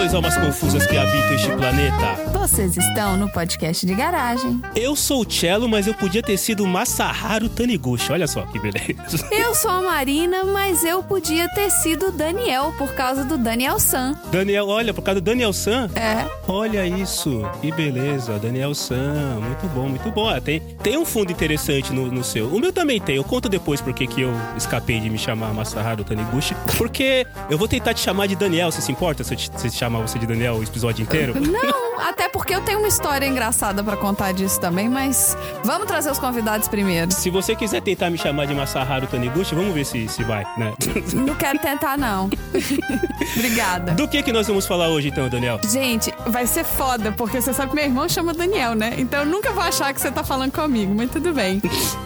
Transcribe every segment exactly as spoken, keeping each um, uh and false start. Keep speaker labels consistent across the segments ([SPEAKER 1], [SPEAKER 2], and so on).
[SPEAKER 1] Saudações, almas confusas que habitam este planeta.
[SPEAKER 2] Vocês estão no podcast de garagem.
[SPEAKER 1] Eu sou o Cello, mas eu podia ter sido o Masaharu Taniguchi. Olha só que beleza.
[SPEAKER 2] Eu sou a Marina, mas eu podia ter sido o Daniel, por causa do Daniel San.
[SPEAKER 1] Daniel, olha, por causa do Daniel San?
[SPEAKER 2] É.
[SPEAKER 1] Olha isso, que beleza, Daniel San. Muito bom, muito bom. Ah, tem, tem um fundo interessante no, no seu. O meu também tem. Eu conto depois porque que eu escapei de me chamar Masaharu Taniguchi. Porque eu vou tentar te chamar de Daniel, você se importa se eu te, se eu te chamar você de Daniel o episódio inteiro?
[SPEAKER 2] Não, até porque eu tenho uma história engraçada pra contar disso também, mas vamos trazer os convidados primeiro.
[SPEAKER 1] Se você quiser tentar me chamar de Masaharu Taniguchi, vamos ver se, se vai, né?
[SPEAKER 2] Não quero tentar, não. Obrigada.
[SPEAKER 1] Do que que nós vamos falar hoje, então, Daniel?
[SPEAKER 2] Gente, vai ser foda, porque você sabe que meu irmão chama Daniel, né? Então eu nunca vou achar que você tá falando comigo, mas tudo bem.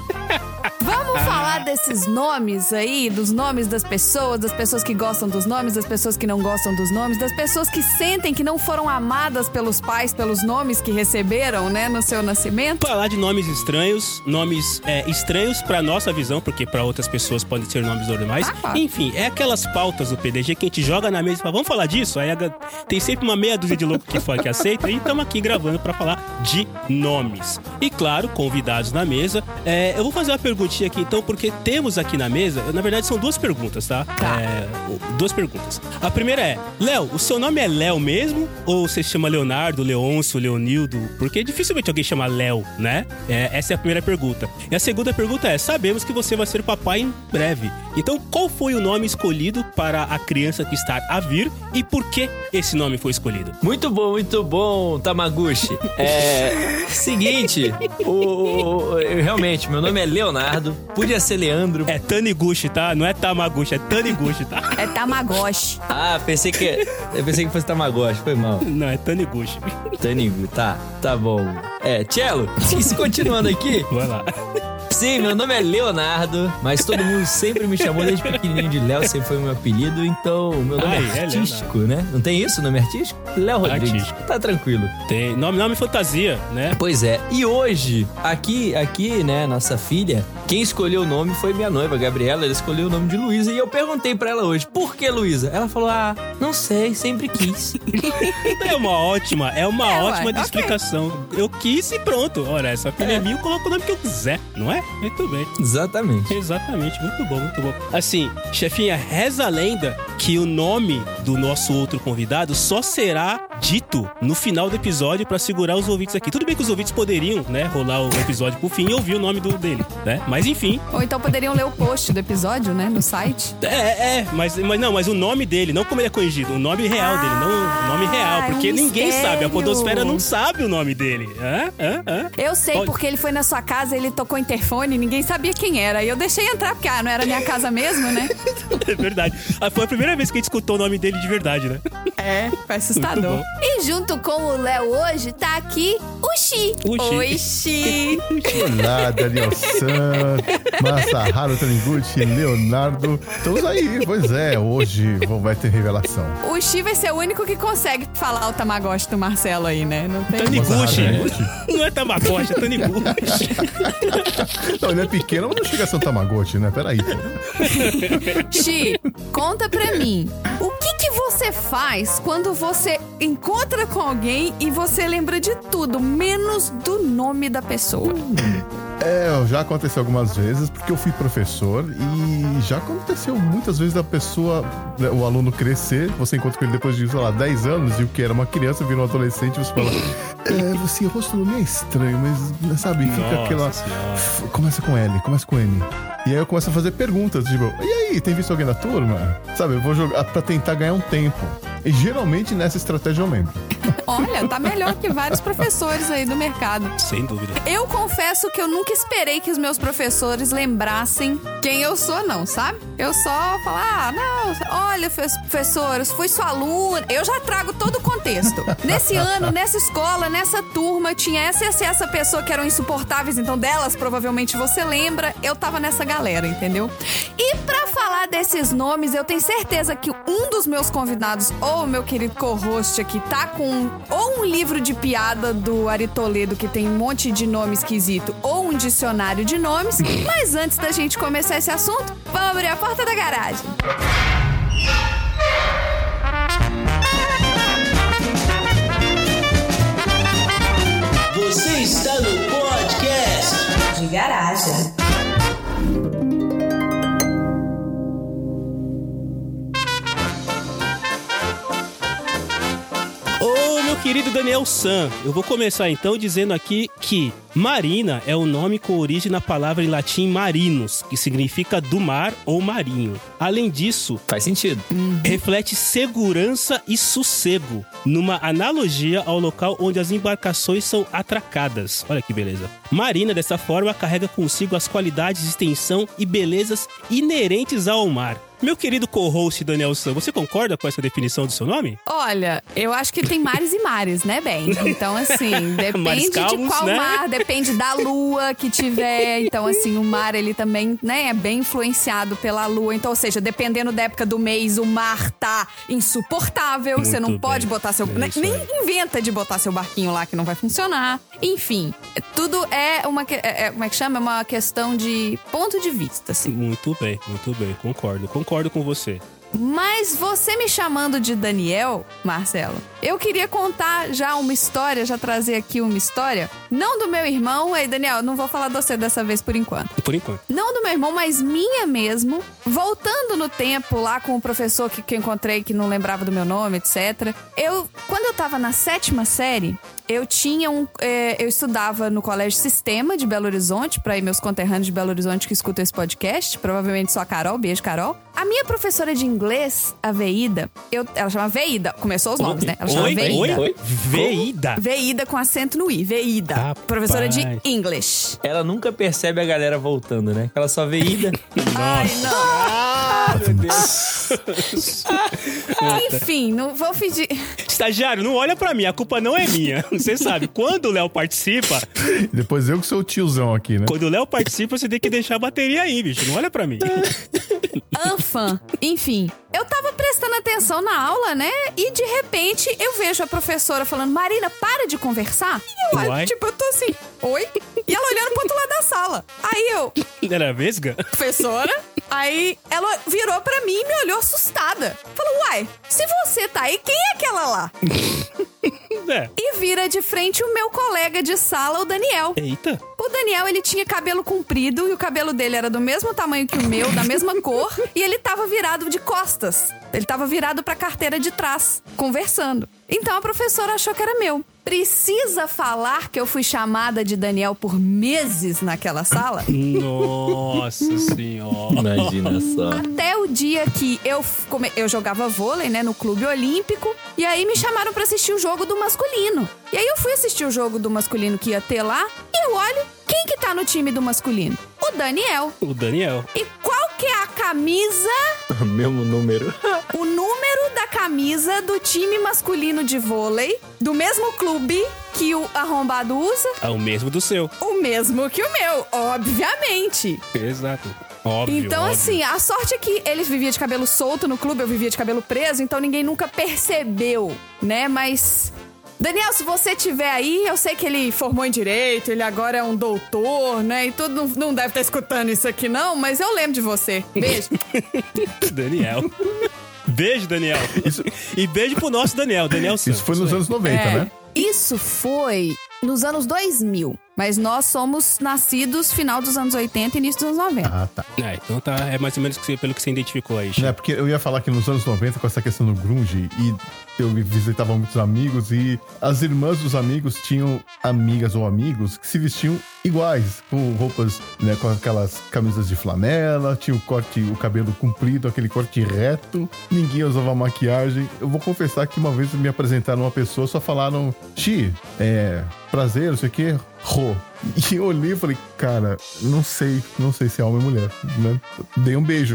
[SPEAKER 2] Vamos falar desses nomes aí, dos nomes das pessoas, das pessoas que gostam dos nomes, das pessoas que não gostam dos nomes, das pessoas que sentem que não foram amadas pelos pais, pelos nomes que receberam, né, no seu nascimento.
[SPEAKER 1] Falar de nomes estranhos, nomes é, estranhos pra nossa visão, porque pra outras pessoas podem ser nomes normais.
[SPEAKER 2] Ah, claro.
[SPEAKER 1] Enfim, é aquelas pautas do P D G que a gente joga na mesa e fala, vamos falar disso? Aí tem sempre uma meia dúzia de louco que, fala, que aceita e estamos aqui gravando pra falar de nomes. E claro, convidados na mesa. É, eu vou fazer uma perguntinha aqui então, porque temos aqui na mesa, na verdade são duas perguntas, tá?
[SPEAKER 2] Tá.
[SPEAKER 1] É, duas perguntas. A primeira é, Léo, o seu nome é Léo mesmo? Ou você se chama Leonardo, Leôncio, Leonildo? Porque dificilmente alguém chama Léo, né? É, essa é a primeira pergunta. E a segunda pergunta é, sabemos que você vai ser papai em breve. Então, qual foi o nome escolhido para a criança que está a vir e por que esse nome foi escolhido?
[SPEAKER 3] Muito bom, muito bom, Tamaguchi. É... Seguinte, o, o, o, realmente, meu nome é Leonardo, podia ser Leandro.
[SPEAKER 1] É Taniguchi, tá? Não é Tamaguchi, é Taniguchi, tá?
[SPEAKER 2] É Tamagotchi.
[SPEAKER 3] Ah, pensei que, eu pensei que fosse Tamagotchi, foi mal.
[SPEAKER 1] Não, é Taniguchi.
[SPEAKER 3] Taniguchi, tá, tá bom. É, Cello, se continuando aqui...
[SPEAKER 1] Vai lá.
[SPEAKER 3] Sim, meu nome é Leonardo, mas todo mundo sempre me chamou desde pequenininho de Léo, sempre foi o meu apelido, então o meu nome
[SPEAKER 1] Ai,
[SPEAKER 3] é
[SPEAKER 1] é
[SPEAKER 3] artístico, né? Não tem isso, nome artístico? Léo Rodrigues,
[SPEAKER 1] Artístico.
[SPEAKER 3] tá tranquilo.
[SPEAKER 1] Tem nome, nome fantasia, né?
[SPEAKER 3] Pois é, e hoje, aqui, aqui, né, nossa filha, quem escolheu o nome foi minha noiva, Gabriela, ela escolheu o nome de Luísa, e eu perguntei pra ela hoje, por que Luísa? Ela falou, ah, não sei, sempre quis.
[SPEAKER 1] É uma ótima, é uma
[SPEAKER 2] É,
[SPEAKER 1] ótima
[SPEAKER 2] ué,
[SPEAKER 1] de
[SPEAKER 2] ok.
[SPEAKER 1] explicação. Eu quis e pronto. Olha, essa filha é minha, eu coloco o nome que eu quiser, não é? Muito bem.
[SPEAKER 3] Exatamente.
[SPEAKER 1] Exatamente, muito bom, muito bom. Assim, chefinha, reza a lenda que o nome do nosso outro convidado só será dito no final do episódio pra segurar os ouvintes aqui. Tudo bem que os ouvintes poderiam, né, rolar o episódio pro fim e ouvir o nome do, dele, né? Mas enfim.
[SPEAKER 2] Ou então poderiam ler o post do episódio, né, no site.
[SPEAKER 1] É, é, mas, mas não, mas o nome dele, não como ele é corrigido, o nome real dele, não o nome real, porque
[SPEAKER 2] um
[SPEAKER 1] ninguém
[SPEAKER 2] mistério.
[SPEAKER 1] sabe, a podosfera não sabe o nome dele. Hã? Hã? Hã?
[SPEAKER 2] Eu sei,
[SPEAKER 1] Olha-
[SPEAKER 2] porque ele foi na sua casa, ele tocou interfone, ninguém sabia quem era. E eu deixei entrar, porque ah, não era minha casa mesmo, né?
[SPEAKER 1] É verdade. Ah, foi a primeira vez que a gente escutou o nome dele de verdade, né?
[SPEAKER 2] É, foi assustador.
[SPEAKER 1] Muito bom.
[SPEAKER 2] E junto com o Léo hoje, tá aqui o Xi.
[SPEAKER 1] O Xi.
[SPEAKER 2] Oi, Xi.
[SPEAKER 4] Olá, Daniel San, Masaharu Taniguchi, Leonardo. Estamos aí, pois é, hoje vai ter revelação.
[SPEAKER 2] O Xi vai ser o único que consegue falar o Tamagotchi do Marcelo aí, né? Não tem...
[SPEAKER 1] Taniguchi.
[SPEAKER 4] Taniguchi.
[SPEAKER 1] Não é Tamagotchi, é Taniguchi.
[SPEAKER 4] Não, ele é pequeno, mas não chega a ser um Tamagotchi, né? Peraí.
[SPEAKER 2] Xi, conta pra mim, o que que você faz quando você encontra com alguém e você lembra de tudo, menos do nome da pessoa?
[SPEAKER 4] É, já aconteceu algumas vezes, porque eu fui professor e já aconteceu muitas vezes da pessoa, o aluno crescer, você encontra com ele depois de, sei lá, dez anos, e o que era uma criança vira um adolescente, e você fala, é, você, o rosto não é estranho, mas, sabe, fica
[SPEAKER 1] Nossa
[SPEAKER 4] aquela...
[SPEAKER 1] Senhora.
[SPEAKER 4] F- Começa com L, começa com M. E aí eu começo a fazer perguntas, tipo, e aí, tem visto alguém da turma? Sabe, eu vou jogar pra tentar ganhar um tempo. E geralmente nessa estratégia eu lembro.
[SPEAKER 2] Olha, tá melhor que vários professores aí do mercado.
[SPEAKER 1] Sem dúvida.
[SPEAKER 2] Eu confesso que eu nunca esperei que os meus professores lembrassem quem eu sou, não, sabe? Eu só falo, ah, não, olha, professores, fui sua aluna. Eu já trago todo o contexto. Nesse ano, nessa escola, nessa turma, tinha essa e essa, essa pessoa que eram insuportáveis, então delas provavelmente você lembra. Eu tava nessa galera, entendeu? E pra falar desses nomes, eu tenho certeza que um dos meus convidados, ou o meu querido co-host aqui, tá com ou um livro de piada do Ari Toledo, que tem um monte de nome esquisito, ou um dicionário de nomes. Mas antes da gente começar esse assunto, vamos abrir a porta da garagem.
[SPEAKER 5] Você está no podcast
[SPEAKER 6] de garagem.
[SPEAKER 1] Ô, meu querido Daniel San, eu vou começar então dizendo aqui que Marina é o nome com origem na palavra em latim marinus, que significa do mar ou marinho. Além disso,
[SPEAKER 3] Faz sentido.
[SPEAKER 1] reflete segurança e sossego, numa analogia ao local onde as embarcações são atracadas. Olha que beleza. Marina, dessa forma, carrega consigo as qualidades, extensão e belezas inerentes ao mar. Meu querido co-host Daniel San, você concorda com essa definição do seu nome?
[SPEAKER 2] Olha, eu acho que tem mares e mares, né, Ben? Então, assim,
[SPEAKER 1] Mares
[SPEAKER 2] depende
[SPEAKER 1] calmos,
[SPEAKER 2] de qual
[SPEAKER 1] né?
[SPEAKER 2] mar, depende da lua que tiver. Então, assim, o mar, ele também, né, é bem influenciado pela lua. Então, ou seja, dependendo da época do mês, o mar tá insuportável.
[SPEAKER 1] Muito
[SPEAKER 2] Você não
[SPEAKER 1] bem.
[SPEAKER 2] pode botar seu...
[SPEAKER 1] É
[SPEAKER 2] nem
[SPEAKER 1] isso
[SPEAKER 2] nem
[SPEAKER 1] aí.
[SPEAKER 2] inventa de botar seu barquinho lá que não vai funcionar. Enfim, tudo é uma... que- é- é- como é que chama? É uma questão de ponto de vista, assim.
[SPEAKER 1] Muito bem, muito bem, concordo, concordo com você.
[SPEAKER 2] Mas você me chamando de Daniel, Marcelo, eu queria contar já uma história, já trazer aqui uma história. Não do meu irmão, ei Daniel, não vou falar de você dessa vez por enquanto.
[SPEAKER 1] Por enquanto.
[SPEAKER 2] Não do meu irmão, mas minha mesmo. Voltando no tempo lá com o professor que, que eu encontrei que não lembrava do meu nome, etcétera. Eu, quando eu tava na sétima série, eu tinha um. É, eu estudava no Colégio Sistema de Belo Horizonte, pra ir meus conterrâneos de Belo Horizonte que escutam esse podcast. Provavelmente só a Carol, beijo, Carol. A minha professora de inglês, a Veída, eu, ela chama Veída. Começou os nomes, né? Ela chama
[SPEAKER 1] Oi,
[SPEAKER 2] Veída.
[SPEAKER 1] oi, Veída.
[SPEAKER 2] Veída com acento no I, Veída.
[SPEAKER 1] Rapaz.
[SPEAKER 2] Professora de English.
[SPEAKER 3] Ela nunca percebe a galera voltando, né? Ela só vê ida.
[SPEAKER 2] Ai, não.
[SPEAKER 1] Ah, meu Deus.
[SPEAKER 2] Enfim, não vou pedir.
[SPEAKER 1] Estagiário, não olha pra mim, a culpa não é minha. Você sabe, quando o Léo participa,
[SPEAKER 4] Depois eu que sou o tiozão aqui, né?
[SPEAKER 1] quando o Léo participa, você tem que deixar a bateria aí, bicho. Não olha pra mim.
[SPEAKER 2] Anfã. Enfim, eu tava prestando atenção na aula, né? E de repente eu vejo a professora falando: Marina, para de conversar. E eu olho,
[SPEAKER 1] Uai.
[SPEAKER 2] tipo, eu tô assim, oi? E ela olhando pro outro lado da sala. Aí eu,
[SPEAKER 1] Era vesga?
[SPEAKER 2] professora? Aí ela virou pra mim e me olhou assustada. Falou: uai, se você tá aí, quem é aquela lá?
[SPEAKER 1] É.
[SPEAKER 2] E vira de frente o meu colega de sala, o Daniel.
[SPEAKER 1] Eita.
[SPEAKER 2] O Daniel, ele tinha cabelo comprido e o cabelo dele era do mesmo tamanho que o meu, da mesma cor, e ele tava virado de costas. Ele tava virado pra carteira de trás, conversando. Então a professora achou que era meu. Precisa falar que eu fui chamada de Daniel por meses naquela sala?
[SPEAKER 1] Nossa senhora.
[SPEAKER 3] Imagina só.
[SPEAKER 2] Até o dia que eu, come... eu jogava vôlei, né, no Clube Olímpico, e aí me chamaram pra assistir o jogo do masculino. E aí eu fui assistir o jogo do masculino que ia ter lá, e eu olho, quem que tá no time do masculino? O Daniel.
[SPEAKER 1] O Daniel.
[SPEAKER 2] E qual que é a camisa,
[SPEAKER 3] Mesmo número.
[SPEAKER 2] o número da camisa do time masculino de vôlei, do mesmo clube que o arrombado usa?
[SPEAKER 1] É o mesmo do seu.
[SPEAKER 2] O mesmo que o meu, obviamente.
[SPEAKER 1] Exato. Óbvio.
[SPEAKER 2] Então,
[SPEAKER 1] óbvio.
[SPEAKER 2] assim, a sorte é que ele vivia de cabelo solto no clube, eu vivia de cabelo preso, então ninguém nunca percebeu, né? Mas, Daniel, se você tiver aí, eu sei que ele formou em Direito, ele agora é um doutor, né? E tudo, não, não deve estar escutando isso aqui, não, mas eu lembro de você. Beijo.
[SPEAKER 1] Daniel. Beijo, Daniel.
[SPEAKER 4] Isso,
[SPEAKER 1] E beijo pro nosso Daniel, Daniel Santos.
[SPEAKER 4] isso foi nos anos noventa,
[SPEAKER 2] É,
[SPEAKER 4] né?
[SPEAKER 2] Isso foi nos anos dois mil, mas nós somos nascidos final dos anos oitenta e início dos anos noventa.
[SPEAKER 4] Ah, tá.
[SPEAKER 1] É, então tá, é mais ou menos que você- pelo que você identificou aí, Chico.
[SPEAKER 4] É, porque eu ia falar que nos anos noventa, com essa questão do grunge, e eu visitava muitos amigos, e as irmãs dos amigos tinham amigas ou amigos que se vestiam iguais, com roupas, né, com aquelas camisas de flanela, tinha o corte, o cabelo comprido, aquele corte reto, ninguém usava maquiagem. Eu vou confessar que uma vez me apresentaram uma pessoa, só falaram, Xi, é, prazer, não sei o quê, Rô. E eu olhei e falei, cara, não sei, não sei se é homem ou mulher, né? Dei um beijo.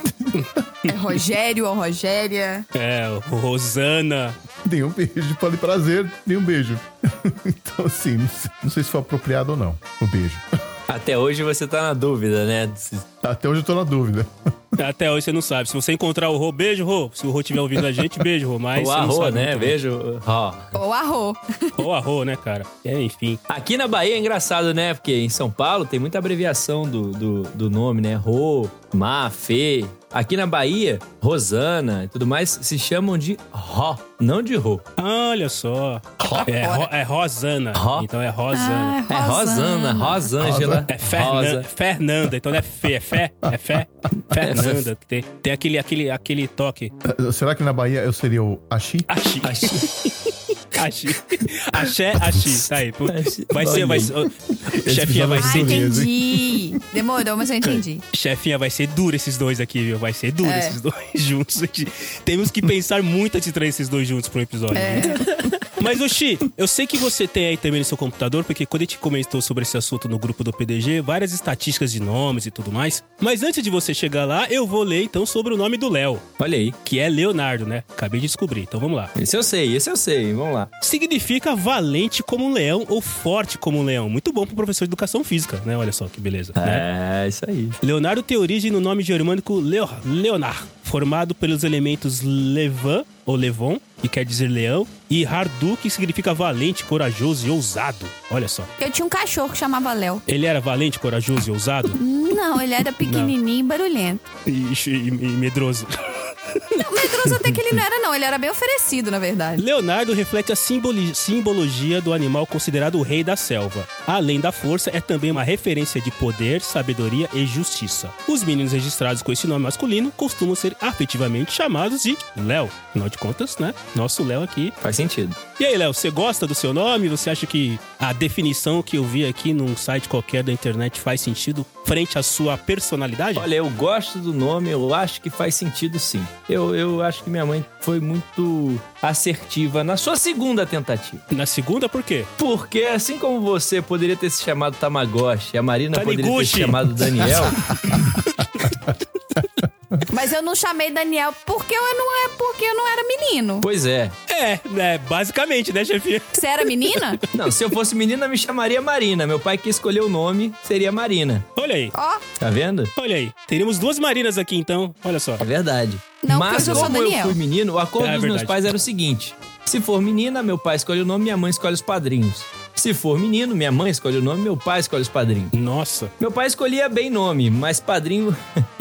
[SPEAKER 2] É Rogério ou Rogéria.
[SPEAKER 1] É, o Rosana.
[SPEAKER 4] Dei um beijo, falei prazer, dei um beijo. Então, assim, não sei, não sei se foi apropriado ou não, o beijo.
[SPEAKER 3] Até hoje você tá na dúvida, né? Se-
[SPEAKER 4] Até hoje eu tô na dúvida.
[SPEAKER 1] Até hoje você não sabe. Se você encontrar o Rô, beijo, Rô. Se o Rô estiver ouvindo a gente, beijo, Rô. Mas
[SPEAKER 3] O
[SPEAKER 1] você não
[SPEAKER 3] arro,
[SPEAKER 1] sabe
[SPEAKER 3] né?
[SPEAKER 1] muito bem.
[SPEAKER 3] Vejo. Ó.
[SPEAKER 2] Ou arro.
[SPEAKER 1] Ou a Rô, né, cara? É, enfim.
[SPEAKER 3] Aqui na Bahia é engraçado, né? Porque em São Paulo tem muita abreviação do, do, do nome, né? Rô, Má, Fê. Aqui na Bahia, Rosana e tudo mais se chamam de Ró, não de Rô.
[SPEAKER 1] Olha só. É, ro, é Rosana.
[SPEAKER 3] Ro.
[SPEAKER 1] Então é Rosana.
[SPEAKER 2] Ah,
[SPEAKER 3] É Rosana, Rosângela.
[SPEAKER 1] É Fernanda, Fernanda, então não é Fê, é Fé, é Fé, Fernanda. Tem, tem aquele, aquele, aquele toque.
[SPEAKER 4] Uh, Será que na Bahia eu seria o Axi?
[SPEAKER 1] Axi. Axi. Axé, Axi. Tá aí. pô. Vai ser, vai ser. ó, Chefinha vai
[SPEAKER 2] Ah,
[SPEAKER 1] ser.
[SPEAKER 2] entendi. Demorou, mas eu entendi.
[SPEAKER 1] Chefinha, vai ser duro esses dois aqui, viu? Vai ser duro
[SPEAKER 2] É.
[SPEAKER 1] esses dois juntos. Temos que pensar muito antes de trazer esses dois juntos pro episódio.
[SPEAKER 2] É.
[SPEAKER 1] Né? Mas, Oxi, eu sei que você tem aí também no seu computador, porque quando a gente comentou sobre esse assunto no grupo do P D G, várias estatísticas de nomes e tudo mais. Mas antes de você chegar lá, eu vou ler então sobre o nome do Léo,
[SPEAKER 3] Olha aí.
[SPEAKER 1] que é Leonardo, né? Acabei de descobrir, então vamos lá.
[SPEAKER 3] Esse eu sei, esse eu sei. Vamos lá.
[SPEAKER 1] Significa valente como um leão ou forte como um leão. Muito bom pro professor de educação física, né? Olha só que beleza. Né?
[SPEAKER 3] É, isso aí.
[SPEAKER 1] Leonardo tem origem no nome germânico Leo, Leonard, formado pelos elementos Levan, ou Levon, que quer dizer leão, e Hardu, que significa valente, corajoso e ousado. Olha só.
[SPEAKER 2] Eu tinha um cachorro que chamava Léo.
[SPEAKER 1] Ele era valente, corajoso e ousado?
[SPEAKER 2] Não, ele era pequenininho e barulhento.
[SPEAKER 1] E, e- e medroso.
[SPEAKER 2] Não, medroso até que ele não era, não. Ele era bem oferecido, na verdade.
[SPEAKER 1] Leonardo reflete a simboli- simbologia do animal considerado o rei da selva. Além da força, é também uma referência de poder, sabedoria e justiça. Os meninos registrados com esse nome masculino costumam ser afetivamente chamados de Léo. Afinal de contas, né? Nosso Léo aqui.
[SPEAKER 3] Faz sentido.
[SPEAKER 1] E aí, Léo, você gosta do seu nome? Você acha que a definição que eu vi aqui num site qualquer da internet faz sentido frente à sua personalidade?
[SPEAKER 3] Olha, eu gosto do nome, eu acho que faz sentido sim. Eu, eu acho que minha mãe foi muito assertiva na sua segunda tentativa.
[SPEAKER 1] Na segunda, por quê?
[SPEAKER 3] Porque assim como você poderia ter se chamado Tamagotchi, a Marina poderia ter
[SPEAKER 1] Taniguchi.
[SPEAKER 3] se chamado Daniel,
[SPEAKER 2] Mas eu não chamei Daniel porque eu não, é, porque eu não era menino.
[SPEAKER 3] pois é.
[SPEAKER 1] É, é, basicamente, né, chefinha?
[SPEAKER 2] Você era menina?
[SPEAKER 3] Não, se eu fosse menina, me chamaria Marina. Meu pai que escolheu o nome seria Marina.
[SPEAKER 1] Olha aí,
[SPEAKER 2] Ó,
[SPEAKER 3] Tá vendo?
[SPEAKER 1] olha aí. Teríamos duas Marinas aqui, então. Olha só.
[SPEAKER 3] É verdade.
[SPEAKER 2] Não,
[SPEAKER 3] Mas
[SPEAKER 2] porque eu sou
[SPEAKER 3] como eu
[SPEAKER 2] Daniel.
[SPEAKER 3] fui menino, o acordo
[SPEAKER 1] É
[SPEAKER 3] dos
[SPEAKER 1] verdade.
[SPEAKER 3] meus pais era o seguinte: se for menina, meu pai escolhe o nome, minha mãe escolhe os padrinhos. Se for menino, minha mãe escolhe o nome, meu pai escolhe os padrinhos.
[SPEAKER 1] Nossa.
[SPEAKER 3] Meu pai escolhia bem nome, mas padrinho.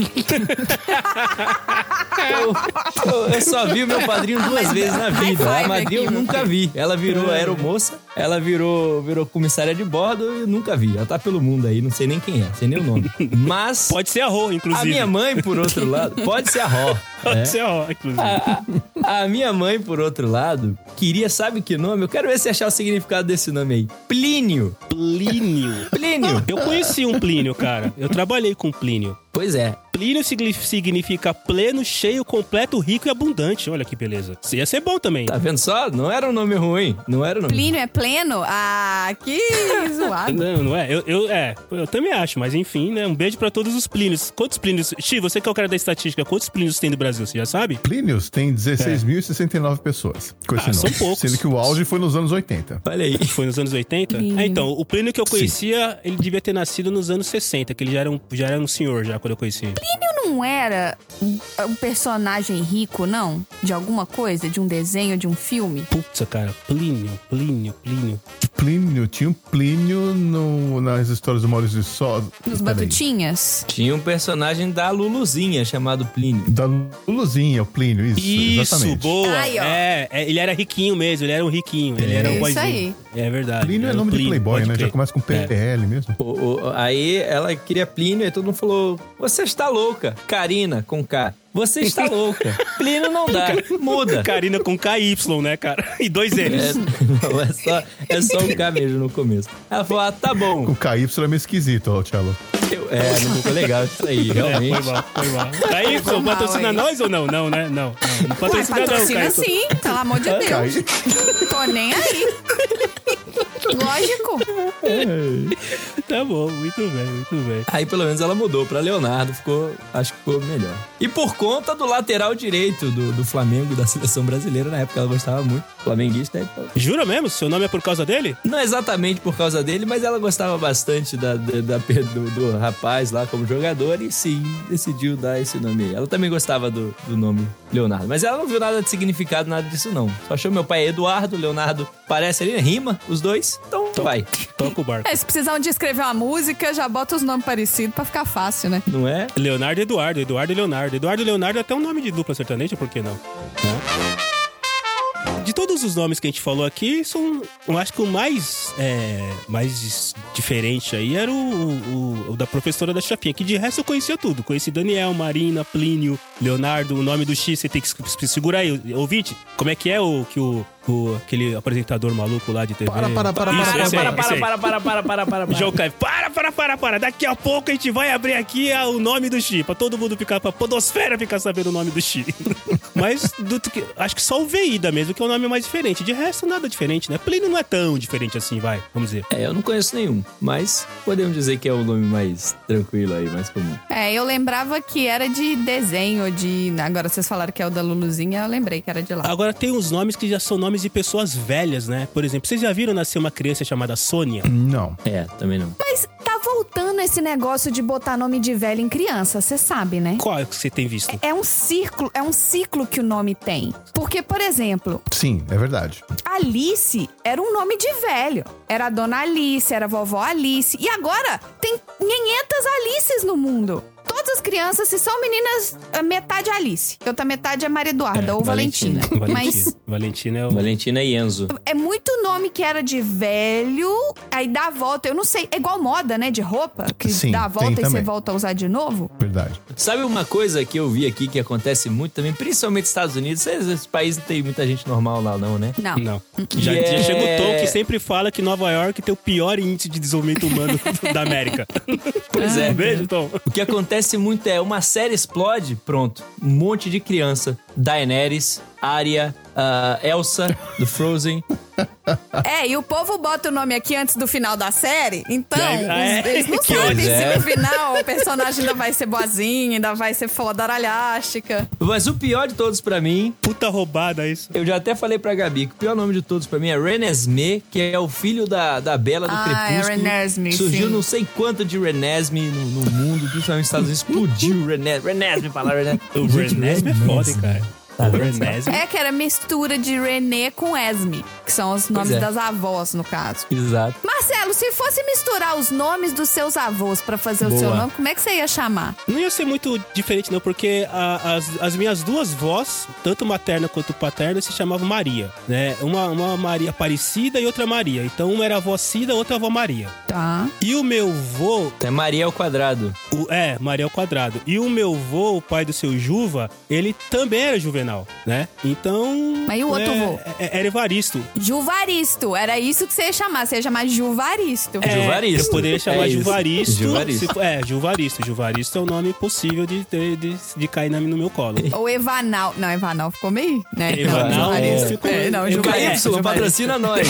[SPEAKER 3] eu, eu- eu só vi o meu padrinho duas vezes na vida.
[SPEAKER 2] High
[SPEAKER 3] A
[SPEAKER 2] five
[SPEAKER 3] madrinha eu
[SPEAKER 2] aqui,
[SPEAKER 3] nunca vi. Ela virou aeromoça, ela virou, virou comissária de bordo e eu nunca vi. Ela tá pelo mundo aí, não sei nem quem é, sei nem o nome. Mas
[SPEAKER 1] Pode ser a Rô,
[SPEAKER 3] a
[SPEAKER 1] inclusive.
[SPEAKER 3] minha mãe, por outro lado, pode ser a Ró.
[SPEAKER 1] Pode
[SPEAKER 3] é.
[SPEAKER 1] ser a Rô, inclusive.
[SPEAKER 3] A, a minha mãe, por outro lado, queria, sabe que nome? Eu quero ver se achar o significado desse nome aí. Plínio.
[SPEAKER 1] Plínio.
[SPEAKER 3] Plínio.
[SPEAKER 1] Eu conheci um Plínio, cara. Eu trabalhei com Plínio.
[SPEAKER 3] Pois é.
[SPEAKER 1] Plínio signi- significa pleno, cheio, completo, rico e abundante. Olha que beleza. Isso ia ser bom também.
[SPEAKER 3] Tá vendo só? Não era um nome ruim. Não era um nome
[SPEAKER 2] Plínio é pleno? Ah, que zoado.
[SPEAKER 1] Não, não é. Eu, eu, é, eu também acho, mas enfim, né? Um beijo pra todos os Plínios. Quantos Plínios? Xi, você que é o cara da estatística, quantos Plínios tem no Brasil? Você já sabe?
[SPEAKER 4] Plínios tem dezesseis mil e sessenta e nove pessoas com esse
[SPEAKER 1] Ah, são
[SPEAKER 4] nome.
[SPEAKER 1] poucos.
[SPEAKER 4] Sendo que o auge foi nos anos oitenta.
[SPEAKER 3] Olha aí.
[SPEAKER 1] Foi nos anos oitenta?
[SPEAKER 2] Plínio.
[SPEAKER 1] É, então, o Plínio que eu conhecia, ele devia ter nascido nos anos sessenta, que ele já era um, já era um senhor já quando eu conheci ele.
[SPEAKER 2] Plínio não era um, um personagem rico, não? De alguma coisa? De um desenho, de um filme?
[SPEAKER 1] Putz, cara, Plínio, Plínio, Plínio.
[SPEAKER 4] Plínio, tinha um Plínio no- nas histórias do Maurício de Souza.
[SPEAKER 2] Nos
[SPEAKER 4] Peraí.
[SPEAKER 2] Batutinhas?
[SPEAKER 3] Tinha um personagem da Luluzinha chamado Plínio.
[SPEAKER 4] Da Luluzinha, o Plínio, isso.
[SPEAKER 1] Isso,
[SPEAKER 4] exatamente.
[SPEAKER 1] boa.
[SPEAKER 2] Aí, ó.
[SPEAKER 1] É, é, ele era riquinho mesmo, ele era um riquinho. Ele era um
[SPEAKER 2] Isso
[SPEAKER 1] boyzinho.
[SPEAKER 2] aí.
[SPEAKER 1] É verdade.
[SPEAKER 4] Plínio é
[SPEAKER 1] era um
[SPEAKER 4] nome de
[SPEAKER 1] Plínio,
[SPEAKER 4] Playboy,
[SPEAKER 1] pode
[SPEAKER 4] né?
[SPEAKER 1] crer.
[SPEAKER 4] Já começa com P L mesmo.
[SPEAKER 3] O- o- aí ela queria Plínio e todo mundo falou: Você está louca. Karina, com K. Você está louca. Plínio não dá. Muda.
[SPEAKER 1] Karina com K Y, né, cara? E dois N's.
[SPEAKER 3] É, não, é só, é só um K mesmo no começo. Ela falou: Ah, tá bom.
[SPEAKER 4] Com K Y é meio esquisito, ó, Tchelo.
[SPEAKER 3] Eu- é, não ficou legal isso aí,
[SPEAKER 1] É,
[SPEAKER 3] realmente.
[SPEAKER 1] foi mal, foi mal. K Y,
[SPEAKER 2] Foi mal
[SPEAKER 1] patrocina
[SPEAKER 2] aí.
[SPEAKER 1] nós ou não? Não, né? Não. Não, não
[SPEAKER 2] Ué,
[SPEAKER 1] patrocina não,
[SPEAKER 2] patrocina
[SPEAKER 1] K Y.
[SPEAKER 2] sim, pelo amor de Deus. Tô nem aí. Lógico.
[SPEAKER 1] Tá bom, muito bem, muito bem.
[SPEAKER 3] Aí pelo menos ela mudou pra Leonardo, ficou, acho que ficou melhor. E por conta do lateral direito do, do Flamengo e da seleção brasileira, na época ela gostava muito, flamenguista. Então,
[SPEAKER 1] Jura mesmo? Seu nome é por causa dele?
[SPEAKER 3] não exatamente por causa dele, mas ela gostava bastante da, da- da- do, do rapaz lá como jogador e sim, decidiu dar esse nome aí. Ela também gostava do, do nome Leonardo, mas ela não viu nada de significado, nada disso não. Só achou meu pai Eduardo, Leonardo parece ali, né? Rima, os dois. Luiz. Então, vai.
[SPEAKER 1] Toca o barco.
[SPEAKER 2] É, se precisar um dia escrever uma música, já bota os nomes parecidos pra ficar fácil, né?
[SPEAKER 3] Não é?
[SPEAKER 1] Leonardo e Eduardo, Eduardo e Leonardo. Eduardo e Leonardo é até um nome de dupla sertaneja, por que não? Né? De todos os nomes que a gente falou aqui, são, eu acho que o mais, é, mais diferente aí era o, o, o da professora da Chapinha, que de resto eu conhecia tudo. Conheci Daniel, Marina, Plínio, Leonardo, o nome do X, você tem que segurar aí. Ouvinte, como é que é o que o, o aquele apresentador maluco lá de T V?
[SPEAKER 4] Para, para, para,
[SPEAKER 1] Isso,
[SPEAKER 4] para,
[SPEAKER 1] esse
[SPEAKER 3] Para,
[SPEAKER 1] aí,
[SPEAKER 3] para,
[SPEAKER 1] esse aí.
[SPEAKER 3] para, para, para, para, para, para.
[SPEAKER 1] João Caio, para, para, para, para. Daqui a pouco a gente vai abrir aqui ah, o nome do X, pra todo mundo ficar, pra podosfera ficar sabendo o nome do X. Mas do, que- acho que só o Veída mesmo, que é o nome mais diferente. De resto, nada diferente, né? Plínio não é tão diferente assim, vai, vamos dizer.
[SPEAKER 3] É, eu não conheço nenhum, mas podemos dizer que é o nome mais tranquilo aí, mais comum.
[SPEAKER 2] É, eu lembrava que era de desenho, de... Agora vocês falaram que é o da Luluzinha, eu lembrei que era de lá.
[SPEAKER 1] Agora tem uns nomes que já são nomes de pessoas velhas, né? Por exemplo, vocês já viram nascer uma criança chamada Sônia?
[SPEAKER 4] Não.
[SPEAKER 3] É, também não.
[SPEAKER 2] Mas tá voltando esse negócio de botar nome de velho em criança, você sabe, né?
[SPEAKER 1] Qual é que você tem visto?
[SPEAKER 2] É um círculo, é um ciclo que o nome tem. Porque, por exemplo,
[SPEAKER 4] Sim, é verdade.
[SPEAKER 2] Alice era um nome de velho. Era a dona Alice, era a vovó Alice. E agora tem quinhentas Alices no mundo. Todas as crianças, se são meninas, a metade é Alice. Outra metade é Maria Eduarda
[SPEAKER 3] É,
[SPEAKER 2] ou Valentina.
[SPEAKER 3] Valentina.
[SPEAKER 2] Mas
[SPEAKER 1] Valentina. Valentina é o...
[SPEAKER 3] Valentina e Enzo.
[SPEAKER 2] é muito nome que era de velho, aí dá a volta. Eu não sei, é igual moda, né? De roupa, que
[SPEAKER 4] Sim,
[SPEAKER 2] dá a volta
[SPEAKER 4] tem
[SPEAKER 2] e você
[SPEAKER 4] também.
[SPEAKER 2] volta a usar de novo.
[SPEAKER 4] Verdade.
[SPEAKER 3] Sabe uma coisa que eu vi aqui que acontece muito também, principalmente nos Estados Unidos? Esse, esse país não tem muita gente normal lá, não, né?
[SPEAKER 2] Não.
[SPEAKER 1] Não. Já,
[SPEAKER 3] E
[SPEAKER 1] já
[SPEAKER 3] é-
[SPEAKER 1] chega o Tom que sempre fala que Nova York tem o pior índice de desenvolvimento humano da América.
[SPEAKER 3] Pois é.
[SPEAKER 1] Beijo, Tom.
[SPEAKER 3] O que acontece muito é, uma série explode, pronto, um monte de criança. Daenerys, Arya, ah, Elsa, do Frozen.
[SPEAKER 2] É, e o povo bota o nome aqui antes do final da série, então
[SPEAKER 1] É,
[SPEAKER 2] os-
[SPEAKER 1] é,
[SPEAKER 2] eles não
[SPEAKER 1] que
[SPEAKER 2] sabem
[SPEAKER 3] ódio.
[SPEAKER 2] se
[SPEAKER 3] É.
[SPEAKER 2] no final o personagem ainda vai ser boazinha, ainda vai ser foda aralhástica.
[SPEAKER 3] Mas o pior de todos pra mim,
[SPEAKER 1] Puta roubada isso.
[SPEAKER 3] eu já até falei pra Gabi, que o pior nome de todos pra mim é Renesmee, que é o filho da, da Bela do
[SPEAKER 2] Ah, é
[SPEAKER 3] Crepúsculo.
[SPEAKER 2] Renesmee,
[SPEAKER 3] Surgiu
[SPEAKER 2] sim.
[SPEAKER 3] não sei quanto de Renesmee no, no mundo, principalmente nos Estados Unidos. Explodiu o Renesmee. Renesmee, falar Renesmee.
[SPEAKER 1] O Renesmee é foda, hein, cara. O Renesmee.
[SPEAKER 2] É que era mistura de René com Esme, que são os nomes
[SPEAKER 3] é.
[SPEAKER 2] das avós, no caso.
[SPEAKER 3] Exato.
[SPEAKER 2] Marcelo, se fosse misturar os nomes dos seus avós pra fazer o
[SPEAKER 3] Boa.
[SPEAKER 2] seu nome, como é que você ia chamar?
[SPEAKER 1] Não ia ser muito diferente, não, porque a- as, as minhas duas vós, tanto materna quanto paterna, se chamavam Maria, né? Uma, uma Maria Aparecida e outra Maria. Então, uma era a avó Cida, a outra a avó Maria.
[SPEAKER 2] Tá.
[SPEAKER 1] E o meu vô,
[SPEAKER 3] É Maria ao quadrado.
[SPEAKER 1] o- é, Maria ao quadrado. E o meu vô, o pai do seu Juva, ele também era juvenal, né? Então...
[SPEAKER 2] Mas e o outro
[SPEAKER 1] é,
[SPEAKER 2] vô?
[SPEAKER 1] é- Era Evaristo.
[SPEAKER 2] Juvaristo, era isso que você ia chamar, você ia chamar Juvaristo.
[SPEAKER 1] É,
[SPEAKER 3] Juvaristo.
[SPEAKER 1] Eu poderia chamar
[SPEAKER 3] É isso.
[SPEAKER 1] Juvaristo.
[SPEAKER 3] Juvaristo.
[SPEAKER 1] se for- é, Juvaristo. Juvaristo é o nome possível de, ter- de, de cair na- no meu colo.
[SPEAKER 2] Ou Evanal. Não, Evanal ficou meio, né?
[SPEAKER 1] Evanal
[SPEAKER 2] não, Juvaristo.
[SPEAKER 1] ficou-
[SPEAKER 2] É, não,
[SPEAKER 1] É,
[SPEAKER 2] Juvaristo.
[SPEAKER 3] Y, patrocina nós.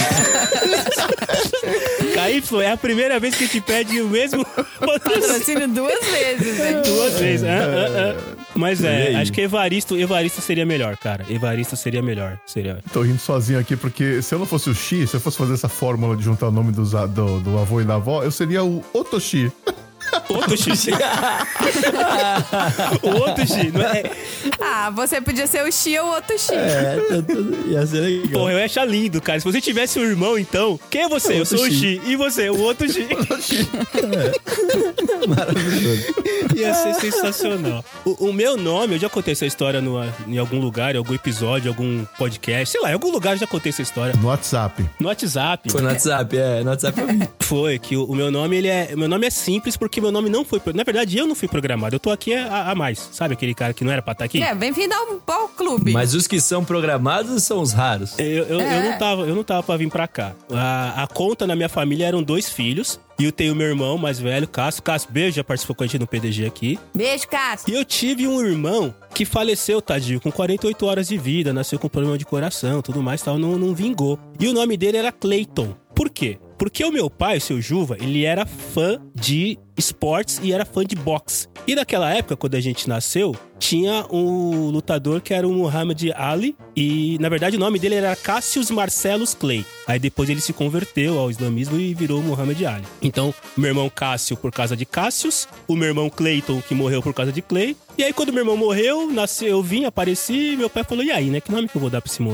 [SPEAKER 1] K Y é a primeira vez que te pede o mesmo patrocínio.
[SPEAKER 2] Patrocínio duas vezes, né?
[SPEAKER 1] Duas vezes. Ah, ah, ah. Mas
[SPEAKER 3] E
[SPEAKER 1] é,
[SPEAKER 3] aí?
[SPEAKER 1] acho que Evaristo, Evaristo seria melhor, cara. Evaristo seria melhor. Seria.
[SPEAKER 4] Tô rindo sozinho aqui porque se eu não fosse o X, se eu fosse fazer essa fórmula de juntar o nome dos a- do, do avô e da avó, eu seria o Otoshi.
[SPEAKER 1] Outro X. O outro X. Não é...
[SPEAKER 2] Ah, você podia ser o Xi ou o outro Xi.
[SPEAKER 3] É, ia ser legal.
[SPEAKER 1] Porra, eu ia achar lindo, cara. Se você tivesse um irmão, então. Quem é você? Eu
[SPEAKER 3] Outro
[SPEAKER 1] sou o
[SPEAKER 3] X.
[SPEAKER 1] X. E você? O outro X.
[SPEAKER 3] Maravilhoso.
[SPEAKER 1] Ia ser sensacional. O, o meu nome, eu já contei essa história no, em algum lugar, em algum episódio, algum podcast. Sei lá, em algum lugar eu já contei essa história.
[SPEAKER 4] No WhatsApp.
[SPEAKER 1] No WhatsApp.
[SPEAKER 3] Foi no WhatsApp, é. No WhatsApp eu vi.
[SPEAKER 1] Foi, que o, o meu nome, ele é. Meu nome é simples porque meu nome não foi. Na verdade, eu não fui programado. Eu tô aqui a, a mais. Sabe aquele cara que não era pra estar aqui?
[SPEAKER 2] É, bem-vindo ao, ao clube.
[SPEAKER 3] Mas os que são programados são os raros.
[SPEAKER 1] Eu, eu,
[SPEAKER 2] É.
[SPEAKER 1] eu, não tava, eu não tava pra vir pra cá. A, a conta na minha família eram dois filhos. E eu tenho meu irmão mais velho, Cássio. Cássio, beijo, já participou com a gente no P D G aqui.
[SPEAKER 2] Beijo, Cássio.
[SPEAKER 1] E eu tive um irmão que faleceu, tadinho, com quarenta e oito horas de vida, nasceu com problema de coração, tudo mais, tal, não, não vingou. E o nome dele era Clayton. Por quê? Porque o meu pai, o seu Juva, ele era fã de esportes e era fã de boxe. E naquela época, quando a gente nasceu, tinha um lutador que era o Muhammad Ali. E, na verdade, o nome dele era Cassius Marcellus Clay. Aí depois ele se converteu ao islamismo e virou Muhammad Ali. Então, o meu irmão Cássio por causa de Cassius, o meu irmão Clayton, que morreu por causa de Clay. E aí, quando meu irmão morreu, nasceu, eu vim, apareci, e meu pai falou, e aí, né? Que nome que eu vou dar pra esse moleque?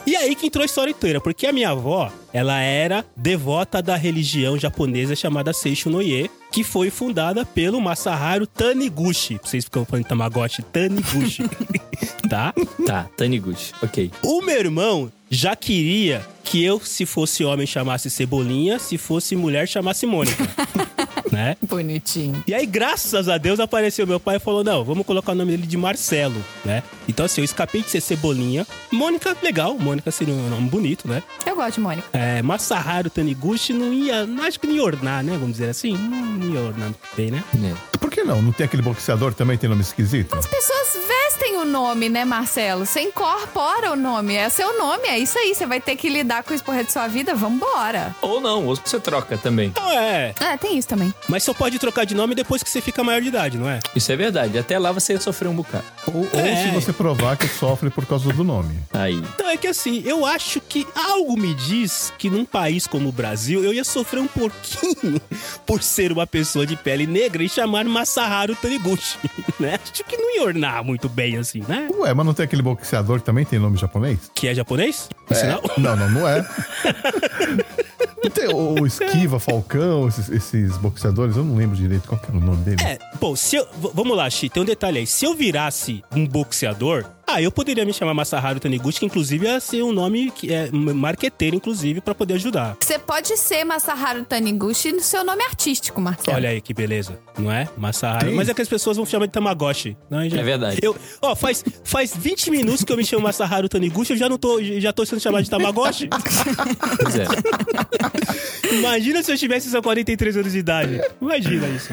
[SPEAKER 1] E aí que entrou a história inteira, porque a minha avó, ela era devota da religião japonesa chamada Seisho no Ie, que foi fundada pelo Masaharu Taniguchi. Vocês ficam falando de Tamagotchi, Taniguchi. Tá?
[SPEAKER 3] Tá, Taniguchi, ok.
[SPEAKER 1] O meu irmão já queria que eu, se fosse homem, chamasse Cebolinha, se fosse mulher, chamasse Mônica. Né?
[SPEAKER 2] Bonitinho.
[SPEAKER 1] E aí, graças a Deus, apareceu meu pai e falou, não, vamos colocar o nome dele de Marcelo, né? Então, assim, eu escapei de ser Cebolinha. Mônica, legal. Mônica seria um nome bonito, né?
[SPEAKER 2] Eu gosto de Mônica.
[SPEAKER 1] É, Masaharu Taniguchi não ia... Não, acho que não ia ornar, né? Vamos dizer assim. Não, não ia ornar muito bem, né?
[SPEAKER 3] É.
[SPEAKER 4] Por que não? Não tem aquele boxeador que também tem nome esquisito?
[SPEAKER 2] As pessoas vestem o nome, né, Marcelo? Você incorpora o nome. É seu nome, é isso aí. Você vai ter que lidar com isso pro resto da sua vida. Vambora.
[SPEAKER 3] Ou não, ou você troca também.
[SPEAKER 1] Então, é...
[SPEAKER 2] É, tem isso também.
[SPEAKER 1] Mas só pode trocar de nome depois que você fica maior de idade, não é?
[SPEAKER 3] Isso é verdade. Até lá você ia sofrer um bocado.
[SPEAKER 4] Ou, ou
[SPEAKER 1] É.
[SPEAKER 4] se você provar que sofre por causa do nome.
[SPEAKER 3] Aí.
[SPEAKER 1] Então, é que assim, eu acho que algo me diz que num país como o Brasil, eu ia sofrer um pouquinho por ser uma pessoa de pele negra e chamar Masaharu Taniguchi, né? Acho que não ia ornar muito bem, assim, né?
[SPEAKER 4] Ué, mas não tem aquele boxeador que também tem nome japonês?
[SPEAKER 1] Que é japonês? Isso não?
[SPEAKER 4] Não, não, não é. Não tem o Esquiva, Falcão, esses, esses boxeadores, eu não lembro direito qual que era o nome dele.
[SPEAKER 1] É, pô, se eu... v- Vamos lá, Xi, tem um detalhe aí. Se eu virasse um boxeador, ah, eu poderia me chamar Masaharu Taniguchi, que inclusive ia ser um nome que é marqueteiro, inclusive, pra poder ajudar.
[SPEAKER 2] Você pode ser Masaharu Taniguchi no seu nome artístico, Marcelo.
[SPEAKER 1] Olha aí que beleza, não é? Masaharu.
[SPEAKER 4] Sim.
[SPEAKER 1] Mas é que as pessoas vão chamar de Tamagotchi. Não, já...
[SPEAKER 3] É verdade.
[SPEAKER 1] Eu, ó, faz, faz vinte minutos que eu me chamo Masaharu Taniguchi, eu já não tô, já tô sendo chamado de Tamagotchi.
[SPEAKER 3] Pois é.
[SPEAKER 1] Imagina se eu tivesse só quarenta e três anos de idade. Imagina isso.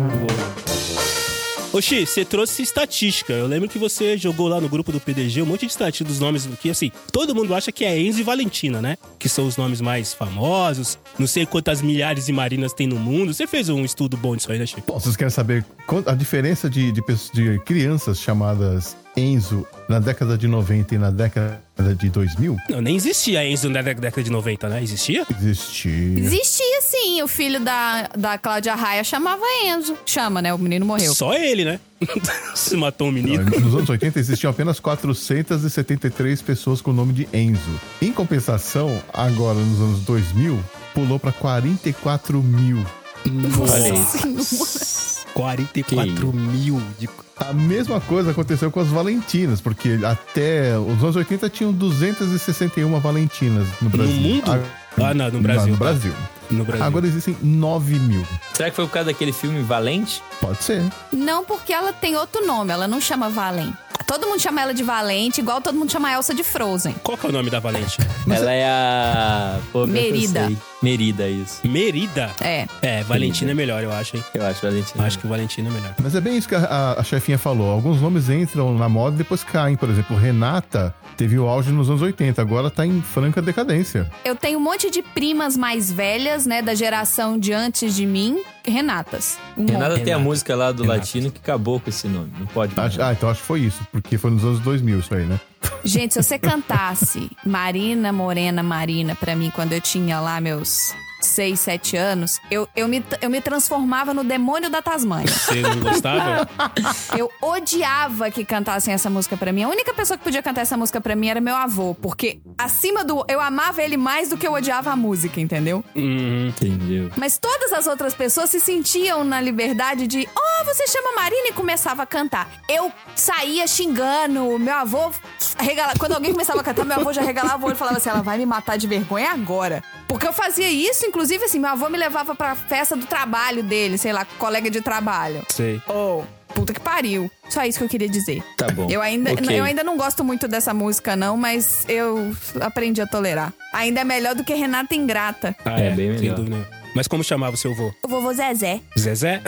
[SPEAKER 1] Ô, Xi, você trouxe estatística. Eu lembro que você jogou lá no grupo do P D G um monte de estatística dos nomes que, assim, todo mundo acha que é Enzo e Valentina, né? Que são os nomes mais famosos. Não sei quantas milhares de marinas tem no mundo. Você fez um estudo bom disso aí, né, Xi?
[SPEAKER 4] Bom, vocês querem saber quant- a diferença de, de, pessoas- de crianças chamadas Enzo na década de noventa e na década de dois mil?
[SPEAKER 1] Não, nem existia Enzo na dé- década de noventa, né? Existia?
[SPEAKER 4] Existia.
[SPEAKER 2] Existia sim, o filho da, da Cláudia Raia chamava Enzo. Chama, né? O menino morreu.
[SPEAKER 1] Só ele, né? Se matou um menino.
[SPEAKER 4] Nos anos oitenta existiam apenas quatrocentas e setenta e três pessoas com o nome de Enzo. Em compensação, agora nos anos dois mil, pulou para quarenta e quatro mil.
[SPEAKER 3] Olha aí.
[SPEAKER 1] quarenta e quatro mil de...
[SPEAKER 4] A mesma coisa aconteceu com as Valentinas, porque até os anos oitenta tinham duzentas e sessenta e uma Valentinas no Brasil.
[SPEAKER 1] mundo? Ah, não, no Brasil.
[SPEAKER 4] No Brasil.
[SPEAKER 1] No Brasil.
[SPEAKER 4] Agora existem nove mil.
[SPEAKER 3] Será que foi por causa daquele filme Valente?
[SPEAKER 4] Pode ser.
[SPEAKER 2] Não, porque ela tem outro nome, ela não chama Valen. Todo mundo chama ela de Valente, igual todo mundo chama a Elsa de Frozen.
[SPEAKER 1] Qual que é o nome da Valente?
[SPEAKER 3] Ela é a... Pô, pior que eu
[SPEAKER 2] Merida.
[SPEAKER 3] sei. Merida, isso.
[SPEAKER 1] Merida?
[SPEAKER 2] É.
[SPEAKER 1] É, Valentina é melhor, eu acho, hein?
[SPEAKER 3] Eu acho Valentina.
[SPEAKER 1] Acho que o Valentina é melhor.
[SPEAKER 4] Mas é bem isso que a, a, a chefinha falou. Alguns nomes entram na moda e depois caem. Por exemplo, Renata teve o auge nos anos oitenta, agora tá em franca decadência.
[SPEAKER 2] Eu tenho um monte de primas mais velhas, né, da geração de antes de mim, Renatas. Um
[SPEAKER 3] Renata
[SPEAKER 2] monte.
[SPEAKER 3] tem a música lá do
[SPEAKER 1] Renata.
[SPEAKER 3] Latino que acabou com esse nome. Não pode mais.
[SPEAKER 4] Acho- ah, então acho que foi isso, porque foi nos anos dois mil isso aí, né?
[SPEAKER 2] Gente, se você cantasse Marina, Morena, Marina pra mim quando eu tinha lá meus seis, sete anos, eu, eu, me, eu me transformava no demônio da Tasmânia.
[SPEAKER 1] Você não gostava?
[SPEAKER 2] Eu odiava que cantassem essa música pra mim. A única pessoa que podia cantar essa música pra mim era meu avô, porque acima do... Eu amava ele mais do que eu odiava a música, entendeu?
[SPEAKER 1] Uhum.
[SPEAKER 3] Entendeu?
[SPEAKER 2] Mas todas as outras pessoas se sentiam na liberdade de oh, você chama Marina e começava a cantar. Eu saía xingando, meu avô regala... Quando alguém começava a cantar, meu avô já regalava o olho e falava assim, ela vai me matar de vergonha agora. Porque eu fazia isso, inclusive assim, meu avô me levava pra festa do trabalho dele, sei lá, colega de trabalho.
[SPEAKER 1] Sei.
[SPEAKER 2] Oh, puta que pariu. Só isso que eu queria dizer.
[SPEAKER 3] Tá bom.
[SPEAKER 2] Eu ainda,
[SPEAKER 3] Ok.
[SPEAKER 2] eu ainda não gosto muito dessa música, não, mas eu aprendi a tolerar. Ainda é melhor do que Renata Ingrata.
[SPEAKER 1] Ah,
[SPEAKER 3] É, bem
[SPEAKER 1] sem
[SPEAKER 3] melhor.
[SPEAKER 1] dúvida nenhuma. Mas como chamava o seu avô?
[SPEAKER 2] O vovô Zezé.
[SPEAKER 1] Zezé?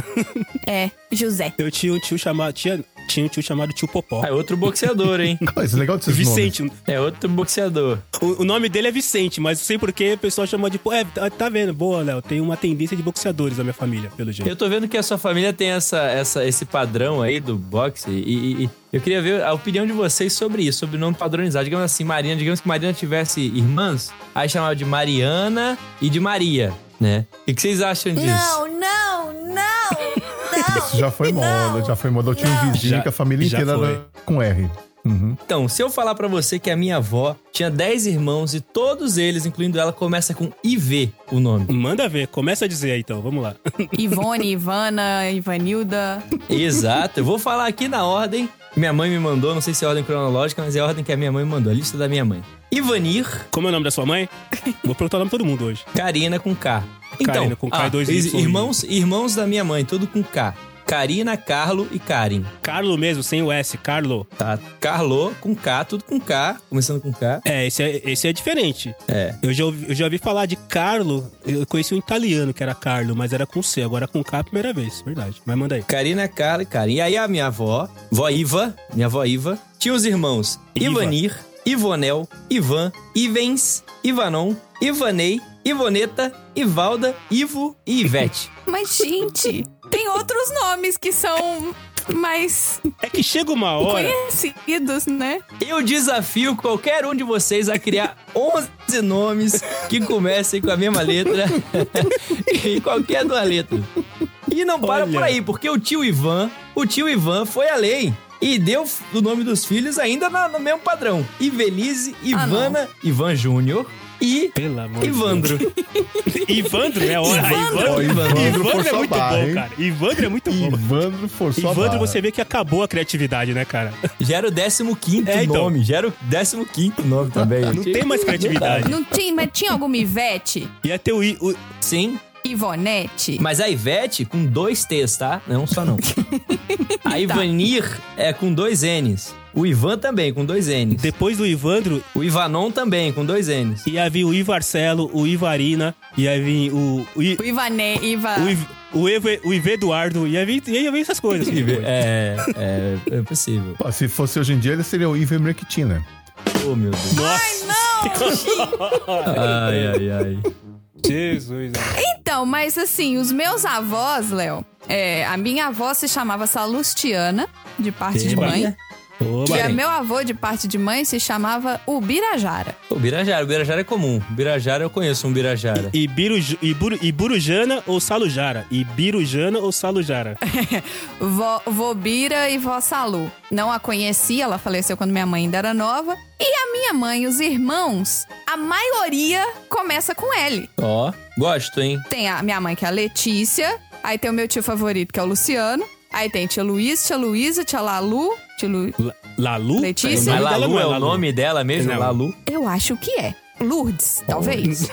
[SPEAKER 2] É, José.
[SPEAKER 1] Eu tinha um tio chamado... Tinha, tinha um tio chamado Tio Popó.
[SPEAKER 3] Ah, é outro boxeador, hein?
[SPEAKER 4] Ah, isso é legal desses
[SPEAKER 1] Vicente.
[SPEAKER 3] É outro boxeador.
[SPEAKER 1] O, o nome dele é Vicente, mas não sei por que o pessoal chama de... Pô, é, tá, tá vendo? Boa, Léo. Tem uma tendência de boxeadores na minha família, pelo jeito.
[SPEAKER 3] Eu tô vendo que a sua família tem essa, essa, esse padrão aí do boxe e, e- e eu queria ver a opinião de vocês sobre isso, sobre o nome padronizado. Digamos assim, Marina, digamos que Marina tivesse irmãs, aí chamava de Mariana e de Maria, né? O que vocês acham disso?
[SPEAKER 2] Não, não, não, não.
[SPEAKER 4] Isso já foi moda, já foi moda. Eu tinha um vizinho
[SPEAKER 1] Já-
[SPEAKER 4] que a família
[SPEAKER 1] já
[SPEAKER 4] inteira
[SPEAKER 1] foi.
[SPEAKER 4] era com R. Uhum.
[SPEAKER 3] Então, se eu falar pra você que a minha avó tinha dez irmãos e todos eles, incluindo ela, começa com I V o nome.
[SPEAKER 1] Manda ver, começa a dizer aí então, vamos lá.
[SPEAKER 2] Ivone, Ivana, Ivanilda.
[SPEAKER 3] Exato, eu vou falar aqui na ordem que minha mãe me mandou, não sei se é a ordem cronológica, mas é a ordem que a minha mãe me mandou, a lista da minha mãe. Ivanir.
[SPEAKER 1] Como é o nome da sua mãe? Vou perguntar o nome de todo mundo hoje.
[SPEAKER 3] Karina com K. Então,
[SPEAKER 1] Karina com K e dois Y.
[SPEAKER 3] irmãos, irmãos da minha mãe, tudo com K. Karina, Carlo e Karin.
[SPEAKER 1] Carlo mesmo, sem o S, Carlo.
[SPEAKER 3] Tá, Carlo com K, tudo com K, começando com K.
[SPEAKER 1] É, esse é, esse é diferente.
[SPEAKER 3] É.
[SPEAKER 1] Eu já, ouvi, eu já ouvi falar de Carlo, eu conheci um italiano que era Carlo, mas era com C, agora com K a primeira vez, verdade. Mas manda aí.
[SPEAKER 3] Karina, Carlo e Karin. E aí a minha avó, vó Iva, minha avó Iva, tinha os irmãos
[SPEAKER 1] Iva.
[SPEAKER 3] Ivanir, Ivonel, Ivan, Ivens, Ivanon, Ivanei, Ivoneta, Ivalda, Ivo e Ivete.
[SPEAKER 2] Mas, gente, tem outros nomes que são mais
[SPEAKER 1] É que chega uma hora...
[SPEAKER 2] conhecidos, né?
[SPEAKER 3] Eu desafio qualquer um de vocês a criar onze nomes que comecem com a mesma letra e qualquer duas letras. E não para
[SPEAKER 1] Olha.
[SPEAKER 3] por aí, porque o tio Ivan, o tio Ivan foi além e deu o nome dos filhos ainda na- no mesmo padrão. Ivelise, Ivana, Ivan Júnior e
[SPEAKER 1] Pelo amor de
[SPEAKER 3] Ivandro.
[SPEAKER 1] Deus. Ivandro, né? Olha,
[SPEAKER 2] Ivandro.
[SPEAKER 4] Ó,
[SPEAKER 1] Ivandro,
[SPEAKER 4] Ivandro
[SPEAKER 1] Ivandro é
[SPEAKER 4] forçou a
[SPEAKER 1] muito
[SPEAKER 4] barra,
[SPEAKER 1] bom,
[SPEAKER 4] hein?
[SPEAKER 1] cara. Ivandro é muito bom.
[SPEAKER 4] Ivandro forçou a
[SPEAKER 1] Ivandro,
[SPEAKER 4] barra.
[SPEAKER 1] você vê que acabou a criatividade, né, cara?
[SPEAKER 3] Já era o décimo quinto
[SPEAKER 1] É, então.
[SPEAKER 3] nome, já era o décimo quinto nome também.
[SPEAKER 1] Não tem mais criatividade.
[SPEAKER 2] Não tinha, mas tinha alguma Ivete?
[SPEAKER 1] Ia ter o, I- o...
[SPEAKER 3] Sim,
[SPEAKER 2] Ivonete?
[SPEAKER 3] mas a Ivete com dois T's, tá? Não só não. A Ivanir é com dois N's. O Ivan também, com dois N's.
[SPEAKER 1] Depois do Ivandro,
[SPEAKER 3] O Ivanon também, com dois N's.
[SPEAKER 1] ia vir o Ivarcelo, o Ivarina, ia vir o... O, I,
[SPEAKER 2] O Ivane, Iva...
[SPEAKER 1] o, Iv, o, Eve, o Ive Eduardo, ia vir, ia vir essas coisas.
[SPEAKER 3] É, é, é possível.
[SPEAKER 4] Pô, se fosse hoje em dia, ele seria o Ivan Mrekitina.
[SPEAKER 3] Oh, meu Deus.
[SPEAKER 1] Nossa,
[SPEAKER 3] Ai, ai, ai.
[SPEAKER 1] Jesus.
[SPEAKER 2] Então, mas assim, os meus avós, Léo, é, a minha avó se chamava Salustiana, de parte de
[SPEAKER 1] Eba.
[SPEAKER 2] mãe.
[SPEAKER 1] Oba.
[SPEAKER 2] E a meu avô, de parte de mãe, se chamava Ubirajara.
[SPEAKER 3] O Birajara, o Birajara é comum. O Birajara, eu conheço um Birajara.
[SPEAKER 1] Ibiruj, Iburu, Iburujana ou Salujara? Ibirujana ou Salujara?
[SPEAKER 2] Vó, vó Bira e vó Salu. Não a conhecia, ela faleceu quando minha mãe ainda era nova. E a minha mãe, os irmãos, a maioria começa com L.
[SPEAKER 3] Ó, gosto, hein?
[SPEAKER 2] Tem a minha mãe, que é a Letícia. Aí tem o meu tio favorito, que é o Luciano. Aí tem tia Luiz, tia Luísa, tia Lalu, tia Lu...
[SPEAKER 1] La- Lalu?
[SPEAKER 2] Letícia?
[SPEAKER 3] Mas
[SPEAKER 1] nome dela
[SPEAKER 3] Lalu
[SPEAKER 1] não
[SPEAKER 3] é o
[SPEAKER 1] Lalu.
[SPEAKER 3] nome dela mesmo?
[SPEAKER 1] Não.
[SPEAKER 3] Lalu?
[SPEAKER 2] Eu acho que é. Lourdes, talvez.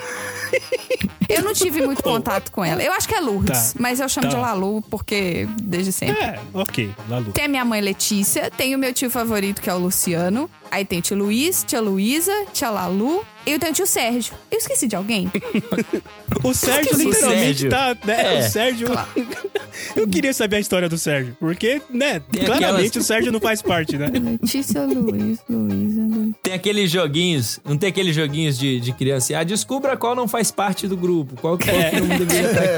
[SPEAKER 2] Eu não tive muito contato com ela. Eu acho que é Lourdes,
[SPEAKER 1] Tá.
[SPEAKER 2] mas eu chamo
[SPEAKER 1] Tá.
[SPEAKER 2] de Lalu porque desde sempre.
[SPEAKER 1] É, ok, Lalu.
[SPEAKER 2] Tem a minha mãe Letícia, tem o meu tio favorito, que é o Luciano. Aí tem tio Luiz, tia Luísa, tia Lalu. E eu tenho o tio Sérgio. Eu esqueci de alguém?
[SPEAKER 1] O Sérgio
[SPEAKER 3] O
[SPEAKER 1] literalmente
[SPEAKER 3] Sérgio.
[SPEAKER 1] tá, né?
[SPEAKER 3] É.
[SPEAKER 1] O Sérgio... Eu queria saber a história do Sérgio, porque, né,
[SPEAKER 3] Tem
[SPEAKER 1] claramente
[SPEAKER 3] aquelas-
[SPEAKER 1] o Sérgio não faz parte, né?
[SPEAKER 2] Letícia, Luiz, Luísa... Lu-
[SPEAKER 3] Tem aqueles joguinhos, não tem aqueles joguinhos de, de criança? Ah, descubra qual não faz parte do grupo. Qual que é. não deveria estar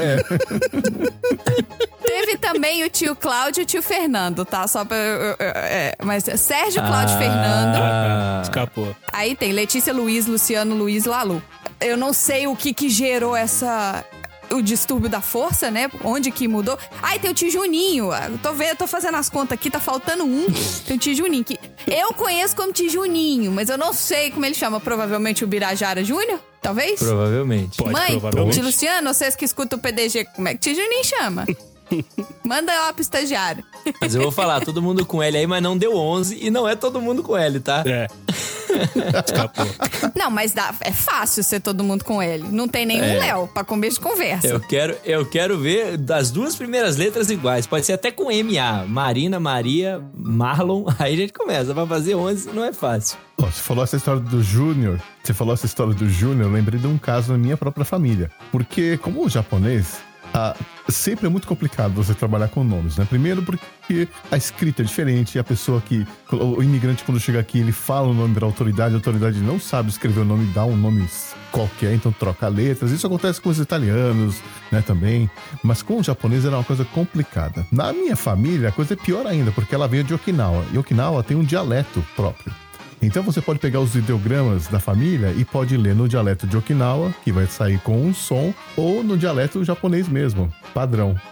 [SPEAKER 3] aqui.
[SPEAKER 2] Teve também o tio Cláudio e o tio Fernando, tá? Só pra... eu- eu- eu- é, mas Sérgio, Cláudio,
[SPEAKER 3] Ah.
[SPEAKER 2] Fernando...
[SPEAKER 1] Ah, escapou.
[SPEAKER 2] Aí tem Letícia, Luiz, Luciano, Luiz, Lalu. Eu não sei o que que gerou essa... O distúrbio da força, né? Onde que mudou. Aí tem o tio Juninho. Eu tô vendo, tô fazendo as contas aqui, tá faltando um. Tem o tio Juninho, que eu conheço como tio Juninho, mas eu não sei como ele chama. Provavelmente o Birajara Júnior? Talvez?
[SPEAKER 3] Provavelmente.
[SPEAKER 1] Pode,
[SPEAKER 2] Mãe,
[SPEAKER 1] provavelmente.
[SPEAKER 2] tio Luciano, vocês que escutam o P D G, como é que tio Juninho chama? Manda lá pro estagiário.
[SPEAKER 3] Mas eu vou falar, todo mundo com L aí, mas não deu onze e não é todo mundo com L, tá?
[SPEAKER 1] É. Escapou.
[SPEAKER 2] Não, mas dá, é fácil ser todo mundo com L. Não tem nenhum
[SPEAKER 3] É.
[SPEAKER 2] Léo pra começo de conversa.
[SPEAKER 3] Eu quero, eu quero ver das duas primeiras letras iguais. Pode ser até com M A. Marina, Maria, Marlon. Aí a gente começa. Pra fazer onze não é fácil.
[SPEAKER 4] Ó, você falou essa história do Júnior. Você falou essa história do Júnior, eu lembrei de um caso na minha própria família. Porque, como o japonês, ah, sempre é muito complicado você trabalhar com nomes, né? Primeiro porque a escrita é diferente, a pessoa que... O imigrante, quando chega aqui, ele fala o nome pra autoridade, a autoridade não sabe escrever o nome, dá um nome qualquer, então troca letras. Isso acontece com os italianos, né, também. Mas com o japonês era uma coisa complicada. Na minha família, a coisa é pior ainda, porque ela veio de Okinawa. E Okinawa tem um dialeto próprio. Então você pode pegar os ideogramas da família e pode ler no dialeto de Okinawa, que vai sair com um som, ou no dialeto japonês mesmo, padrão. E vai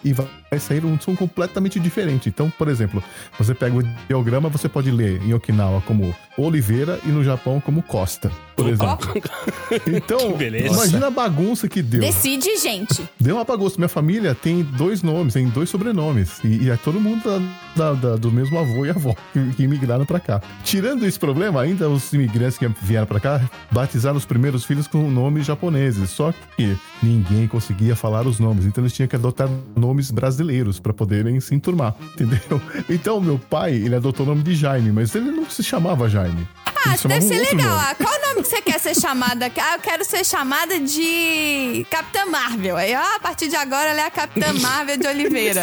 [SPEAKER 4] saíram são completamente diferentes. Então, por exemplo, você pega o ideograma, você pode ler em Okinawa como Oliveira e no Japão como Costa, por exemplo. Então, imagina a bagunça que deu.
[SPEAKER 2] Decide, gente.
[SPEAKER 4] Deu uma bagunça. Minha família tem dois nomes, tem dois sobrenomes. E, e é todo mundo da, da, da, do mesmo avô e avó que, que imigraram pra cá. Tirando esse problema, ainda os imigrantes que vieram pra cá batizaram os primeiros filhos com nomes japoneses. Só que ninguém conseguia falar os nomes. Então eles tinham que adotar nomes brasileiros pra poderem se enturmar. Entendeu? Então meu pai, ele adotou o nome de Jaime, mas ele não se chamava Jaime.
[SPEAKER 2] Ah, deve ser legal. Ah, qual o nome que você quer ser chamada? Ah, eu quero ser chamada de Capitã Marvel. Aí, ah, a partir de agora, ela é a Capitã Marvel de Oliveira.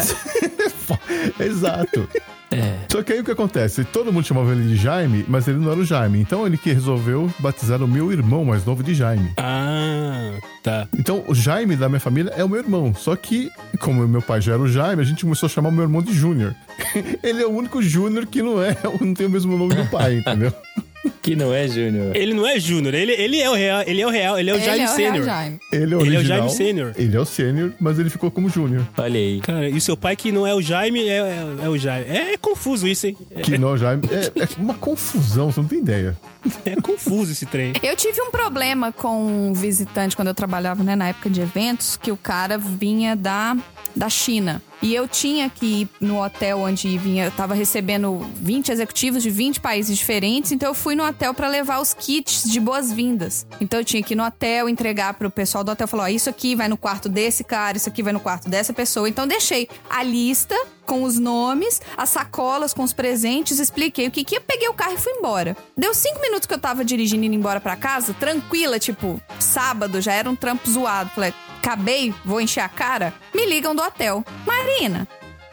[SPEAKER 4] Exato. É. Só que aí o que acontece? Todo mundo chamava ele de Jaime, mas ele não era o Jaime. Então ele que resolveu batizar o meu irmão mais novo de Jaime.
[SPEAKER 1] Ah, tá.
[SPEAKER 4] Então o Jaime da minha família é o meu irmão. Só que, como meu pai já era o Jaime, a gente começou a chamar o meu irmão de Júnior. Ele é o único Júnior que não é, não tem o mesmo nome do pai, entendeu?
[SPEAKER 3] Que não é Júnior.
[SPEAKER 1] Ele não é Júnior, ele, ele é o real, ele é o real, ele é o
[SPEAKER 2] Ele
[SPEAKER 1] Jaime
[SPEAKER 2] é o
[SPEAKER 1] Sênior.
[SPEAKER 2] Real Jaime.
[SPEAKER 4] Ele é o
[SPEAKER 1] Ele é o
[SPEAKER 4] original,
[SPEAKER 1] Jaime Sênior.
[SPEAKER 4] Ele é o Sênior, mas ele ficou como Júnior.
[SPEAKER 3] Olha aí.
[SPEAKER 1] Cara, e seu pai que não é o Jaime, é, é, é o Jaime. É, é confuso isso, hein? É,
[SPEAKER 4] Que não é o Jaime. É, é uma confusão, você não tem ideia.
[SPEAKER 1] é confuso esse trem.
[SPEAKER 2] Eu tive um problema com um visitante quando eu trabalhava, né, na época de eventos, que o cara vinha da, da China. E eu tinha que ir no hotel onde vinha, eu tava recebendo vinte executivos de vinte países diferentes, então eu fui no hotel pra levar os kits de boas-vindas. Então eu tinha que ir no hotel, entregar pro pessoal do hotel, falar, ó, isso aqui vai no quarto desse cara, isso aqui vai no quarto dessa pessoa. Então deixei a lista com os nomes, as sacolas com os presentes, expliquei o que que eu peguei o carro e fui embora. Deu cinco minutos que eu tava dirigindo indo embora pra casa, tranquila, tipo, sábado, já era um trampo zoado. Falei, acabei, vou encher a cara. Me ligam do hotel. Marina,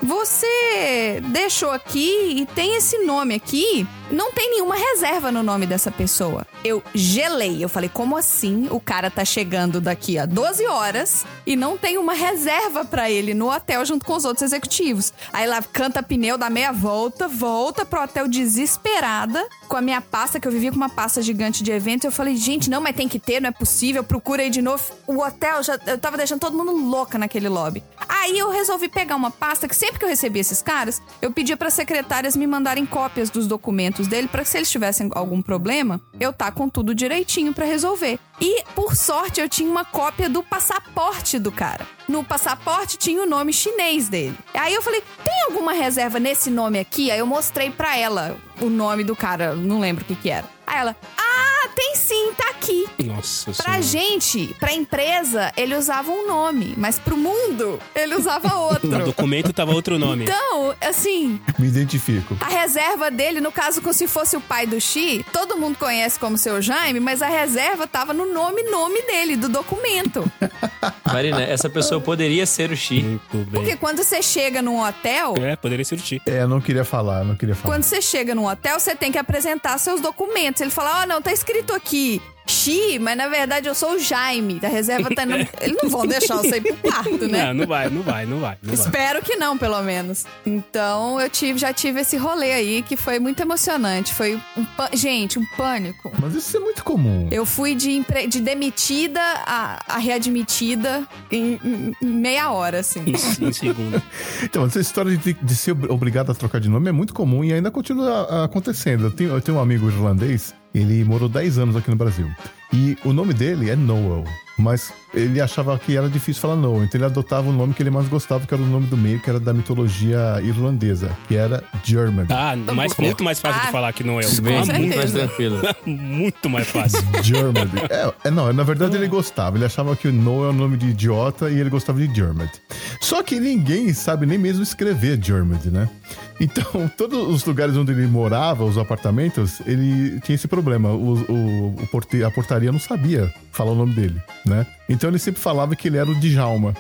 [SPEAKER 2] você deixou aqui e tem esse nome aqui, não tem nenhuma reserva no nome dessa pessoa. Eu gelei, eu falei, como assim? O cara tá chegando daqui a doze horas e não tem uma reserva pra ele no hotel junto com os outros executivos. Aí lá canta pneu, dá meia volta, volta pro hotel desesperada, com a minha pasta, que eu vivia com uma pasta gigante de eventos. Eu falei, gente, não, mas tem que ter, não é possível, procura aí de novo. O hotel, já, eu tava deixando todo mundo louca naquele lobby. Aí eu resolvi pegar uma pasta que sempre que eu recebia esses caras, eu pedia para secretárias me mandarem cópias dos documentos dele, para que se eles tivessem algum problema, eu tá com tudo direitinho para resolver. E, por sorte, eu tinha uma cópia do passaporte do cara. No passaporte tinha o nome chinês dele. Aí eu falei, tem alguma reserva nesse nome aqui? Aí eu mostrei pra ela o nome do cara, não lembro o que que era. Aí ela, ah, tem sim, tá aqui.
[SPEAKER 1] Nossa
[SPEAKER 2] Pra
[SPEAKER 1] senhora.
[SPEAKER 2] gente, pra empresa, ele usava um nome, mas pro mundo, ele usava outro.
[SPEAKER 1] No documento tava outro nome.
[SPEAKER 2] Então, assim,
[SPEAKER 4] Me identifico.
[SPEAKER 2] a reserva dele, no caso, como se fosse o pai do Xi, todo mundo conhece como seu Jaime, mas a reserva tava no nome, nome dele, do documento.
[SPEAKER 3] Marina, essa pessoa poderia ser o Xi.
[SPEAKER 1] Muito bem.
[SPEAKER 2] Porque quando você chega num hotel,
[SPEAKER 1] É, poderia ser o Ti.
[SPEAKER 4] É, eu não queria falar, eu não queria falar.
[SPEAKER 2] quando você chega num hotel, você tem que apresentar seus documentos. Ele fala, ó, oh, não, tá escrito aqui Xi, mas na verdade eu sou o Jaime, da reserva tá no... Eles não vão deixar você ir pro quarto, né?
[SPEAKER 1] Não, não vai, não vai, não vai. Não vai.
[SPEAKER 2] Espero que não, pelo menos. Então, eu tive, já tive esse rolê aí que foi muito emocionante. Foi um... pân- Gente, um pânico.
[SPEAKER 4] Mas isso é muito comum.
[SPEAKER 2] Eu fui de, empre... de demitida a, a readmitida em, em- em meia hora, assim.
[SPEAKER 1] Em, em segundo.
[SPEAKER 4] Então, essa história de, de ser obrigado a trocar de nome é muito comum e ainda continua ah, acontecendo. Eu tenho, eu tenho um amigo irlandês, ele morou dez anos aqui no Brasil. E o nome dele é Noel, mas ele achava que era difícil falar Noel, então ele adotava o nome que ele mais gostava, que era o nome do meio, que era da mitologia irlandesa, que era German.
[SPEAKER 1] Ah, mais, muito mais fácil
[SPEAKER 2] Ah,
[SPEAKER 1] de falar que não é o.
[SPEAKER 2] com
[SPEAKER 3] Bem,
[SPEAKER 2] certeza.
[SPEAKER 3] muito mais tranquilo.
[SPEAKER 1] Muito mais fácil.
[SPEAKER 4] German. É, é, não, na verdade ele gostava. Ele achava que o Noel é um nome de idiota e ele gostava de German. Só que ninguém sabe nem mesmo escrever German, né? Então, todos os lugares onde ele morava, os apartamentos, ele tinha esse problema. O, o, o porte, a portaria não sabia falar o nome dele, né? Então ele sempre falava que ele era o Djalma.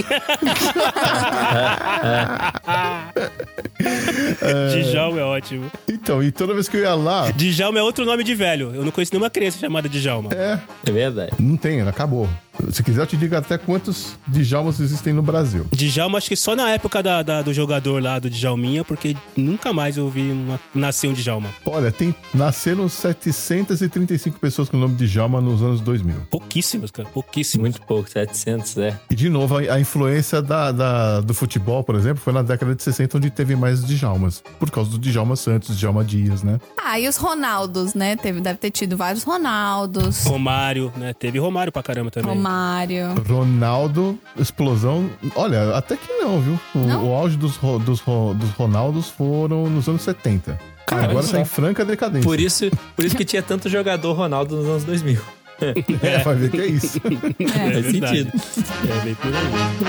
[SPEAKER 1] Djalma é ótimo.
[SPEAKER 4] Então, e toda vez que eu ia lá,
[SPEAKER 1] Djalma é outro nome de velho. Eu não conheço nenhuma criança chamada Djalma.
[SPEAKER 4] é,
[SPEAKER 3] É verdade.
[SPEAKER 4] não tem, acabou. Se quiser, eu te digo até quantos Djalmas existem no Brasil.
[SPEAKER 1] Djalma, acho que só na época da, da- do jogador lá do Djalminha, porque nunca mais eu vi uma, nascer um Djalma.
[SPEAKER 4] Olha, tem, nasceram setecentas e trinta e cinco pessoas com o nome de Djalma nos anos dois mil.
[SPEAKER 1] Pouquíssimas, cara, pouquíssimas.
[SPEAKER 3] Muito pouco, setecentos, é.
[SPEAKER 4] E, de novo, a, a influência da, da- do futebol, por exemplo, foi na década de sessenta, onde teve mais Djalmas. Por causa do Djalma Santos, Djalma Dias, né?
[SPEAKER 2] Ah, e os Ronaldos, né? Teve, deve ter tido vários Ronaldos.
[SPEAKER 1] Romário, né? Teve Romário pra caramba também.
[SPEAKER 2] Romário.
[SPEAKER 4] Ronaldo, explosão. Olha, até que não, viu? O,
[SPEAKER 2] Não?
[SPEAKER 4] o auge dos, ro- dos, ro- dos Ronaldos foram nos anos setenta.
[SPEAKER 3] Caramba.
[SPEAKER 4] Agora tá em franca decadência.
[SPEAKER 3] Por isso, por isso que tinha tanto jogador Ronaldo nos anos dois mil.
[SPEAKER 4] É, vai ver que é isso.
[SPEAKER 2] É.
[SPEAKER 3] Faz
[SPEAKER 1] verdade.
[SPEAKER 3] sentido.
[SPEAKER 1] É, bem por aí.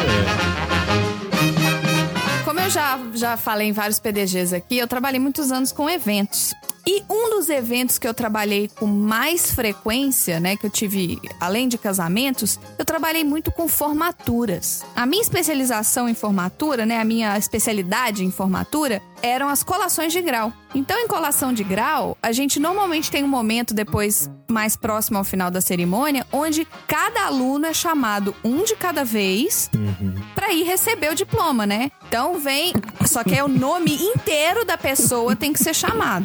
[SPEAKER 2] Como eu já, já falei em vários P D Gs aqui, eu trabalhei muitos anos com eventos. E um dos eventos que eu trabalhei com mais frequência, né, que eu tive, além de casamentos, eu trabalhei muito com formaturas. A minha especialização em formatura, né, a minha especialidade em formatura, eram as colações de grau. Então, em colação de grau, a gente normalmente tem um momento depois, mais próximo ao final da cerimônia, onde cada aluno é chamado um de cada vez pra ir receber o diploma, né? Então, vem... Só que é o nome inteiro da pessoa tem que ser chamado.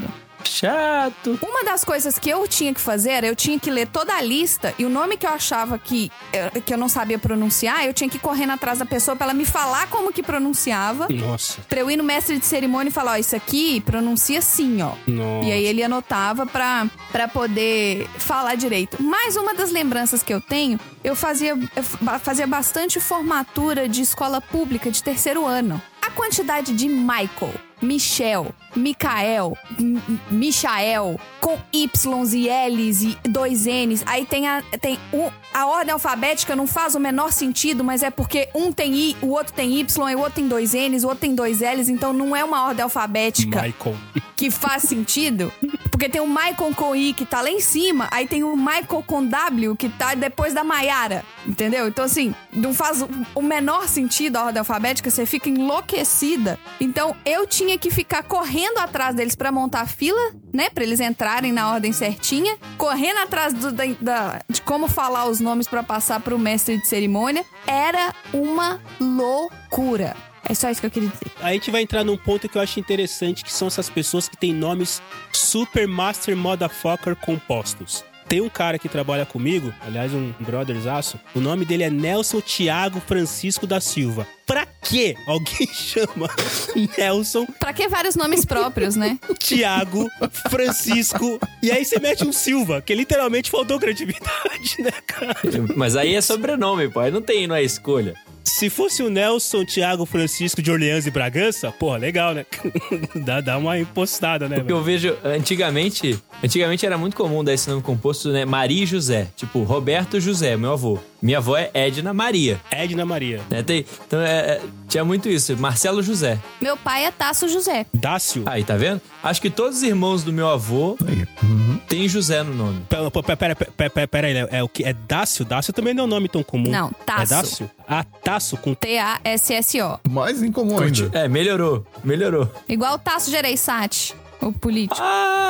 [SPEAKER 3] Chato.
[SPEAKER 2] Uma das coisas que eu tinha que fazer era eu tinha que ler toda a lista e o nome que eu achava que, eh, que eu não sabia pronunciar, eu tinha que ir correndo atrás da pessoa pra ela me falar como que pronunciava.
[SPEAKER 1] Nossa,
[SPEAKER 2] Pra eu ir no mestre de cerimônia e falar, ó, isso aqui pronuncia assim, ó.
[SPEAKER 1] nossa.
[SPEAKER 2] E aí ele anotava pra, pra poder falar direito. Mais uma das lembranças que eu tenho, eu fazia, eu fa- fazia bastante formatura de escola pública de terceiro ano. A quantidade de Michael, Michel, Micael, M- M- Michael, com Ys e Ls e dois Ns. Aí tem a, tem o, a ordem alfabética não faz o menor sentido, mas é porque um tem I, o outro tem Y, e o outro tem dois Ns, o outro tem dois Ls. Então não é uma ordem alfabética
[SPEAKER 1] Michael.
[SPEAKER 2] que faz sentido. Porque tem o Michael com I que tá lá em cima, aí tem o Michael com W que tá depois da Maiara, entendeu? Então, assim, não faz o- o menor sentido a ordem alfabética, você fica enlouquecida. Então, eu tinha que ficar correndo atrás deles pra montar a fila, né? Pra eles entrarem na ordem certinha, correndo atrás do- da- da- de como falar os nomes pra passar pro mestre de cerimônia. Era uma loucura. É só isso que eu queria dizer.
[SPEAKER 1] A gente vai entrar num ponto que eu acho interessante, que são essas pessoas que têm nomes super master motherfucker compostos. Tem um cara que trabalha comigo, aliás, um brotherzaço, o nome dele é Nelson Thiago Francisco da Silva. Pra que alguém chama Nelson
[SPEAKER 2] Pra que vários nomes próprios, né?
[SPEAKER 1] Thiago Francisco e aí você mete um Silva, que literalmente faltou criatividade, né, cara?
[SPEAKER 3] Mas aí é sobrenome, pô. Aí não tem, não é escolha.
[SPEAKER 1] Se fosse o Nelson Thiago Francisco de Orleans e Bragança, porra, legal, né? dá, dá uma impostada, né,
[SPEAKER 3] Porque eu
[SPEAKER 1] velho?
[SPEAKER 3] vejo, antigamente, antigamente era muito comum dar esse nome composto, né? Maria e José. Tipo, Roberto José, meu avô. Minha avó é Edna Maria.
[SPEAKER 1] Edna Maria.
[SPEAKER 3] Né? Tem, então, é, é, tinha muito isso. Marcelo José.
[SPEAKER 2] Meu pai é Tasso José.
[SPEAKER 1] Dácio.
[SPEAKER 3] Aí, tá vendo? Acho que todos os irmãos do meu avô
[SPEAKER 4] Aí. Uhum.
[SPEAKER 3] têm José no nome.
[SPEAKER 1] Pera, pera, pera, pera, pera, pera aí, Léo. É o que? É Dácio? Dácio também não é um nome tão comum.
[SPEAKER 2] Não, Tasso.
[SPEAKER 1] É Dácio? Ah, Tasso com...
[SPEAKER 2] T A S S O.
[SPEAKER 4] Mais incomum ainda.
[SPEAKER 3] É, melhorou. Melhorou.
[SPEAKER 2] Igual o Tasso Gereissati, o político.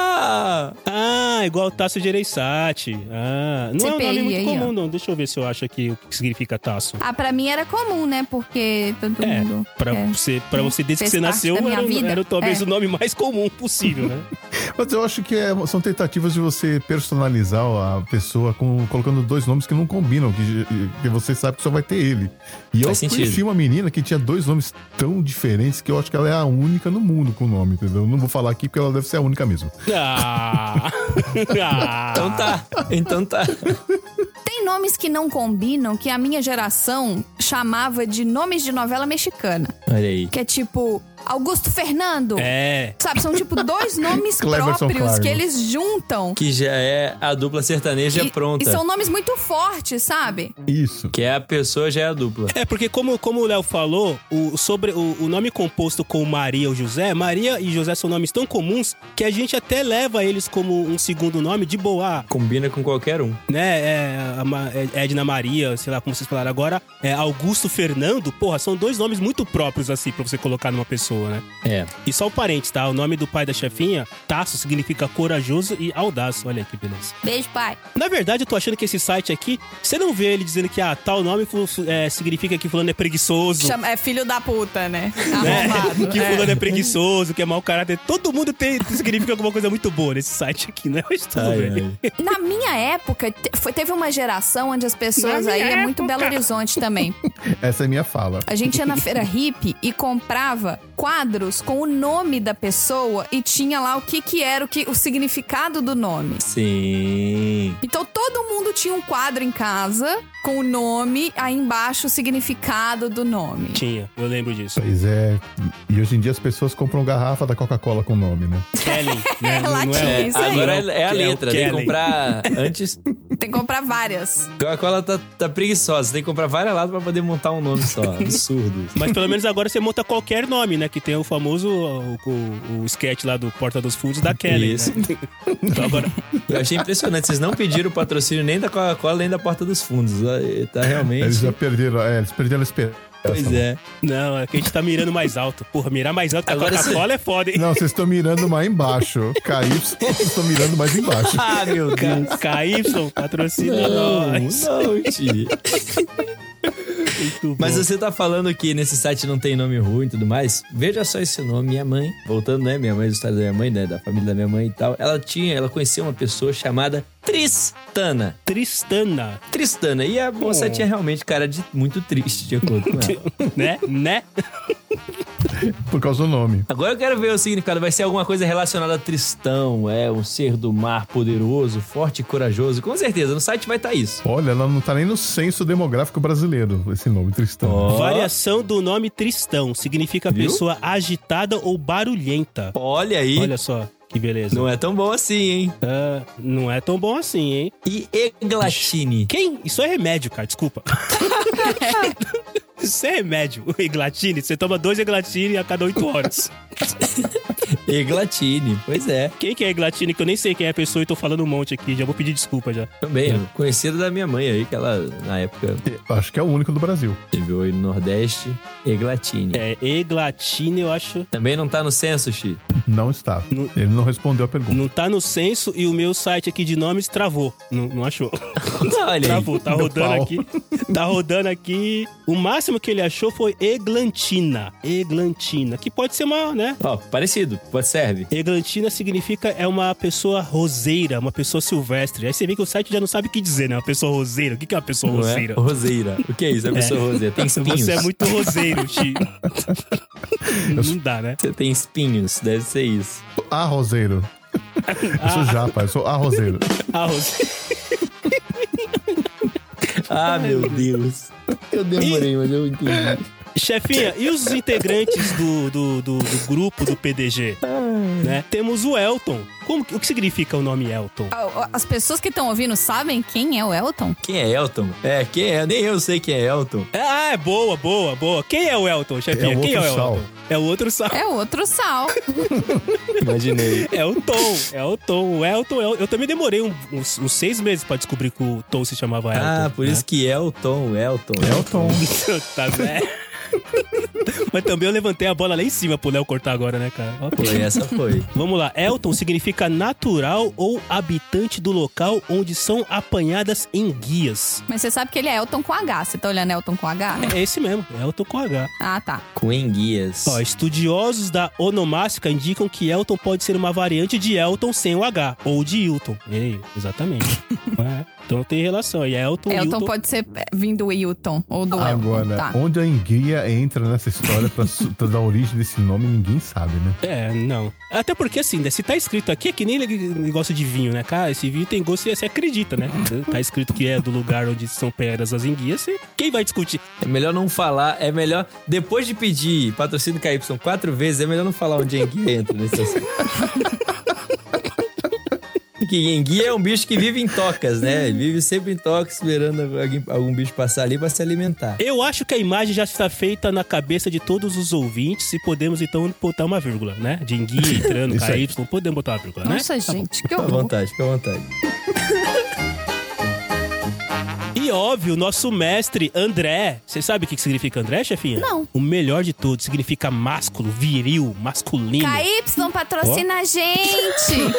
[SPEAKER 3] Ah!
[SPEAKER 1] Ah, igual Tasso Gereissati. Ah, não é um
[SPEAKER 2] C P I
[SPEAKER 1] nome muito
[SPEAKER 2] aí,
[SPEAKER 1] comum,
[SPEAKER 2] ó.
[SPEAKER 1] não. Deixa eu ver se eu acho aqui o que significa Tasso.
[SPEAKER 2] Ah, pra mim era comum, né? Porque todo
[SPEAKER 1] É,
[SPEAKER 2] mundo...
[SPEAKER 1] pra,
[SPEAKER 2] é.
[SPEAKER 1] você, pra você, desde que
[SPEAKER 2] Fez
[SPEAKER 1] você
[SPEAKER 2] parte
[SPEAKER 1] nasceu,
[SPEAKER 2] da minha
[SPEAKER 1] era,
[SPEAKER 2] vida.
[SPEAKER 1] era talvez
[SPEAKER 2] É.
[SPEAKER 1] o nome mais comum possível, né?
[SPEAKER 4] Mas eu acho que é- são tentativas de você personalizar a pessoa com, colocando dois nomes que não combinam, que, que você sabe que só vai ter ele. E eu
[SPEAKER 3] Faz sentido.
[SPEAKER 4] conheci uma menina que tinha dois nomes tão diferentes que eu acho que ela é a única no mundo com o nome, entendeu? Não vou falar aqui porque ela deve ser a única mesmo.
[SPEAKER 1] Ah! ah.
[SPEAKER 3] Então tá. Então tá.
[SPEAKER 2] Tem nomes que não combinam que a minha geração chamava de nomes de novela mexicana.
[SPEAKER 3] Olha aí.
[SPEAKER 2] Que é tipo Augusto Fernando.
[SPEAKER 1] É.
[SPEAKER 2] Sabe, são tipo dois nomes
[SPEAKER 4] Cleverson
[SPEAKER 2] próprios
[SPEAKER 4] Carlos.
[SPEAKER 2] que eles juntam.
[SPEAKER 3] Que já é a dupla sertaneja
[SPEAKER 2] E-
[SPEAKER 3] pronta.
[SPEAKER 2] E são nomes muito fortes, sabe?
[SPEAKER 4] Isso.
[SPEAKER 3] Que é a pessoa já é a dupla.
[SPEAKER 1] É, porque como, como o Léo falou, o, sobre, o, o nome composto com Maria ou José, Maria e José são nomes tão comuns que a gente até leva eles como um segundo nome de boa,
[SPEAKER 3] Combina com qualquer um.
[SPEAKER 1] né? É, a Ma- é Edna Maria, sei lá como vocês falaram agora, é Augusto Fernando, porra, são dois nomes muito próprios assim pra você colocar numa pessoa. pessoa, né?
[SPEAKER 3] É.
[SPEAKER 1] E só o parente, tá? O nome do pai da chefinha, Tasso, significa corajoso e audaz. Olha que beleza.
[SPEAKER 2] Beijo, pai.
[SPEAKER 1] Na verdade, eu tô achando que esse site aqui, você não vê ele dizendo que, ah, tal nome fu- fu- é, significa que fulano é preguiçoso.
[SPEAKER 2] Chama- é filho da puta, né?
[SPEAKER 1] né?
[SPEAKER 2] Arrombado.
[SPEAKER 1] Que
[SPEAKER 2] é.
[SPEAKER 1] fulano é preguiçoso, que é mau caráter. Todo mundo tem, significa alguma coisa muito boa nesse site aqui, né? Mas tudo
[SPEAKER 3] Ai,
[SPEAKER 1] bem.
[SPEAKER 3] ai.
[SPEAKER 2] Na minha época, te- foi- teve uma geração onde as pessoas
[SPEAKER 1] Na
[SPEAKER 2] aí
[SPEAKER 1] minha
[SPEAKER 2] é muito
[SPEAKER 1] época.
[SPEAKER 2] Belo Horizonte também.
[SPEAKER 4] Essa é minha fala.
[SPEAKER 2] A gente ia na feira hippie e comprava quadros com o nome da pessoa e tinha lá o que que era o, que, o significado do nome.
[SPEAKER 3] Sim.
[SPEAKER 2] Então todo mundo tinha um quadro em casa com o nome, aí embaixo o significado do nome.
[SPEAKER 1] Tinha, eu lembro disso.
[SPEAKER 4] Pois é. E hoje em dia as pessoas compram garrafa da Coca-Cola com nome, né?
[SPEAKER 1] Kellen, né?
[SPEAKER 2] Lá tinha isso aí.
[SPEAKER 3] Agora é, é a
[SPEAKER 1] É o
[SPEAKER 3] letra, tem que
[SPEAKER 1] Kellen.
[SPEAKER 3] comprar antes.
[SPEAKER 2] Tem que comprar várias.
[SPEAKER 3] Coca-Cola tá, tá preguiçosa, tem que comprar várias latas pra poder montar um nome só. Absurdo isso.
[SPEAKER 1] Mas pelo menos agora você monta qualquer nome, né? Que tem o famoso, o, o, o sketch lá do Porta dos Fundos da Kelly.
[SPEAKER 3] Isso.
[SPEAKER 1] Né? Então agora,
[SPEAKER 3] Eu achei impressionante, vocês não pediram patrocínio nem da Coca-Cola, nem da Porta dos Fundos. Tá realmente...
[SPEAKER 4] Eles já perderam, é, eles perderam a esperança.
[SPEAKER 3] Pois é.
[SPEAKER 1] não, é que a gente tá mirando mais alto. Porra, mirar mais alto que a
[SPEAKER 3] Agora
[SPEAKER 1] Coca-Cola é foda, hein?
[SPEAKER 4] Não, vocês estão mirando mais embaixo. K Y, vocês estão mirando mais embaixo.
[SPEAKER 3] Ah, meu Deus.
[SPEAKER 1] K Y, patrocina
[SPEAKER 3] Não,
[SPEAKER 1] nós.
[SPEAKER 3] não, tio.
[SPEAKER 1] Muito bom.
[SPEAKER 3] Mas você tá falando que nesse site não tem nome ruim e tudo mais. Veja só esse nome, minha mãe. Voltando, né? Minha mãe, a história da minha mãe, né? Da família da minha mãe e tal. Ela tinha, ela conhecia uma pessoa chamada Tristana.
[SPEAKER 1] Tristana,
[SPEAKER 3] Tristana. E a moça
[SPEAKER 1] Oh.
[SPEAKER 3] tinha realmente cara de muito triste, de acordo com ela.
[SPEAKER 1] né? Né?
[SPEAKER 4] Por causa do nome.
[SPEAKER 3] Agora eu quero ver o significado. Vai ser alguma coisa relacionada a Tristão. É, um ser do mar poderoso, forte e corajoso. Com certeza, no site vai estar isso.
[SPEAKER 4] Olha, ela não tá nem no censo demográfico brasileiro, esse nome, Tristão.
[SPEAKER 3] Ó.
[SPEAKER 1] Variação do nome Tristão. Significa
[SPEAKER 3] Viu?
[SPEAKER 1] pessoa agitada ou barulhenta.
[SPEAKER 3] Olha aí.
[SPEAKER 1] Olha só, que beleza.
[SPEAKER 3] Não é tão bom assim, hein?
[SPEAKER 1] Ah, não é tão bom assim, hein?
[SPEAKER 3] E Eglatine.
[SPEAKER 1] Quem? Isso é remédio, cara, desculpa. Isso é remédio. O Eglatine, você toma dois Eglatine a cada oito horas.
[SPEAKER 3] Eglatine, pois é.
[SPEAKER 1] Quem que é Eglatine? Que eu nem sei quem é a pessoa e tô falando um monte aqui. Já vou pedir desculpa já.
[SPEAKER 3] Também, conhecida da minha mãe aí, que ela, na época,
[SPEAKER 4] Acho que é o único do Brasil.
[SPEAKER 3] viveu aí no Nordeste. Eglatine.
[SPEAKER 1] É, Eglatine, eu acho.
[SPEAKER 3] Também não tá no censo, Xi?
[SPEAKER 4] Não está.
[SPEAKER 1] Não-
[SPEAKER 4] Ele não respondeu a pergunta.
[SPEAKER 1] Não tá no censo e o meu site aqui de nomes travou. Não, não achou.
[SPEAKER 3] Olha aí.
[SPEAKER 1] Travou, tá
[SPEAKER 4] Meu
[SPEAKER 1] rodando
[SPEAKER 4] pau.
[SPEAKER 1] aqui. Tá rodando aqui. O máximo que ele achou foi Eglantina. Eglantina. Que pode ser uma, né?
[SPEAKER 3] Ó, parecido, pode serve.
[SPEAKER 1] Eglantina significa é uma pessoa roseira, uma pessoa silvestre. Aí você vê que o site já não sabe o que dizer, né? Uma pessoa roseira. O que que é uma pessoa
[SPEAKER 3] Não
[SPEAKER 1] roseira?
[SPEAKER 3] é? Roseira. O que é isso? É pessoa roseira. Tem espinhos.
[SPEAKER 1] Você é muito roseiro, Chi. Não dá, né?
[SPEAKER 3] Você tem espinhos, deve ser isso.
[SPEAKER 4] Arrozeiro. Eu sou japa, eu sou arrozeiro.
[SPEAKER 1] Ah, roseiro.
[SPEAKER 3] Ah, meu Deus. Eu demorei, mas eu entendi.
[SPEAKER 1] Chefinha, e os integrantes do, do, do, do grupo do P D G? Né? Temos o Elton. Como, que- o que significa o nome Elton?
[SPEAKER 2] As pessoas que estão ouvindo sabem quem é o Elton?
[SPEAKER 3] Quem é Elton? É, quem é? Nem eu sei quem é Elton.
[SPEAKER 1] Ah, é boa, boa, boa. Quem é o Elton, chefinha?
[SPEAKER 4] É o
[SPEAKER 1] Quem é o
[SPEAKER 4] outro
[SPEAKER 1] Elton?
[SPEAKER 4] Sal.
[SPEAKER 1] É o outro sal.
[SPEAKER 2] É outro Sal.
[SPEAKER 3] Imaginei.
[SPEAKER 1] É o Tom, é o Tom. O Elton, é o- eu também demorei um- uns, uns seis meses pra descobrir que o Tom se chamava Elton.
[SPEAKER 3] Ah, por
[SPEAKER 1] né?
[SPEAKER 3] isso que Elton, Elton.
[SPEAKER 4] Elton.
[SPEAKER 1] Tá vendo? Mas também eu levantei a bola lá em cima pro Léo cortar agora, né, cara? Ok.
[SPEAKER 3] Foi, essa foi.
[SPEAKER 1] Vamos lá. Elton significa natural ou habitante do local onde são apanhadas enguias.
[SPEAKER 2] Mas você sabe que ele é Elton com H. Você tá olhando Elton com H?
[SPEAKER 1] É esse mesmo, Elton com H.
[SPEAKER 2] Ah, tá.
[SPEAKER 3] Com enguias.
[SPEAKER 1] Ó, estudiosos da onomástica indicam que Elton pode ser uma variante de Elton sem o H, ou de Hilton. Ei, exatamente. É, então tem relação. E Elton,
[SPEAKER 2] Elton
[SPEAKER 1] Hilton...
[SPEAKER 2] pode ser é, vindo do Hilton ou do
[SPEAKER 4] Agora,
[SPEAKER 2] Elton. Tá.
[SPEAKER 4] onde a enguia entra nessa história pra, su- pra dar origem desse nome, ninguém sabe, né?
[SPEAKER 1] É, não. Até porque, assim, né, se tá escrito aqui, é que nem negócio de vinho, né? Cara, esse vinho tem gosto, você acredita, né? Tá escrito que é do lugar onde são pegadas as enguias, você... quem vai discutir?
[SPEAKER 3] É melhor não falar, é melhor... Depois de pedir patrocínio K Y quatro vezes, é melhor não falar onde a enguia entra nesse assunto. Porque enguia é um bicho que vive em tocas, né? Ele vive sempre em tocas, esperando alguém- algum bicho passar ali pra se alimentar.
[SPEAKER 1] Eu acho que a imagem já está feita na cabeça de todos os ouvintes e podemos, então, botar uma vírgula, né? De enguia entrando,
[SPEAKER 4] Isso aí.
[SPEAKER 1] K Y, podemos botar uma vírgula, né?
[SPEAKER 2] Nossa, gente, que
[SPEAKER 3] Fica à
[SPEAKER 2] horror.
[SPEAKER 3] vontade, fica à vontade.
[SPEAKER 1] E óbvio, nosso mestre André. Você sabe o que significa André, chefinha?
[SPEAKER 2] Não.
[SPEAKER 1] O melhor de tudo, significa másculo, viril, masculino.
[SPEAKER 2] K Y patrocina a gente.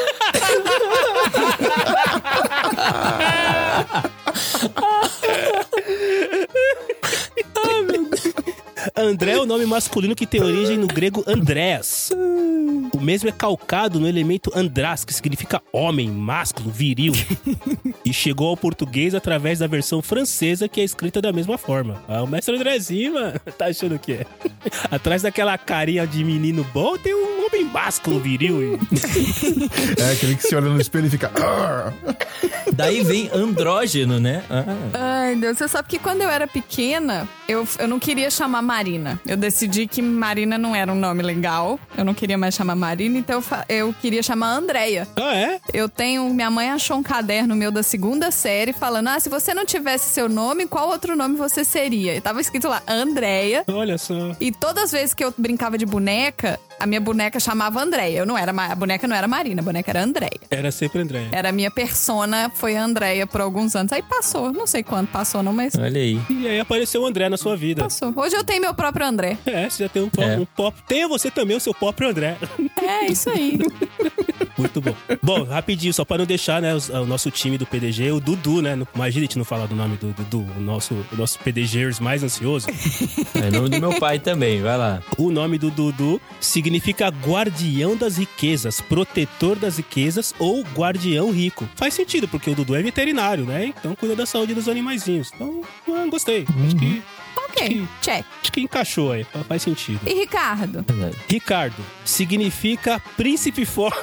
[SPEAKER 1] André é o nome masculino que tem origem no grego Andreas. O mesmo é calcado no elemento andrás, que significa homem, másculo, viril. E chegou ao português através da versão francesa, que é escrita da mesma forma. Ah, o mestre Andrezinho, mano, tá achando o quê? Atrás daquela carinha de menino bom, tem um homem másculo, viril.
[SPEAKER 4] É aquele que se olha no espelho e fica...
[SPEAKER 3] Daí vem andrógeno, né? Ah.
[SPEAKER 2] Ai, Deus, você sabe que quando eu era pequena, eu, eu não queria chamar Marina. Eu decidi que Marina não era um nome legal. Eu não queria mais chamar Marina, então eu, fa- eu queria chamar Andréia.
[SPEAKER 1] Ah, é?
[SPEAKER 2] Eu tenho... Minha mãe achou um caderno meu da segunda série falando, ah, se você não tivesse seu nome, qual outro nome você seria? E tava escrito lá, Andréia.
[SPEAKER 1] Olha só.
[SPEAKER 2] E todas as vezes que eu brincava de boneca, a minha boneca chamava Andréia. Eu não era... Ma- A boneca não era Marina, a boneca era Andréia.
[SPEAKER 1] Era sempre André.
[SPEAKER 2] Era a minha persona, foi a Andréia por alguns anos. Aí passou, não sei quanto passou não, mas
[SPEAKER 3] Olha aí.
[SPEAKER 1] E aí apareceu o André na sua vida.
[SPEAKER 2] passou. Hoje eu tenho meu próprio André.
[SPEAKER 1] É, você já tem um pop,
[SPEAKER 3] É.
[SPEAKER 1] um pop. Tenha você também o seu próprio André.
[SPEAKER 2] É, isso aí.
[SPEAKER 1] Muito bom. Bom, rapidinho, só pra não deixar, né, os- o nosso time do P D G, o Dudu, né? Imagina a gente não falar do nome do Dudu, o nosso, o nosso P D Gers mais ansioso.
[SPEAKER 3] É nome do meu pai também, vai lá.
[SPEAKER 1] O nome do Dudu significa guardião das riquezas, protetor das riquezas ou guardião rico. Faz sentido, porque o Dudu é veterinário, né? Então cuida da saúde dos animaizinhos. Então, ah, gostei. Acho que,
[SPEAKER 2] Ok, check.
[SPEAKER 1] acho que encaixou aí. Faz sentido.
[SPEAKER 2] E Ricardo?
[SPEAKER 1] Ricardo significa príncipe forte.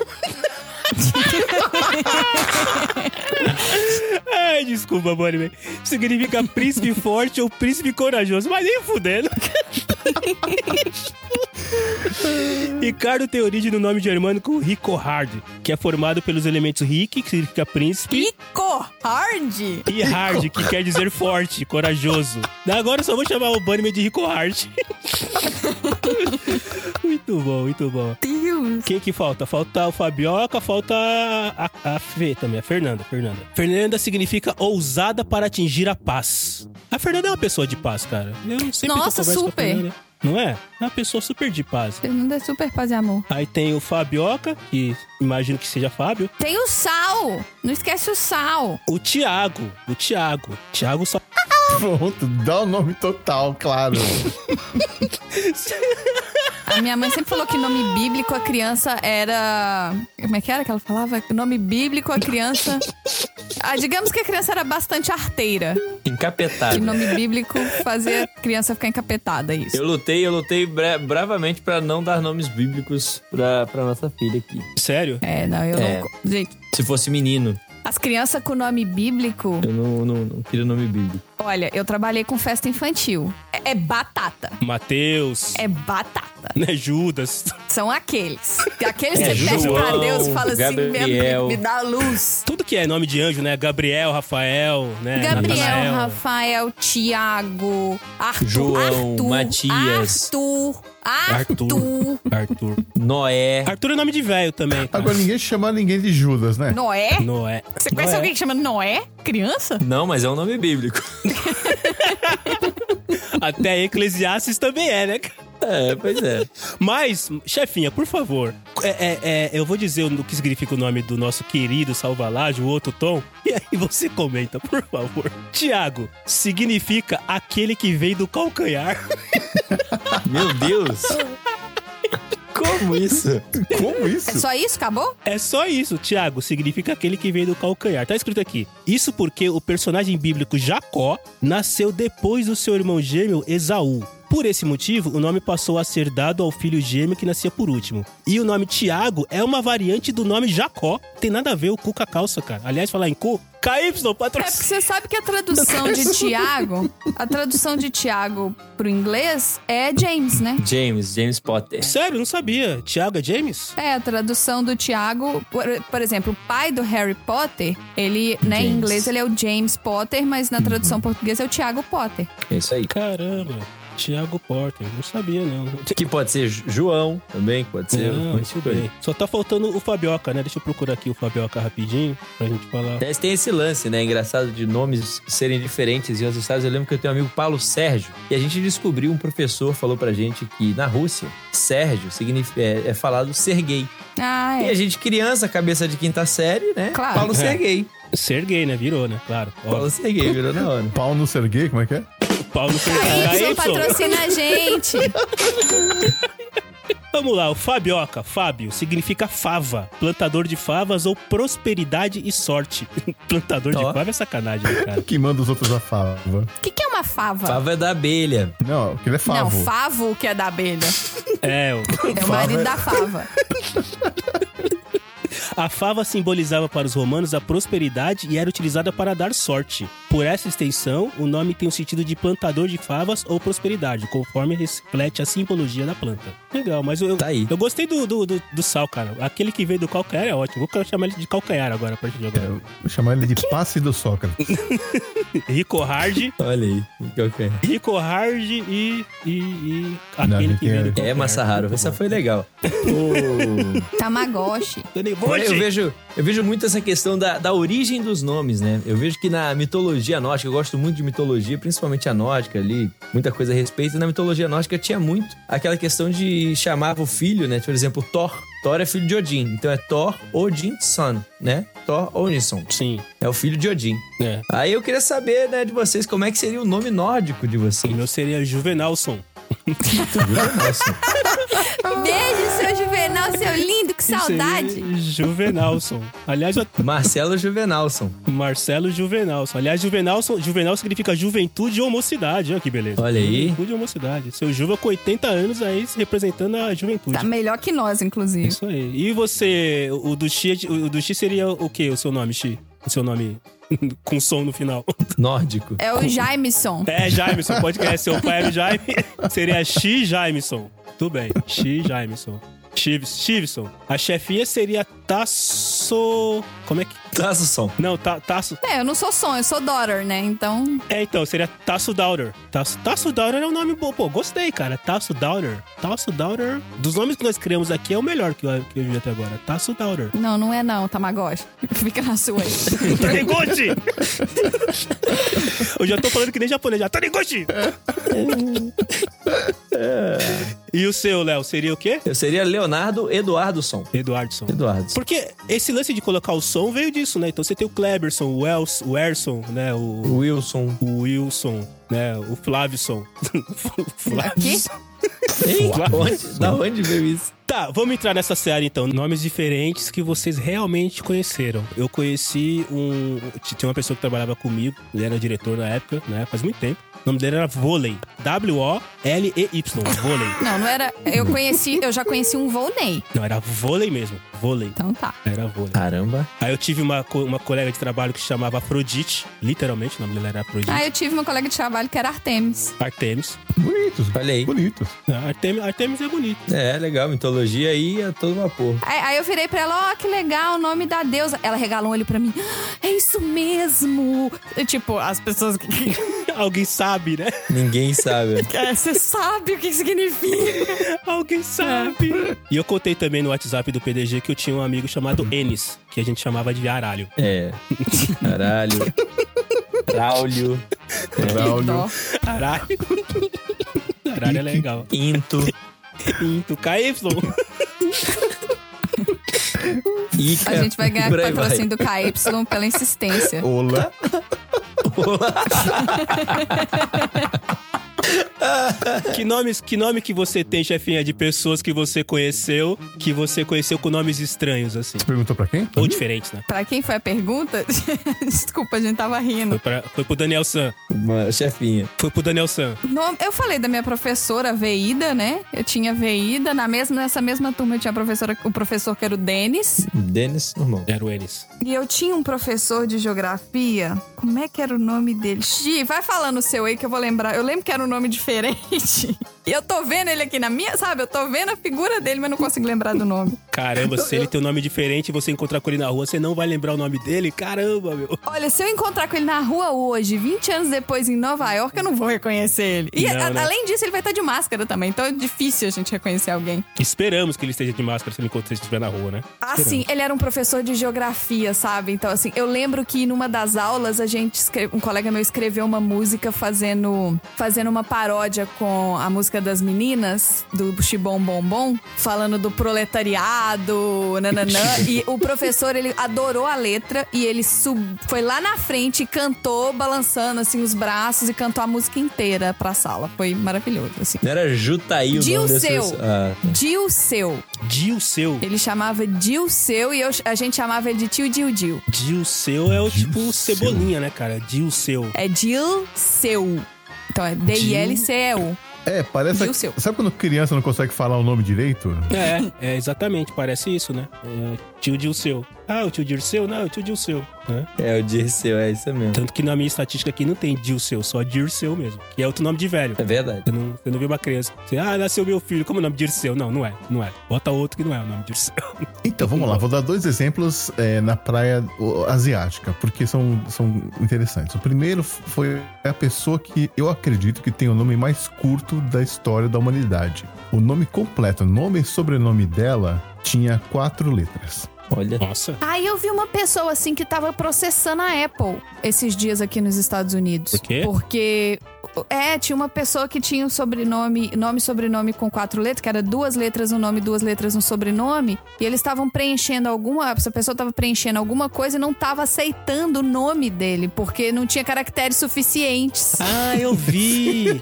[SPEAKER 1] Ai, desculpa, Bonnie. Significa príncipe forte ou príncipe corajoso. Mas nem fudendo. Ricardo tem origem no nome germânico Ricohard, que é formado pelos elementos Rick, que significa príncipe,
[SPEAKER 2] Rico Hard?
[SPEAKER 1] e Hard, que quer dizer forte, corajoso. Agora eu só vou chamar o Bunnyman de Ricohard. Muito bom, muito bom.
[SPEAKER 2] Deus.
[SPEAKER 1] Quem que falta? Falta o Fabioca, falta a, a Fê também, a Fernanda, Fernanda. Fernanda significa ousada para atingir a paz. A Fernanda é uma pessoa de paz, cara. Eu sempre
[SPEAKER 2] Nossa,
[SPEAKER 1] converso com a
[SPEAKER 2] super.
[SPEAKER 1] Fernanda. Não é? É uma pessoa super de paz.
[SPEAKER 2] Fernando é super paz e amor.
[SPEAKER 1] Aí tem o Fabioca, que imagino que seja Fábio.
[SPEAKER 2] Tem o Sal. Não esquece o Sal.
[SPEAKER 1] O Tiago, o Tiago. Tiago só...
[SPEAKER 4] Pronto, dá o nome total, claro.
[SPEAKER 2] A minha mãe sempre falou que nome bíblico a criança era... Como é que era que ela falava? Nome bíblico a criança... Ah, digamos que a criança era bastante arteira.
[SPEAKER 3] Encapetado.
[SPEAKER 2] E nome bíblico fazia a criança ficar encapetada, isso.
[SPEAKER 3] Eu lutei, eu lutei bra- bravamente pra não dar nomes bíblicos pra, pra nossa filha aqui.
[SPEAKER 1] Sério?
[SPEAKER 2] É, não, eu
[SPEAKER 3] É.
[SPEAKER 2] não... Gente,
[SPEAKER 3] Se fosse menino,
[SPEAKER 2] as crianças com nome bíblico...
[SPEAKER 3] eu não, não, não queria nome bíblico.
[SPEAKER 2] Olha, eu trabalhei com festa infantil. É, é batata.
[SPEAKER 1] Mateus,
[SPEAKER 2] É batata.
[SPEAKER 1] né, Judas.
[SPEAKER 2] São aqueles. Aqueles
[SPEAKER 3] É,
[SPEAKER 2] que você pede pra
[SPEAKER 3] João,
[SPEAKER 2] Deus e fala assim,
[SPEAKER 3] Gabriel.
[SPEAKER 2] me, me dá luz.
[SPEAKER 1] Tudo que é nome de anjo, né? Gabriel, Rafael, né?
[SPEAKER 2] Gabriel,
[SPEAKER 1] Natanael.
[SPEAKER 2] Rafael, Tiago, Arthur,
[SPEAKER 3] João,
[SPEAKER 2] Arthur,
[SPEAKER 3] Matias.
[SPEAKER 2] Arthur, Arthur.
[SPEAKER 1] Arthur. Arthur.
[SPEAKER 3] Noé.
[SPEAKER 1] Arthur é nome de velho também. Cara.
[SPEAKER 4] Agora ninguém chama ninguém de Judas, né?
[SPEAKER 2] Noé?
[SPEAKER 1] Noé.
[SPEAKER 2] Você conhece
[SPEAKER 1] Noé.
[SPEAKER 2] alguém que chama Noé? Criança?
[SPEAKER 3] Não, mas é um nome bíblico.
[SPEAKER 1] Até Eclesiastes também é, né?
[SPEAKER 3] É, pois é.
[SPEAKER 1] Mas, chefinha, por favor, é, é, é, eu vou dizer o que significa o nome do nosso querido Salvalage, o outro Tom, e aí você comenta, por favor. Tiago, significa aquele que vem do calcanhar.
[SPEAKER 3] Meu Deus. Como isso?
[SPEAKER 4] Como
[SPEAKER 2] É
[SPEAKER 4] isso?
[SPEAKER 2] só isso? Acabou?
[SPEAKER 1] É só isso, Tiago, significa aquele que vem do calcanhar. Tá escrito aqui. Isso porque o personagem bíblico Jacó nasceu depois do seu irmão gêmeo Esaú. Por esse motivo, o nome passou a ser dado ao filho gêmeo que nascia por último. E o nome Tiago é uma variante do nome Jacó. Tem nada a ver o cu com a calça, cara. Aliás, falar em cu, K Y,
[SPEAKER 2] É porque
[SPEAKER 1] patrocínio.
[SPEAKER 2] você sabe que a tradução de Tiago, a tradução de Tiago pro inglês é James, né?
[SPEAKER 3] James, James Potter.
[SPEAKER 1] Sério, não sabia. Tiago é James?
[SPEAKER 2] É, a tradução do Tiago, por, por exemplo, o pai do Harry Potter, ele, né, em
[SPEAKER 3] James.
[SPEAKER 2] inglês ele é o James Potter, mas na tradução portuguesa é o Tiago Potter.
[SPEAKER 3] É isso aí.
[SPEAKER 1] Caramba. Thiago Porter, não sabia, não.
[SPEAKER 3] Que pode ser João também, pode ser.
[SPEAKER 1] Não, muito bem. Só tá faltando o Fabioca, né? Deixa eu procurar aqui o Fabioca rapidinho pra gente falar.
[SPEAKER 3] Mas tem esse lance, né? Engraçado de nomes serem diferentes em outros estados. Eu lembro que eu tenho um amigo, Paulo Sérgio, e a gente descobriu, um professor falou pra gente que na Rússia, Sérgio significa, é, é falado Serguei.
[SPEAKER 2] Ah,
[SPEAKER 3] E
[SPEAKER 2] é.
[SPEAKER 3] a gente, criança, cabeça de quinta série, né?
[SPEAKER 2] Claro.
[SPEAKER 3] Paulo
[SPEAKER 1] É.
[SPEAKER 3] Serguei.
[SPEAKER 1] Serguei, né? Virou, né? Claro.
[SPEAKER 3] Paulo Serguei, virou na hora.
[SPEAKER 4] Pau no Serguei, como é que é?
[SPEAKER 1] Paulo Serguei.
[SPEAKER 2] K Y
[SPEAKER 1] K Y.
[SPEAKER 2] patrocina a gente.
[SPEAKER 1] Vamos lá, o Fabioca, Fábio, significa fava, plantador de favas ou prosperidade e sorte. Plantador de
[SPEAKER 3] Ó.
[SPEAKER 1] fava é sacanagem, né, cara?
[SPEAKER 4] Que manda os outros a fava.
[SPEAKER 2] O que, que é uma fava?
[SPEAKER 3] Fava é da abelha.
[SPEAKER 4] Não, que ele é
[SPEAKER 2] Não,
[SPEAKER 4] favo.
[SPEAKER 2] favo que é da abelha.
[SPEAKER 1] É, o-
[SPEAKER 2] É o marido da fava.
[SPEAKER 1] a fava simbolizava para os romanos a prosperidade e era utilizada para dar sorte. Por essa extensão, o nome tem o sentido de plantador de favas ou prosperidade, conforme reflete a simbologia da planta. Legal, mas eu,
[SPEAKER 3] Tá aí.
[SPEAKER 1] eu gostei do, do, do, do sal, cara. Aquele que veio do calcanhar é ótimo. Vou chamar ele de calcanhar agora, a partir de agora.
[SPEAKER 4] Vou chamar ele de passe do Sócrates.
[SPEAKER 1] Rico Hard,
[SPEAKER 3] Olha aí. Ok.
[SPEAKER 1] Rico Hard e, e, e
[SPEAKER 4] Não,
[SPEAKER 1] aquele
[SPEAKER 4] que
[SPEAKER 1] que veio do
[SPEAKER 4] é-
[SPEAKER 1] calcanhar.
[SPEAKER 3] É, Massaharo, essa foi legal. O...
[SPEAKER 2] Tamagotchi.
[SPEAKER 3] Eu vejo, eu vejo muito essa questão da, da origem dos nomes, né? Eu vejo que na mitologia nórdica, eu gosto muito de mitologia, principalmente a nórdica ali, muita coisa a respeito. E na mitologia nórdica tinha muito aquela questão de chamava o filho, né? Por exemplo, Thor. Thor é filho de Odin, então é Thor Odin Son, né? Thor Odinson.
[SPEAKER 1] Sim,
[SPEAKER 3] É o filho de Odin.
[SPEAKER 1] é.
[SPEAKER 3] Aí eu queria saber, né, de vocês, como é que seria o nome nórdico de
[SPEAKER 1] O
[SPEAKER 3] vocês.
[SPEAKER 1] meu seria Juvenalson.
[SPEAKER 3] Nossa.
[SPEAKER 2] Beijo, seu Juvenal, seu lindo, que saudade.
[SPEAKER 1] Seria Juvenalson. Aliás, eu-
[SPEAKER 3] Marcelo Juvenalson.
[SPEAKER 1] Marcelo Juvenalson. Aliás, Juvenalson, Juvenal significa juventude ou mocidade. Olha que beleza.
[SPEAKER 3] Olha aí.
[SPEAKER 1] Juventude ou mocidade. Seu Juva com oitenta anos aí representando a juventude.
[SPEAKER 2] Tá melhor que nós, inclusive.
[SPEAKER 1] Isso aí. E você, o do Xi, o do Xi seria o quê, o seu nome, Xi? O seu nome com som no final.
[SPEAKER 3] Nórdico.
[SPEAKER 2] É o Jameson.
[SPEAKER 1] É, Jameson, pode crer. Seu pai era o Jaime. Seria Xi Jameson. Tudo bem. Xi Jameson. Chiveson. A chefinha seria Tasso... Como é que...
[SPEAKER 3] Traça o som.
[SPEAKER 1] Não, ta, Tasso...
[SPEAKER 2] É, eu não sou som, eu sou daughter, né? Então,
[SPEAKER 1] É, então, seria Tasso Daughter. Tasso, Tasso Daughter é um nome bom. Pô, gostei, cara. Tasso Daughter. Tasso Daughter. Dos nomes que nós criamos aqui é o melhor que eu, que eu vi até agora. Tasso Daughter.
[SPEAKER 2] não, não é não, Tamagotchi. Fica na sua aí.
[SPEAKER 1] Taniguchi! Eu já tô falando que nem japonês já. Taniguchi! E o seu, Léo, seria o quê?
[SPEAKER 3] Eu seria Leonardo Eduardson.
[SPEAKER 1] Eduardson.
[SPEAKER 3] Eduardo.
[SPEAKER 1] Porque esse lance de colocar o som veio disso, né? Então você tem o Kleberson, o, Els, o Erson, né? O,
[SPEAKER 3] Wilson.
[SPEAKER 1] o Wilson, né? O Flavison. O Flavison.
[SPEAKER 3] Ei, onde? Da onde veio isso?
[SPEAKER 1] Tá, vamos entrar nessa série então. Nomes diferentes que vocês realmente conheceram. Eu conheci um... Tinha uma pessoa que trabalhava comigo. Ele era diretor na época, né? Faz muito tempo. O nome dele era Voley. W O L E Y. Voley.
[SPEAKER 2] Não, não era. Eu conheci, eu já conheci um Volney.
[SPEAKER 1] Não, era vôlei mesmo. Vôlei.
[SPEAKER 2] Então tá.
[SPEAKER 1] Era vôlei.
[SPEAKER 3] Caramba.
[SPEAKER 1] Aí eu tive uma, co- uma colega de trabalho que se chamava Afrodite. Literalmente, o nome dela era Afrodite.
[SPEAKER 2] Ah, eu tive uma colega de trabalho que era Artemis.
[SPEAKER 1] Artemis.
[SPEAKER 4] Bonitos.
[SPEAKER 3] Olha aí.
[SPEAKER 4] Bonitos.
[SPEAKER 1] Ah, Artemis, Artemis é bonito.
[SPEAKER 3] É, legal. Mitologia aí a todo vapor.
[SPEAKER 2] Aí, aí eu virei pra ela, ó, que legal, o nome da deusa. Ela regalou um olho pra mim. "Ah, é isso mesmo. E, tipo, as pessoas que...
[SPEAKER 1] Alguém sabe, né?
[SPEAKER 3] Ninguém sabe.
[SPEAKER 2] Você sabe o que significa.
[SPEAKER 1] Alguém sabe. E eu contei também no WhatsApp do P D G que eu tinha um amigo chamado Enes, que a gente chamava de Aralho.
[SPEAKER 3] É. Caralho. Braulio.
[SPEAKER 4] Braulio.
[SPEAKER 2] Dó.
[SPEAKER 1] Aralho. Aralho é legal.
[SPEAKER 3] Into.
[SPEAKER 1] Into K Y.
[SPEAKER 3] Ica.
[SPEAKER 2] A gente vai ganhar
[SPEAKER 3] Por aí
[SPEAKER 2] patrocínio do K Y pela insistência.
[SPEAKER 4] Ola.
[SPEAKER 1] Que nomes, que nome que você tem, chefinha, de pessoas que você conheceu, que você conheceu com nomes estranhos, assim?
[SPEAKER 4] Você perguntou pra quem?
[SPEAKER 1] Ou diferentes, né?
[SPEAKER 2] Pra quem foi a pergunta? Desculpa, a gente tava
[SPEAKER 1] Foi,
[SPEAKER 2] rindo.
[SPEAKER 1] pra, foi pro Daniel San.
[SPEAKER 3] Uma chefinha.
[SPEAKER 1] Foi pro Daniel San.
[SPEAKER 2] No- eu falei da minha professora Veida, né? Eu tinha Veida. Na mesma, nessa mesma turma eu tinha a professora, o professor que era o Denis.
[SPEAKER 3] Denis, normal.
[SPEAKER 1] Era o Enes.
[SPEAKER 2] E eu tinha um professor de geografia. Como é que era o nome dele? Gi, vai falando o seu aí que eu vou lembrar. Eu lembro que era um nome diferente. E eu tô vendo ele aqui na minha, sabe? Eu tô vendo a figura dele, mas não consigo lembrar do nome.
[SPEAKER 1] Caramba, se ele tem um nome diferente e você encontrar com ele na rua, você não vai lembrar o nome dele? Caramba, meu.
[SPEAKER 2] Olha, se eu encontrar com ele na rua hoje, vinte anos depois em Nova York, eu não vou reconhecer ele. E
[SPEAKER 1] Não,
[SPEAKER 2] a-
[SPEAKER 1] né?
[SPEAKER 2] além disso, ele vai estar de máscara também, então é difícil a gente reconhecer alguém.
[SPEAKER 1] Esperamos que ele esteja de máscara se ele encontrar se estiver na rua, né?
[SPEAKER 2] Ah, sim, ele era um professor de geografia, sabe? Então, assim, eu lembro que numa das aulas, a gente escreve, um colega meu escreveu uma música fazendo, fazendo uma paródia com a música das meninas, do Xibom Bom Bom, falando do proletariado, nananã. E o professor, ele adorou a letra e ele sub, foi lá na frente e cantou, balançando, assim, os braços e cantou a música inteira pra sala. Foi maravilhoso, assim.
[SPEAKER 3] Não era Jutaí o nome dessa
[SPEAKER 2] Dilceu.
[SPEAKER 3] pessoa? Ah, tá.
[SPEAKER 2] Dilceu.
[SPEAKER 1] Dilceu.
[SPEAKER 2] Ele chamava Dilceu e eu, a gente chamava ele de tio Dil Dil.
[SPEAKER 1] Dilceu é o tipo Cebolinha, né, cara? Dilceu.
[SPEAKER 2] É Dilceu. Então é D I L C E U.
[SPEAKER 4] É, parece...
[SPEAKER 2] Dilceu.
[SPEAKER 4] Sabe quando criança não consegue falar o nome direito?
[SPEAKER 1] É, é exatamente, parece isso, né? É, tio Dilceu. Ah, o tio Dirceu? Não, o tio Dilceu. Né?
[SPEAKER 3] É, o Dirceu, é isso mesmo.
[SPEAKER 1] Tanto que na minha estatística aqui não tem Dilceu, só Dirceu mesmo. Que é outro nome de velho.
[SPEAKER 3] É verdade.
[SPEAKER 1] Você não, você não vê uma criança. Você, ah, nasceu meu filho. Como é o nome Dirceu? Não, não é. Não é. Bota outro que não é o nome Dirceu.
[SPEAKER 4] Então, vamos lá. Vou dar dois exemplos é, na praia o, asiática, porque são, são interessantes. O primeiro foi a pessoa que eu acredito que tem o nome mais curto da história da humanidade. O nome completo, nome e sobrenome dela, tinha quatro letras.
[SPEAKER 3] Olha.
[SPEAKER 1] Nossa.
[SPEAKER 2] Aí eu vi uma pessoa assim que tava processando a Apple esses dias aqui nos Estados Unidos.
[SPEAKER 1] Por quê?
[SPEAKER 2] Porque, é, tinha uma pessoa que tinha um sobrenome, nome e sobrenome com quatro letras, que era duas letras no nome, duas letras no sobrenome, e eles estavam preenchendo alguma, essa pessoa tava preenchendo alguma coisa e não tava aceitando o nome dele, porque não tinha caracteres suficientes.
[SPEAKER 1] Ah, eu vi.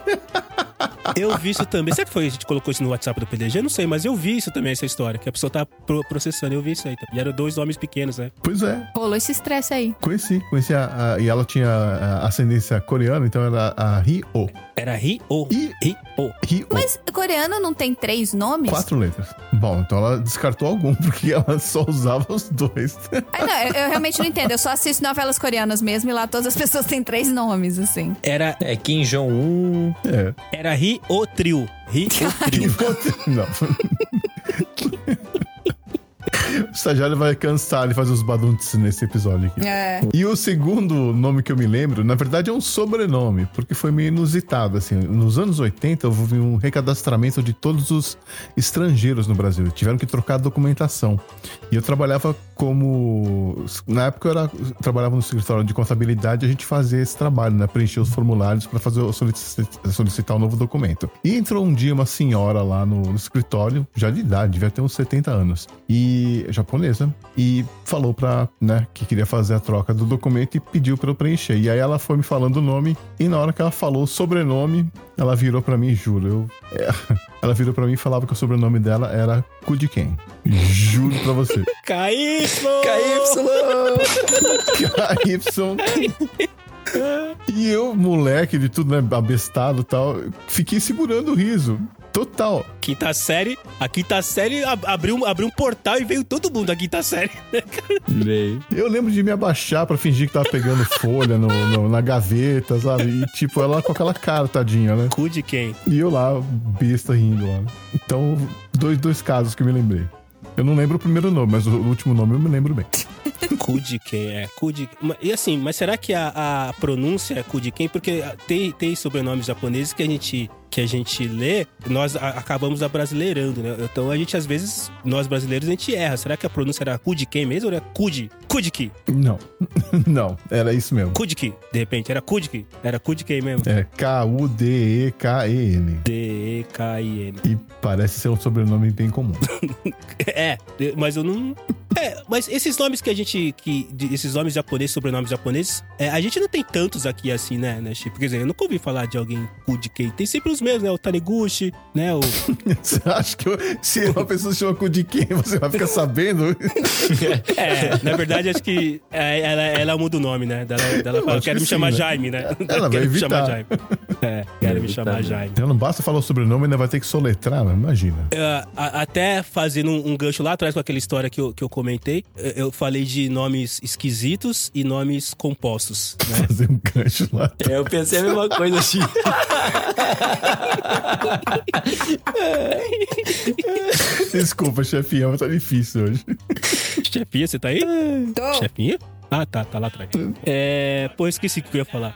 [SPEAKER 1] Eu vi isso também. Será que foi a gente colocou isso no WhatsApp do P D G? Não sei, mas eu vi isso também, essa história. Que a pessoa tá pro- processando. Eu vi isso aí. E eram dois nomes pequenos, né?
[SPEAKER 4] Pois é.
[SPEAKER 2] Rolou esse estresse aí.
[SPEAKER 4] Conheci, conheci a, a- e ela tinha a ascendência coreana, então era a Ri-O.
[SPEAKER 1] Era Ri-O.
[SPEAKER 4] I-
[SPEAKER 1] Ri-O.
[SPEAKER 4] Ri-O.
[SPEAKER 2] Mas coreano não tem três nomes?
[SPEAKER 4] Quatro letras. Bom, então ela descartou algum, porque ela só usava os dois.
[SPEAKER 2] Ah, não, eu, eu realmente não entendo. Eu só assisto novelas coreanas mesmo e lá todas as pessoas têm três nomes, assim.
[SPEAKER 1] Era,
[SPEAKER 3] É Kim Jong-un.
[SPEAKER 4] É.
[SPEAKER 1] era Ri-O Trio. Ri-O Trio.
[SPEAKER 4] Não. O estagiário vai cansar de fazer os baduntes nesse episódio aqui.
[SPEAKER 2] É.
[SPEAKER 4] E o segundo nome que eu me lembro, na verdade é um sobrenome, porque foi meio inusitado, assim. Nos anos oitenta, houve um recadastramento de todos os estrangeiros no Brasil. Tiveram que trocar a documentação. E eu trabalhava como... Na época eu, era, eu trabalhava no escritório de contabilidade, a gente fazia esse trabalho, né? Preencher os formulários para fazer solicitar, solicitar um novo documento. E entrou um dia uma senhora lá no, no escritório, já de idade, devia ter uns setenta anos. E japonesa, e falou pra, né, que queria fazer a troca do documento e pediu pra eu preencher. E aí ela foi me falando o nome, e na hora que ela falou o sobrenome, ela virou pra mim, juro, eu... É, ela virou pra mim e falava que o sobrenome dela era Kudiken. Juro pra você.
[SPEAKER 1] K Y!
[SPEAKER 4] K Y. E eu, moleque de tudo, né, abestado e tal, fiquei segurando o riso. Total.
[SPEAKER 1] Quinta série. A quinta série ab- abriu, abriu um portal e veio todo mundo da quinta série.
[SPEAKER 3] Veio.
[SPEAKER 4] Eu lembro de me abaixar pra fingir que tava pegando folha no, no- na gaveta, sabe? E tipo, ela com aquela cara, tadinha, né?
[SPEAKER 1] Cu de quem?
[SPEAKER 4] E eu lá, besta rindo lá. Então, dois, dois casos que eu me lembrei. Eu não lembro o primeiro nome, mas o último nome eu me lembro bem.
[SPEAKER 1] Cu de quem? É, cu de... Ma- E assim, mas será que a, a pronúncia é cu de quem? Porque ah, tem, tem sobrenomes japoneses que a gente... que a gente lê, nós a- acabamos abrasileirando, né? Então a gente, às vezes, nós brasileiros, a gente erra. Será que a pronúncia era cu de quem mesmo ou era cu de? Cu de que?
[SPEAKER 4] Não. Não, era isso mesmo.
[SPEAKER 1] Cu de que? De repente, era cu de que? Era cu de quem mesmo?
[SPEAKER 4] É K U D E K E N.
[SPEAKER 1] D E K I N.
[SPEAKER 4] E parece ser um sobrenome bem comum.
[SPEAKER 1] É, mas eu não... É, mas esses nomes que a gente... Que, de- esses nomes japoneses, sobrenomes japoneses, é, a gente não tem tantos aqui assim, né, né, Chico? Quer dizer, eu nunca ouvi falar de alguém cu de quem. Tem sempre os mesmos, né? O Taniguchi, né? O...
[SPEAKER 4] Você acha que eu- se uma pessoa se chama Kudiken, você vai ficar sabendo?
[SPEAKER 1] É, na verdade, acho que é, ela, ela muda o nome, né? Dela, dela
[SPEAKER 4] Eu
[SPEAKER 1] fala,
[SPEAKER 4] acho
[SPEAKER 1] quero
[SPEAKER 4] que
[SPEAKER 1] me
[SPEAKER 4] sim,
[SPEAKER 1] chamar
[SPEAKER 4] né?
[SPEAKER 1] Jaime, né?
[SPEAKER 4] Ela vai
[SPEAKER 1] quero me
[SPEAKER 4] evitar.
[SPEAKER 1] chamar Jaime. É, quero me
[SPEAKER 3] evitar,
[SPEAKER 1] chamar
[SPEAKER 3] né?
[SPEAKER 1] Jaime.
[SPEAKER 4] Então não basta falar o sobrenome, ainda vai ter que soletrar, né? Imagina.
[SPEAKER 1] É, a- até fazendo um, um gancho lá atrás com aquela história que eu, que eu comentei. Eu falei de nomes esquisitos e nomes compostos, né?
[SPEAKER 4] Fazer um gancho lá.
[SPEAKER 3] É, eu pensei a mesma coisa assim.
[SPEAKER 4] Desculpa, chefinha, mas tá difícil hoje.
[SPEAKER 1] Chefinha, você tá aí?
[SPEAKER 2] Tô.
[SPEAKER 1] Chefinha? Ah, tá, tá lá atrás. É... Pô, esqueci o que eu ia falar.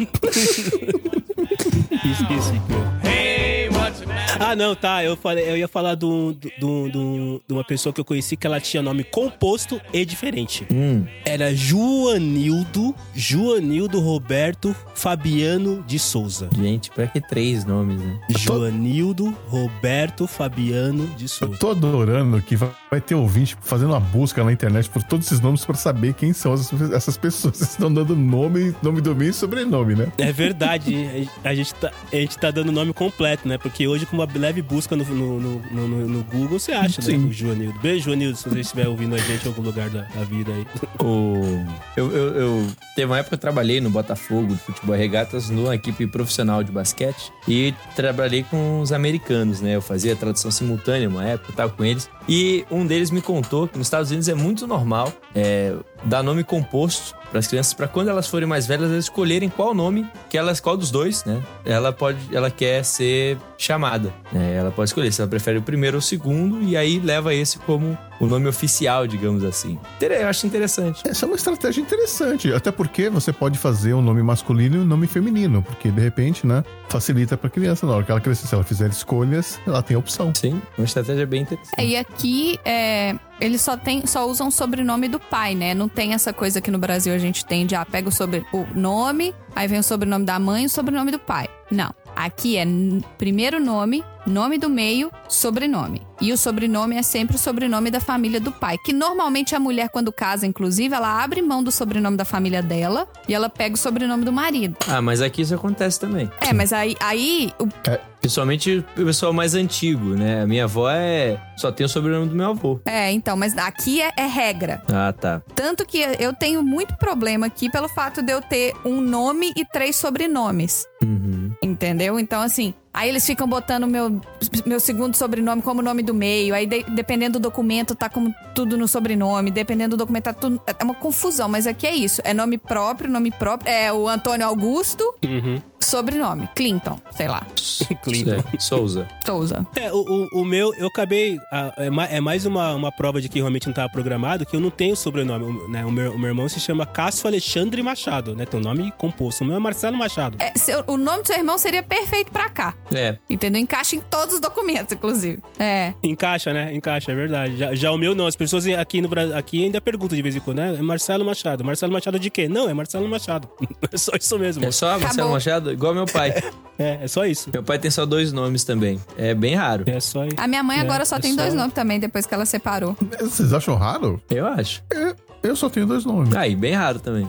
[SPEAKER 1] Esqueci o que eu ia... Ah, não, tá. Eu, falei, eu ia falar do, do, do, de uma pessoa que eu conheci que ela tinha nome composto e diferente.
[SPEAKER 3] Hum.
[SPEAKER 1] Era Joanildo, Joanildo Roberto Fabiano de Souza.
[SPEAKER 3] Gente, pra que três nomes, né?
[SPEAKER 1] Joanildo Roberto Fabiano de
[SPEAKER 4] Eu
[SPEAKER 1] Souza.
[SPEAKER 4] tô adorando que vai vai ter ouvinte fazendo uma busca na internet por todos esses nomes pra saber quem são essas, essas pessoas. Vocês estão dando nome, nome do meio e sobrenome, né?
[SPEAKER 1] É verdade, a gente, tá, a gente tá dando nome completo, né? Porque hoje, com uma leve busca no, no, no, no, no Google, você acha,
[SPEAKER 4] Sim.
[SPEAKER 1] né? O Joanildo. Beijo, Joanildo, se você estiver ouvindo a gente em algum lugar da, da vida aí.
[SPEAKER 3] O... Eu, eu, eu... Teve uma época que eu trabalhei no Botafogo de futebol e regatas numa equipe profissional de basquete e trabalhei com os americanos, né? Eu fazia tradução simultânea uma época, eu tava com eles. E um deles me contou que nos Estados Unidos é muito normal é, dar nome composto para as crianças, para quando elas forem mais velhas, elas escolherem qual nome que elas, qual dos dois, né? Ela pode, ela quer ser chamada, né? Ela pode escolher se ela prefere o primeiro ou o segundo e aí leva esse como o nome oficial, digamos assim. Eu acho interessante.
[SPEAKER 4] Essa é uma estratégia interessante, até porque você pode fazer um nome masculino e um nome feminino, porque de repente, né, facilita pra criança na hora que ela crescer. Se ela fizer escolhas, ela tem opção.
[SPEAKER 3] Sim, uma estratégia bem interessante.
[SPEAKER 2] É, e aqui, é, eles só, tem, só usam o sobrenome do pai, né? Não tem essa coisa que no Brasil a gente tem de, ah, pega o sobrenome, aí vem o sobrenome da mãe e o sobrenome do pai. Não. Aqui é n- primeiro nome, nome do meio, sobrenome. E o sobrenome é sempre o sobrenome da família do pai. Que normalmente a mulher, quando casa, inclusive, ela abre mão do sobrenome da família dela e ela pega o sobrenome do marido.
[SPEAKER 3] Ah, mas aqui isso acontece também.
[SPEAKER 2] É, mas aí, aí o
[SPEAKER 3] Principalmente o pessoal mais antigo, né? A minha avó é... só tem o sobrenome do meu avô.
[SPEAKER 2] É, então, mas aqui é, é regra.
[SPEAKER 3] Ah, tá.
[SPEAKER 2] Tanto que eu tenho muito problema aqui pelo fato de eu ter um nome e três sobrenomes.
[SPEAKER 3] Uhum.
[SPEAKER 2] Entendeu? Então, assim, aí eles ficam botando meu, meu segundo sobrenome como nome do meio. Aí, de- dependendo do documento, tá como tudo no sobrenome. Dependendo do documento, tá tudo... É uma confusão, mas aqui é isso. É nome próprio, nome próprio. É o Antônio Augusto,
[SPEAKER 1] Uhum.
[SPEAKER 2] sobrenome. Clinton, sei lá.
[SPEAKER 1] Clinton.
[SPEAKER 3] É, Souza.
[SPEAKER 2] Souza.
[SPEAKER 1] É, o, o, o meu, eu acabei. ah, é, ma- é mais uma, uma prova de que realmente não estava programado, que eu não tenho sobrenome. O, né, o, meu, o meu irmão se chama Cássio Alexandre Machado, né? Tem um nome composto. O meu é Marcelo Machado.
[SPEAKER 2] É, seu- o nome do seu irmão seria perfeito pra cá.
[SPEAKER 3] É.
[SPEAKER 2] Entendeu? Encaixa em todos os documentos, inclusive. É.
[SPEAKER 1] Encaixa, né? Encaixa, é verdade. Já, já o meu não. As pessoas aqui no Brasil aqui ainda perguntam de vez em quando, né? É Marcelo Machado. Marcelo Machado de quê? Não, é Marcelo Machado. É só isso mesmo.
[SPEAKER 3] É só Marcelo Machado? Igual meu pai.
[SPEAKER 1] É, é só isso.
[SPEAKER 3] Meu pai tem só dois nomes também. É bem raro.
[SPEAKER 1] É só isso.
[SPEAKER 2] A minha mãe
[SPEAKER 1] É,
[SPEAKER 2] agora só
[SPEAKER 1] é
[SPEAKER 2] tem
[SPEAKER 1] só-
[SPEAKER 2] dois nomes também, depois que ela separou.
[SPEAKER 4] Vocês acham raro?
[SPEAKER 3] Eu acho.
[SPEAKER 4] Eu só tenho dois nomes.
[SPEAKER 3] Aí, bem raro também.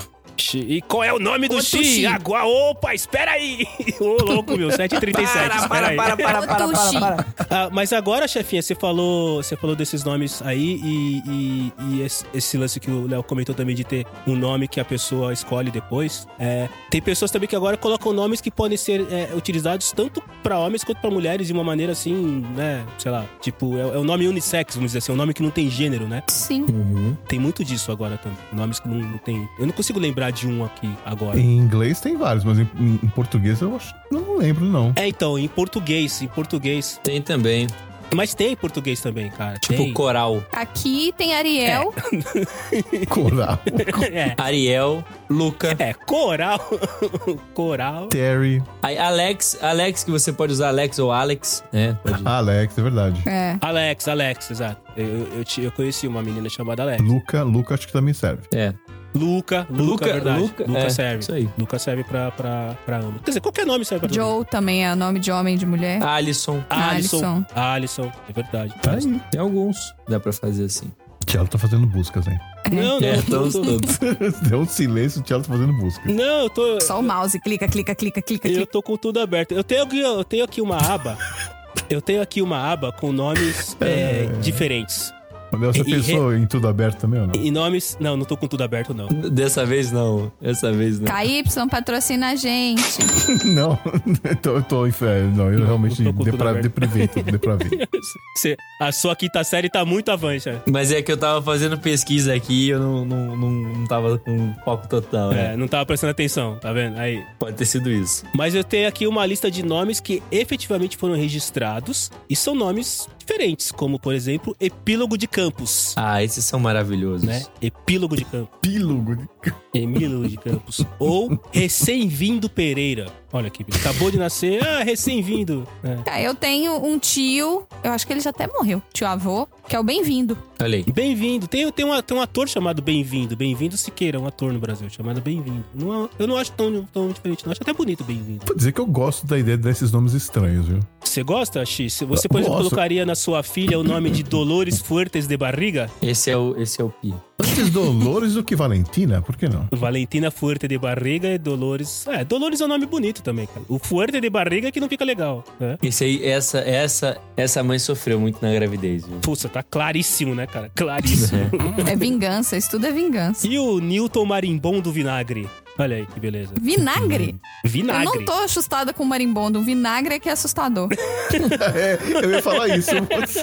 [SPEAKER 1] E qual é o nome do
[SPEAKER 2] Outro
[SPEAKER 1] Xi?
[SPEAKER 2] Xi.
[SPEAKER 1] Agora, opa, espera aí. Ô, louco, meu, sete e trinta e sete, espera aí.
[SPEAKER 3] para, para, para,
[SPEAKER 2] Outro
[SPEAKER 3] para,
[SPEAKER 2] Xi.
[SPEAKER 3] para.
[SPEAKER 1] Ah, mas agora, chefinha, você falou, você falou desses nomes aí e, e- e esse, esse lance que o Léo comentou também de ter um nome que a pessoa escolhe depois. É, tem pessoas também que agora colocam nomes que podem ser é, utilizados tanto pra homens quanto pra mulheres de uma maneira assim, né? Sei lá, tipo, é, é um nome unissex, vamos dizer assim, é um nome que não tem gênero, né?
[SPEAKER 2] Sim.
[SPEAKER 3] Uhum.
[SPEAKER 1] Tem muito disso agora também. Nomes que não, não tem. Eu não consigo lembrar de um aqui agora.
[SPEAKER 4] Em inglês tem vários, mas em, em- em português eu acho, eu não lembro, não.
[SPEAKER 1] É, então, em português, em português.
[SPEAKER 3] Tem também.
[SPEAKER 1] Mas tem em português também, cara.
[SPEAKER 3] Tipo
[SPEAKER 1] tem.
[SPEAKER 3] Coral.
[SPEAKER 2] Aqui tem Ariel.
[SPEAKER 4] Coral.
[SPEAKER 1] É.
[SPEAKER 3] Ariel, Luca.
[SPEAKER 1] É, coral. Coral.
[SPEAKER 4] Terry,
[SPEAKER 3] Aí Alex, Alex, que você pode usar Alex ou Alex, né? Pode.
[SPEAKER 4] Alex, é verdade.
[SPEAKER 2] É.
[SPEAKER 1] Alex, Alex, exato. Eu, eu, eu, ti- eu conheci uma menina chamada Alex.
[SPEAKER 4] Luca, Luca acho que também serve.
[SPEAKER 3] É.
[SPEAKER 1] Luca, Luca,
[SPEAKER 3] Luca,
[SPEAKER 1] é verdade.
[SPEAKER 3] Luca,
[SPEAKER 1] Luca,
[SPEAKER 3] é,
[SPEAKER 1] serve.
[SPEAKER 3] isso aí.
[SPEAKER 1] Luca serve pra, pra, pra ambos. Quer dizer, qualquer nome serve pra todo mundo.
[SPEAKER 2] Joe também é nome de homem e de mulher.
[SPEAKER 3] Alisson.
[SPEAKER 1] Alisson.
[SPEAKER 2] Alisson.
[SPEAKER 1] Alisson, é verdade.
[SPEAKER 4] Tá aí.
[SPEAKER 3] Tem alguns. Dá pra fazer assim.
[SPEAKER 4] Tiago tá fazendo buscas, hein?
[SPEAKER 1] Não, não,
[SPEAKER 3] É,
[SPEAKER 1] eu tô,
[SPEAKER 3] todos,
[SPEAKER 1] tô-
[SPEAKER 3] todos.
[SPEAKER 4] Deu um silêncio, o Tiago tá fazendo buscas.
[SPEAKER 1] Não, eu tô.
[SPEAKER 2] Só o mouse. Clica, clica, clica, clica,
[SPEAKER 1] Eu
[SPEAKER 2] clica.
[SPEAKER 1] tô com tudo aberto. Eu tenho aqui, eu tenho aqui uma aba. Eu tenho aqui uma aba com nomes é, diferentes.
[SPEAKER 4] Mas você
[SPEAKER 1] E- e
[SPEAKER 4] pensou em tudo aberto também ou não?
[SPEAKER 1] Em nomes... Não, não tô com tudo aberto, não.
[SPEAKER 3] Dessa vez não. Dessa vez não.
[SPEAKER 2] K Y patrocina a gente.
[SPEAKER 4] Não, eu tô, eu tô em fé. Não, eu realmente
[SPEAKER 1] não tô com tudo
[SPEAKER 4] depra,
[SPEAKER 1] aberto.
[SPEAKER 4] deprivei tudo, depravei.
[SPEAKER 1] Você- a sua quinta série tá muito avante, né?
[SPEAKER 3] Mas é que eu tava fazendo pesquisa aqui e eu não, não, não, não tava com foco total, né?
[SPEAKER 1] É, não tava prestando atenção, tá vendo? Aí.
[SPEAKER 3] Pode ter sido isso.
[SPEAKER 1] Mas eu tenho aqui uma lista de nomes que efetivamente foram registrados e são nomes diferentes, como, por exemplo, Epílogo de Campos,
[SPEAKER 3] Ah, esses são maravilhosos.
[SPEAKER 1] né? Epílogo de Campos.
[SPEAKER 4] Epílogo de...
[SPEAKER 1] Emílio de Campos. Ou Recém-Vindo Pereira. Olha aqui, acabou de nascer, ah, recém-vindo. É.
[SPEAKER 2] Tá, eu tenho um tio, eu acho que ele já até morreu, tio avô, que é o Bem-vindo.
[SPEAKER 3] Olha aí.
[SPEAKER 1] Bem-vindo. Tem, tem, uma, tem um ator chamado Bem-vindo. Bem-vindo Siqueira, um ator no Brasil chamado Bem-vindo. Não é- eu não acho tão, tão diferente, não. Acho até bonito Bem-vindo.
[SPEAKER 4] Vou dizer que eu gosto da ideia desses nomes estranhos, viu?
[SPEAKER 1] Você gosta, X? Você, por exemplo,
[SPEAKER 4] Gosto.
[SPEAKER 1] colocaria na sua filha o nome de Dolores Fuertes de Barriga?
[SPEAKER 3] Esse é o, esse é o Pi.
[SPEAKER 4] Antes Dolores do que Valentina, por que não?
[SPEAKER 1] Valentina Fuerte de Barriga e Dolores... É, Dolores é um nome bonito também, cara. O Fuerte de Barriga é que não fica legal, né?
[SPEAKER 3] Esse aí, essa, essa, essa mãe sofreu muito na gravidez, viu?
[SPEAKER 1] Puxa, tá claríssimo, né, cara? Claríssimo.
[SPEAKER 2] É vingança, isso tudo é vingança.
[SPEAKER 1] E o Newton Marimbom do Vinagre? Olha aí, que beleza.
[SPEAKER 2] Vinagre?
[SPEAKER 1] Vinagre.
[SPEAKER 2] Eu não tô assustada com marimbondo, o vinagre é que é assustador.
[SPEAKER 4] É, eu ia falar isso.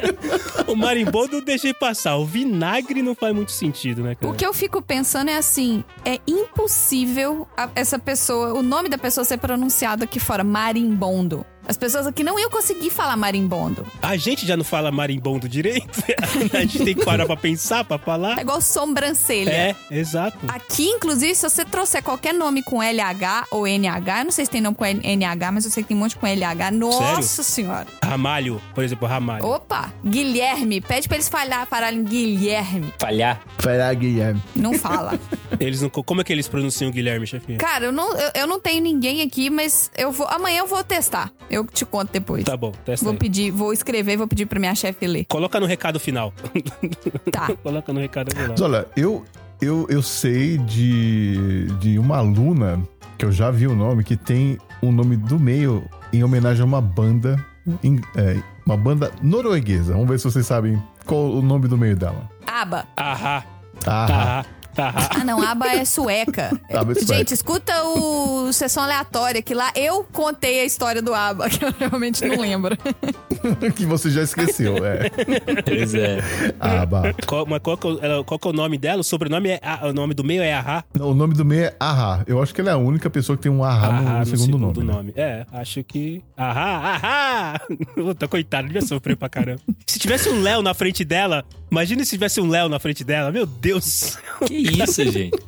[SPEAKER 1] O marimbom eu deixei passar. O vinagre não faz muito sentido, né, cara?
[SPEAKER 2] O que eu fico pensando é assim, é impossível a- essa pessoa, o nome da pessoa ser pronunciado aqui fora, marimbondo. As pessoas aqui não iam conseguir falar marimbondo.
[SPEAKER 1] A gente já não fala marimbondo direito. A gente tem que parar pra pensar, pra falar.
[SPEAKER 2] É igual sobrancelha.
[SPEAKER 1] É, exato.
[SPEAKER 2] Aqui, inclusive, se você trouxer qualquer nome com L H ou N H, eu não sei se tem nome com N H, mas eu sei que tem um monte com L H. Nossa senhora.
[SPEAKER 1] Ramalho, por exemplo, Ramalho.
[SPEAKER 2] Opa, Guilherme. Pede pra eles falhar, pararem Guilherme.
[SPEAKER 3] Falhar.
[SPEAKER 4] Fala, Guilherme.
[SPEAKER 2] Não fala.
[SPEAKER 1] Eles não, como é que eles pronunciam Guilherme, chefinha?
[SPEAKER 2] Cara, eu não, eu, eu não tenho ninguém aqui, mas eu vou, amanhã eu vou testar. Eu te conto depois.
[SPEAKER 1] Tá bom, testa
[SPEAKER 2] Vou
[SPEAKER 1] aí.
[SPEAKER 2] pedir, vou escrever, vou pedir pra minha chefe ler.
[SPEAKER 1] Coloca no recado final.
[SPEAKER 2] Tá.
[SPEAKER 1] Coloca no recado final.
[SPEAKER 4] Mas olha, eu, eu, eu sei de, de uma aluna que eu já vi o nome, que tem o nome do meio em homenagem a uma banda, em- é, uma banda norueguesa. Vamos ver se vocês sabem qual o nome do meio dela.
[SPEAKER 2] Aba.
[SPEAKER 1] Ahá,
[SPEAKER 4] Ah,
[SPEAKER 1] ahá, ahá.
[SPEAKER 2] Ah, não, aba é sueca.
[SPEAKER 4] Aba é sueca.
[SPEAKER 2] Gente, escuta o Sessão Aleatória, que lá eu contei a história do aba, que eu realmente não lembro.
[SPEAKER 4] que você já esqueceu, é.
[SPEAKER 3] Pois é.
[SPEAKER 4] Ah, bah.
[SPEAKER 1] Qual, mas qual que, é o, ela- qual que é o nome dela? O sobrenome é... ah, o nome do meio é Ahá?
[SPEAKER 4] Não, o nome do meio é Ahá. Eu acho que ela é a única pessoa que tem um Ahá, no-
[SPEAKER 1] Ahá
[SPEAKER 4] no, segundo, nome. né?
[SPEAKER 1] É, acho que... Ahá, ahá! Puta, coitado, devia sofrer pra caramba. Se tivesse um Léo na frente dela... Imagina se tivesse um Léo na frente dela. Meu Deus!
[SPEAKER 3] Que isso, gente?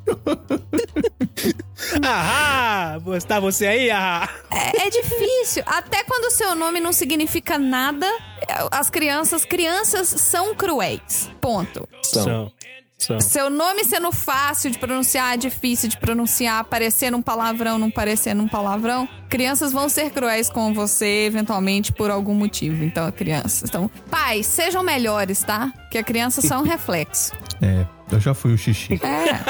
[SPEAKER 1] Ahá! Está você aí, Ahá?
[SPEAKER 2] É, é difícil. Até quando o seu nome não significa nada, as crianças, crianças são cruéis. Ponto.
[SPEAKER 3] São.
[SPEAKER 1] São. São.
[SPEAKER 2] Seu nome sendo fácil de pronunciar, difícil de pronunciar, parecendo um palavrão, não parecendo um palavrão, crianças vão ser cruéis com você, eventualmente, por algum motivo. Então, crianças. Então, pais, sejam melhores, tá? Que a criança só é um reflexo.
[SPEAKER 4] É, eu já fui o xixi.
[SPEAKER 2] É.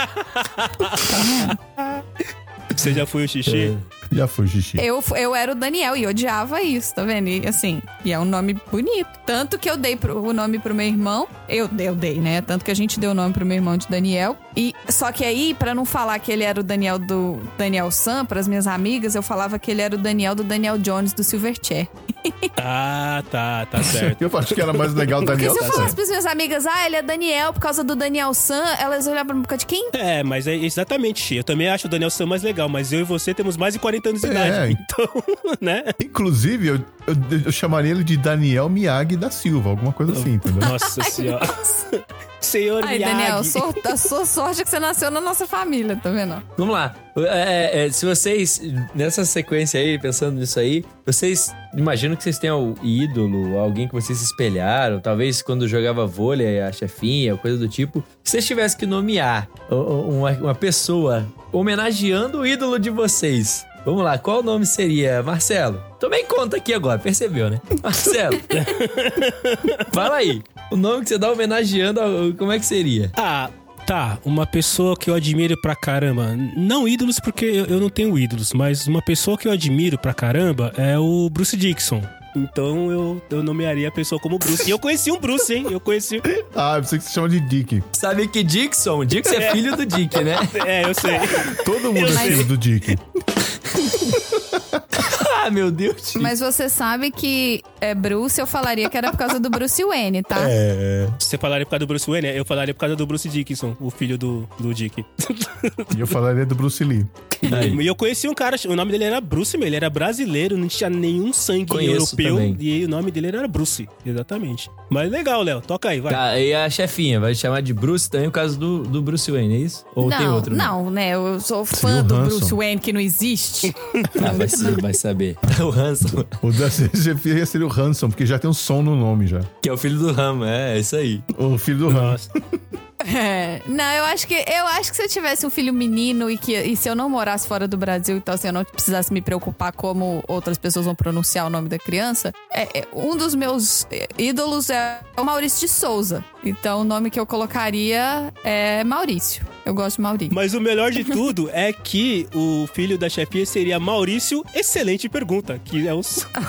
[SPEAKER 1] Você já foi o xixi?
[SPEAKER 4] Já fui o xixi.
[SPEAKER 2] Eu, eu era o Daniel e odiava isso, tá vendo? E assim, e é um nome bonito. Tanto que eu dei pro, o nome pro meu irmão. Eu, eu dei, né? Tanto que a gente deu o nome pro meu irmão de Daniel. E só que aí, pra não falar que ele era o Daniel do Daniel Sam, pras minhas amigas, eu falava que ele era o Daniel do Daniel Jones do Silverchair.
[SPEAKER 1] Ah, tá, tá certo.
[SPEAKER 4] Eu acho que era mais legal o
[SPEAKER 2] Porque
[SPEAKER 4] Daniel.
[SPEAKER 2] se eu
[SPEAKER 4] tá
[SPEAKER 2] falasse
[SPEAKER 4] certo.
[SPEAKER 2] pras minhas amigas, ah, ele é Daniel por causa do Daniel Sam, elas olhavam pra mim de quem?
[SPEAKER 1] É, mas é exatamente, Xi. Eu também acho o Daniel Sam mais legal, mas eu e você temos mais de quarenta anos de
[SPEAKER 4] É.
[SPEAKER 1] idade. Então, né?
[SPEAKER 4] Inclusive, eu, eu, eu chamaria ele de Daniel Miyagi da Silva, alguma coisa assim, entendeu?
[SPEAKER 1] Nossa senhora. Senhor
[SPEAKER 2] Ai,
[SPEAKER 1] Miyagi.
[SPEAKER 2] Daniel, sor, a sua sorte é que você nasceu na nossa família, tá vendo?
[SPEAKER 3] Vamos lá. É, é, se vocês, nessa sequência aí, pensando nisso aí, vocês imaginam que vocês tenham ídolo, alguém que vocês se espelharam, talvez quando jogava vôlei, a chefinha, coisa do tipo. Se vocês tivessem que nomear uma, uma pessoa homenageando o ídolo de vocês, vamos lá, qual o nome seria? Marcelo, tomei conta aqui agora, percebeu, né? Marcelo, fala aí. O nome que você dá homenageando, como é que seria?
[SPEAKER 1] Ah, tá. Uma pessoa que eu admiro pra caramba. Não ídolos, porque eu, eu não tenho ídolos, mas uma pessoa que eu admiro pra caramba é o Bruce Dickinson. Então eu, eu nomearia a pessoa como Bruce. E eu conheci um Bruce, hein? Eu conheci.
[SPEAKER 4] Ah, eu sei que se chama de Dick.
[SPEAKER 3] Sabe que Dixon? Dixon é filho do Dick, né?
[SPEAKER 1] É, eu sei.
[SPEAKER 4] Todo mundo
[SPEAKER 1] Eu
[SPEAKER 4] é
[SPEAKER 1] sei.
[SPEAKER 4] filho do Dick.
[SPEAKER 3] Ah, meu Deus.
[SPEAKER 2] Mas você sabe que é Bruce, eu falaria que era por causa do Bruce Wayne, tá?
[SPEAKER 4] É.
[SPEAKER 1] Você falaria por causa do Bruce Wayne? Eu falaria por causa do Bruce Dickinson, o filho do, do Dick.
[SPEAKER 4] E eu falaria do Bruce Lee.
[SPEAKER 3] Aí.
[SPEAKER 1] E eu conheci um cara, o nome dele era Bruce, meu, ele era brasileiro, não tinha nenhum sangue
[SPEAKER 3] Conheço
[SPEAKER 1] europeu.
[SPEAKER 3] também.
[SPEAKER 1] E o nome dele era Bruce, exatamente. Mas legal, Léo, toca aí, vai.
[SPEAKER 3] Tá, e a chefinha vai chamar de Bruce também por causa do, do Bruce Wayne, é isso? Ou
[SPEAKER 2] não,
[SPEAKER 3] tem outro? nome?
[SPEAKER 2] não, né? Eu sou fã
[SPEAKER 4] Seria o
[SPEAKER 2] do
[SPEAKER 4] Hanson.
[SPEAKER 2] Bruce Wayne que não existe.
[SPEAKER 3] Ah, vai, ser- vai saber. O Hanson,
[SPEAKER 4] O da chefia seria o Hanson, porque já tem um som no nome já.
[SPEAKER 3] que é o filho do Ram, é, é isso aí.
[SPEAKER 4] O filho do Hanson.
[SPEAKER 1] Nossa.
[SPEAKER 2] É, não, eu acho que eu acho que se eu tivesse um filho menino e que e se eu não morasse fora do Brasil, então se eu não precisasse me preocupar como outras pessoas vão pronunciar o nome da criança, é, é, um dos meus é, ídolos é o Maurício de Souza. Então o nome que eu colocaria é Maurício. Eu gosto de Maurício.
[SPEAKER 1] Mas o melhor de tudo é que o filho da chefia seria Maurício, excelente pergunta, que é o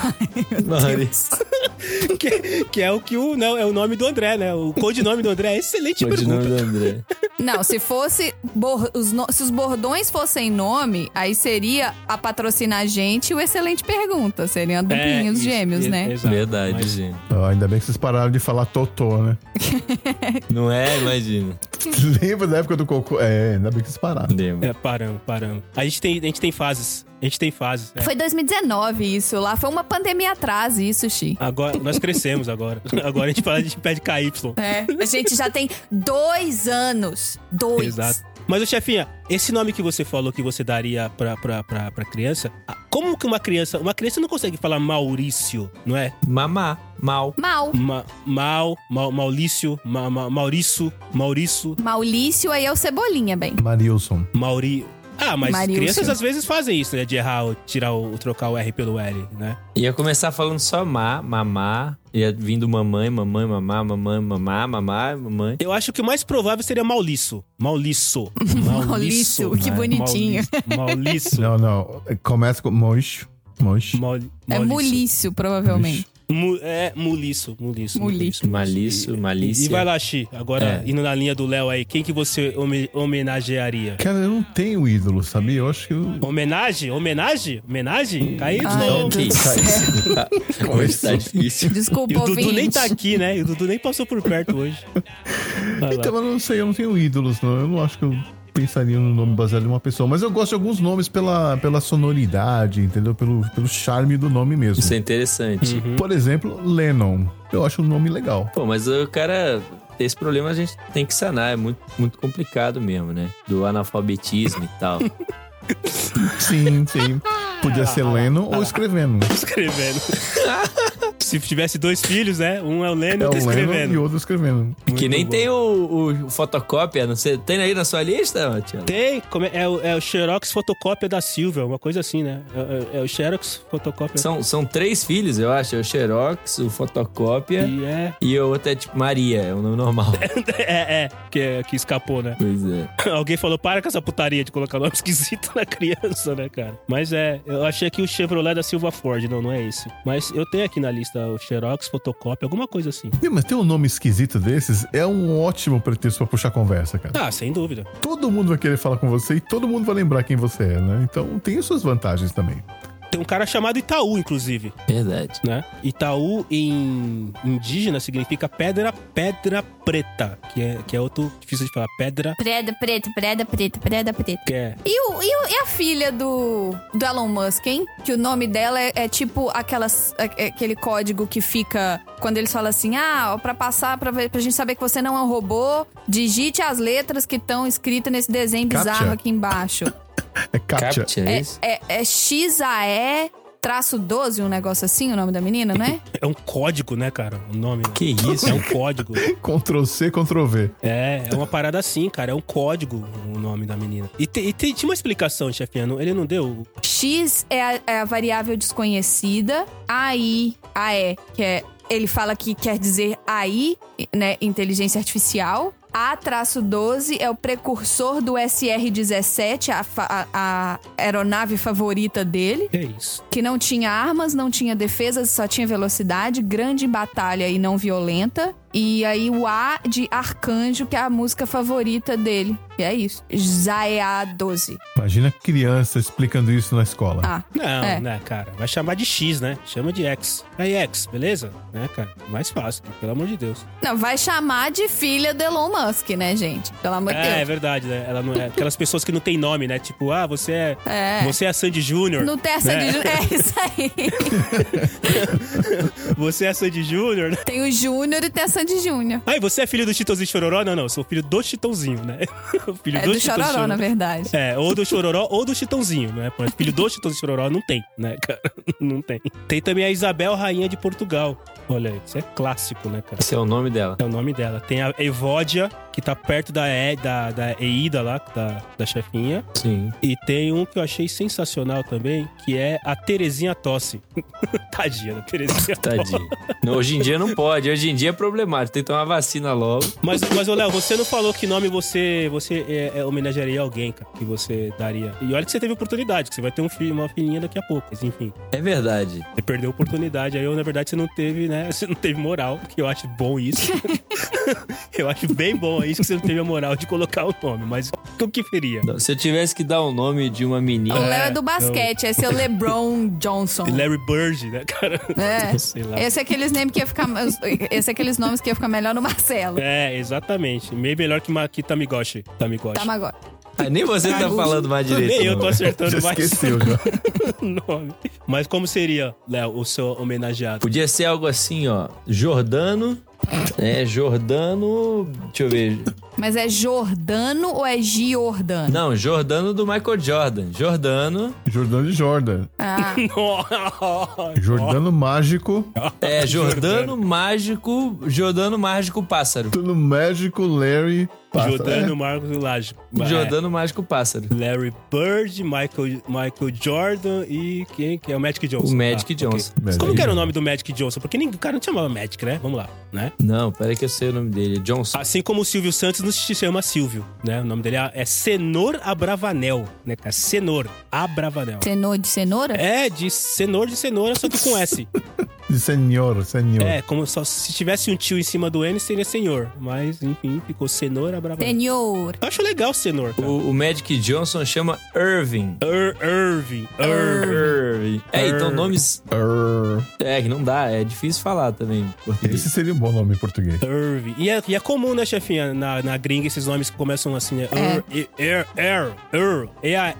[SPEAKER 3] Maurício.
[SPEAKER 1] que, que é o que o não é o nome do André, né? O codinome do André é excelente
[SPEAKER 3] Pode
[SPEAKER 1] pergunta.
[SPEAKER 3] nome do André.
[SPEAKER 2] Não, se fosse bor- os no- se os bordões fossem nome, aí seria a patrocinar a gente e o excelente pergunta. Seriam a duplinha,
[SPEAKER 1] É,
[SPEAKER 2] os
[SPEAKER 1] isso,
[SPEAKER 2] gêmeos,
[SPEAKER 1] é,
[SPEAKER 2] né?
[SPEAKER 1] exato.
[SPEAKER 3] Verdade,
[SPEAKER 1] Mas-
[SPEAKER 3] gente.
[SPEAKER 4] Ó, ainda bem que vocês pararam de falar Totô, né?
[SPEAKER 3] Não é? Imagina.
[SPEAKER 4] Lembra da época do Cocô? É, ainda bem que vocês pararam.
[SPEAKER 3] Lembra.
[SPEAKER 1] É, paramos, paramos. A gente tem, a gente tem fases. A gente tem fases. é.
[SPEAKER 2] Foi dois mil e dezenove isso lá. Foi uma pandemia atrás isso, Xi.
[SPEAKER 1] Agora, nós crescemos agora. Agora a gente fala, a gente pede K Y.
[SPEAKER 2] É, a gente já tem dois anos. Dois.
[SPEAKER 1] Exato. Mas, ô chefinha, esse nome que você falou que você daria pra, pra, pra, pra criança, como que uma criança... Uma criança não consegue falar Maurício, não é?
[SPEAKER 3] Mamá, mal.
[SPEAKER 2] Mal.
[SPEAKER 1] Ma, mal, mal, Maulício, ma, ma, Maurício, Maurício,
[SPEAKER 2] Maulício aí é o Cebolinha, bem.
[SPEAKER 4] Marilson.
[SPEAKER 1] Mauri... Ah, mas
[SPEAKER 2] Marilson.
[SPEAKER 1] crianças às vezes fazem isso, né? De errar, ou tirar o, trocar o R pelo L, né?
[SPEAKER 3] Ia começar falando só má, mamá. Ia vindo mamãe, mamãe, mamá, mamãe, mamá, mamá, mamãe.
[SPEAKER 1] Eu acho que o mais provável seria Mauliço. Mauliço.
[SPEAKER 2] Mauliço, que
[SPEAKER 1] né?
[SPEAKER 2] bonitinho.
[SPEAKER 1] Mauliço.
[SPEAKER 4] Não, não. Começa com Moix. Moix.
[SPEAKER 1] Mauli-
[SPEAKER 2] É
[SPEAKER 1] Mauliço.
[SPEAKER 2] Mulício, provavelmente.
[SPEAKER 1] Mu- é, muliço, muliço.
[SPEAKER 2] Muliço.
[SPEAKER 3] Malício, malícia.
[SPEAKER 1] E vai lá, Xi. Agora,
[SPEAKER 3] É.
[SPEAKER 1] indo na linha do Léo aí, quem que você home- homenagearia?
[SPEAKER 4] Cara, eu não tenho ídolo, sabia? Eu acho que eu...
[SPEAKER 1] Homenagem? Homenagem? Homenagem? Caí
[SPEAKER 2] Ai,
[SPEAKER 1] não.
[SPEAKER 2] Deus do céu.
[SPEAKER 3] Tá, hoje tá difícil.
[SPEAKER 2] Desculpa,
[SPEAKER 1] E o Dudu
[SPEAKER 2] ouvinte.
[SPEAKER 1] nem tá aqui, né? E o Dudu nem passou por perto hoje. Vai lá.
[SPEAKER 4] Então, eu não sei, eu não tenho ídolos, não. Eu não acho que eu pensaria no nome baseado em uma pessoa. Mas eu gosto de alguns nomes pela, pela sonoridade, entendeu? Pelo, pelo charme do nome mesmo.
[SPEAKER 3] Isso é interessante.
[SPEAKER 1] Uhum.
[SPEAKER 4] Por exemplo, Lennon. Eu acho um nome legal.
[SPEAKER 3] Pô, mas o cara... Esse problema a gente tem que sanar. É muito, muito complicado mesmo, né? Do analfabetismo e tal.
[SPEAKER 4] Sim, sim. Podia ser Lennon ou escrevendo.
[SPEAKER 1] Escrevendo. Se tivesse dois filhos, né? Um é o Leno
[SPEAKER 4] É
[SPEAKER 1] e
[SPEAKER 4] o
[SPEAKER 1] outro
[SPEAKER 4] Lennon e
[SPEAKER 1] escrevendo.
[SPEAKER 4] outro escrevendo.
[SPEAKER 3] que
[SPEAKER 1] Muito
[SPEAKER 3] nem
[SPEAKER 1] bom.
[SPEAKER 3] tem o, o, o fotocópia. Não sei, tem aí na sua lista, Matias?
[SPEAKER 1] Tem, como é, é, o, é o Xerox fotocópia da Silvia, uma coisa assim, né? É, é- é o Xerox fotocópia.
[SPEAKER 3] São, são três filhos, eu acho. É o Xerox, o fotocópia
[SPEAKER 1] E é,
[SPEAKER 3] e o outro é tipo Maria. É um nome normal.
[SPEAKER 1] é, é, que, é- que escapou, né?
[SPEAKER 3] Pois é.
[SPEAKER 1] Alguém falou, para com essa putaria de colocar nome esquisito na criança, né, cara? Mas é, eu achei que o Chevrolet da Silva Ford, não, não é esse. Mas eu tenho aqui na lista o Xerox, fotocópia, alguma coisa assim.
[SPEAKER 4] Ih, Mas ter um nome esquisito desses é um ótimo pretexto pra puxar conversa, cara.
[SPEAKER 1] Ah, sem dúvida.
[SPEAKER 4] Todo mundo vai querer falar com você e todo mundo vai lembrar quem você é, né? Então tem as suas vantagens também.
[SPEAKER 1] Tem um cara chamado Itaú, inclusive,
[SPEAKER 3] Verdade.
[SPEAKER 1] né? Itaú em indígena significa pedra, pedra preta, que é, que é outro difícil de falar, pedra,
[SPEAKER 2] Preda preta, preda preta, preda preta.
[SPEAKER 1] que é...
[SPEAKER 2] E, o, e, o- e a filha do, do Elon Musk, hein? Que o nome dela é, é tipo aquelas, é- é aquele código que fica... Quando eles falam assim, ah, pra passar, pra, ver- pra gente saber que você não é um robô, digite as letras que estão escritas nesse desenho bizarro
[SPEAKER 4] Captcha.
[SPEAKER 2] aqui embaixo.
[SPEAKER 4] É Captcha.
[SPEAKER 3] Captcha, é
[SPEAKER 2] É,
[SPEAKER 3] isso?
[SPEAKER 2] é, é X A E traço doze, um negócio assim, o nome da menina, não é?
[SPEAKER 1] É um código, né, cara? O nome. Né?
[SPEAKER 3] Que isso?
[SPEAKER 1] É um código.
[SPEAKER 4] Ctrl C, Ctrl V.
[SPEAKER 1] É, é uma parada assim, cara. É um código o nome da menina. E, te- e te- tinha uma explicação, chefinha. não- Ele não deu.
[SPEAKER 2] X é a, é a variável desconhecida. A I, A E, que é... Ele fala que quer dizer A I, né? Inteligência artificial. A doze é o precursor do S R dezessete, a, fa- a, a aeronave favorita dele.
[SPEAKER 1] É isso.
[SPEAKER 2] Que não tinha armas, não tinha defesas, só tinha velocidade, grande em batalha e não violenta. E aí o A de Arcanjo, que é a música favorita dele. E é isso. Zaea doze.
[SPEAKER 4] Imagina criança explicando isso na escola.
[SPEAKER 2] Ah,
[SPEAKER 1] Não,
[SPEAKER 2] É.
[SPEAKER 1] né, cara? Vai chamar de X, né? Chama de X. Aí, X, beleza? Né, cara? Mais fácil, pelo amor de Deus.
[SPEAKER 2] não, vai chamar de filha do Elon Musk, né, gente? Pelo amor de
[SPEAKER 1] É, é
[SPEAKER 2] Deus.
[SPEAKER 1] verdade, né? Ela não é. Aquelas pessoas que não tem nome, né? Tipo, ah, você é.
[SPEAKER 2] É.
[SPEAKER 1] Você é a Sandy Júnior.
[SPEAKER 2] Não tem essa
[SPEAKER 1] né?
[SPEAKER 2] de... É isso aí.
[SPEAKER 1] Você é a Sandy Júnior.
[SPEAKER 2] Tem o Júnior e tem a Sandy Júnior.
[SPEAKER 1] Ai, você é filho do Chitãozinho Chororó? Não, não. Eu sou filho do Chitãozinho, né? O filho
[SPEAKER 2] É do
[SPEAKER 1] Chitãozinho
[SPEAKER 2] Chororó, na verdade.
[SPEAKER 1] É, ou do Chororó ou do Chitãozinho, né? Mas filho do Chitãozinho Chororó não tem, né, cara? Não tem. Tem também a Isabel, rainha de Portugal. Olha aí, isso é clássico, né, cara?
[SPEAKER 3] Esse é o nome dela.
[SPEAKER 1] É o nome dela. Tem a Evódia, que tá perto da, e, da, da Eida lá, da, da chefinha.
[SPEAKER 3] Sim.
[SPEAKER 1] E tem um que eu achei sensacional também, que é a Terezinha Tosse. Tadinha da Terezinha Tosse.
[SPEAKER 3] Tadinho. Não, hoje em dia não pode. Hoje em dia é problemático. Tem que tomar vacina logo.
[SPEAKER 1] Mas, mas ô Léo, você não falou que nome você, você é, é, homenagearia alguém, cara, que você daria. E olha que você teve oportunidade, que você vai ter um filho, uma filhinha daqui a pouco. Mas enfim,
[SPEAKER 3] É verdade.
[SPEAKER 1] você perdeu a oportunidade. Aí, eu, na verdade, você não teve, né? Você não teve moral, que eu acho bom isso. Eu acho bem bom isso, que você não teve a moral de colocar o nome. Mas o que faria?
[SPEAKER 3] Se eu tivesse que dar o nome de uma menina...
[SPEAKER 2] O Léo é
[SPEAKER 1] É,
[SPEAKER 2] do basquete, esse é o LeBron Johnson.
[SPEAKER 1] Larry Bird, né, cara?
[SPEAKER 2] É.
[SPEAKER 1] Sei lá.
[SPEAKER 2] Esse é aqueles nomes que ia ficar. Esse é aqueles nomes que ia ficar melhor no Marcelo.
[SPEAKER 1] É, exatamente. Meio melhor que, Ma- que Tamagotchi. Tamagotchi.
[SPEAKER 2] Tamagotchi.
[SPEAKER 3] Ah, nem você tá falando mais direito.
[SPEAKER 1] Nem eu
[SPEAKER 3] não.
[SPEAKER 1] tô acertando
[SPEAKER 4] Já
[SPEAKER 1] mais
[SPEAKER 4] esqueceu, já.
[SPEAKER 1] o nome. Mas como seria, Léo, o seu homenageado?
[SPEAKER 3] Podia ser algo assim, ó. Jordano. É, Jordano... Deixa eu ver.
[SPEAKER 2] Mas é Jordano ou é Giordano?
[SPEAKER 3] Não, Jordano do Michael Jordan. Jordano.
[SPEAKER 4] Jordano de Jordan.
[SPEAKER 2] Ah,
[SPEAKER 4] Jordano mágico.
[SPEAKER 3] É, Jordano Mágico... Jordano Mágico Pássaro.
[SPEAKER 4] Jordano mágico, Larry. Passa,
[SPEAKER 1] Jordano
[SPEAKER 4] é.
[SPEAKER 1] Marcos Lágico.
[SPEAKER 3] Jordano Mágico Pássaro.
[SPEAKER 1] Larry Bird, Michael, Michael Jordan e quem que é? O Magic Johnson.
[SPEAKER 3] O Magic
[SPEAKER 1] Ah,
[SPEAKER 3] Johnson.
[SPEAKER 1] ok.
[SPEAKER 4] Magic
[SPEAKER 1] Como que era o
[SPEAKER 4] Johnson.
[SPEAKER 1] nome do Magic Johnson? Porque ninguém, o cara não chamava Magic, né? Vamos lá, né?
[SPEAKER 3] Não, peraí que eu sei o nome dele. Johnson.
[SPEAKER 1] Assim como o Silvio Santos não se chama Silvio, né? O nome dele é, é Senor Abravanel, né, cara? Senor Abravanel.
[SPEAKER 2] cenoura de cenoura?
[SPEAKER 1] É, de Senor de cenoura, só que com S.
[SPEAKER 4] De senhor, senhor.
[SPEAKER 1] É, como só se tivesse um tio em cima do N, seria senhor. Mas, enfim, ficou Senor Abravanel.
[SPEAKER 2] Senhor.
[SPEAKER 1] Eu acho legal Senor, cara.
[SPEAKER 3] O, o Magic Johnson chama Irving.
[SPEAKER 1] Ir- Irving. Irving.
[SPEAKER 3] Irving. É, então
[SPEAKER 1] Irving.
[SPEAKER 3] nomes...
[SPEAKER 4] Arr.
[SPEAKER 3] É, que não dá. É difícil falar também. em português.
[SPEAKER 4] Esse seria um bom nome em português.
[SPEAKER 1] Irving. E é, e é comum, né, chefinha? Na, na gringa, esses nomes que começam assim, né?
[SPEAKER 2] É.
[SPEAKER 1] Ir, Earl, Earl, Earl, E A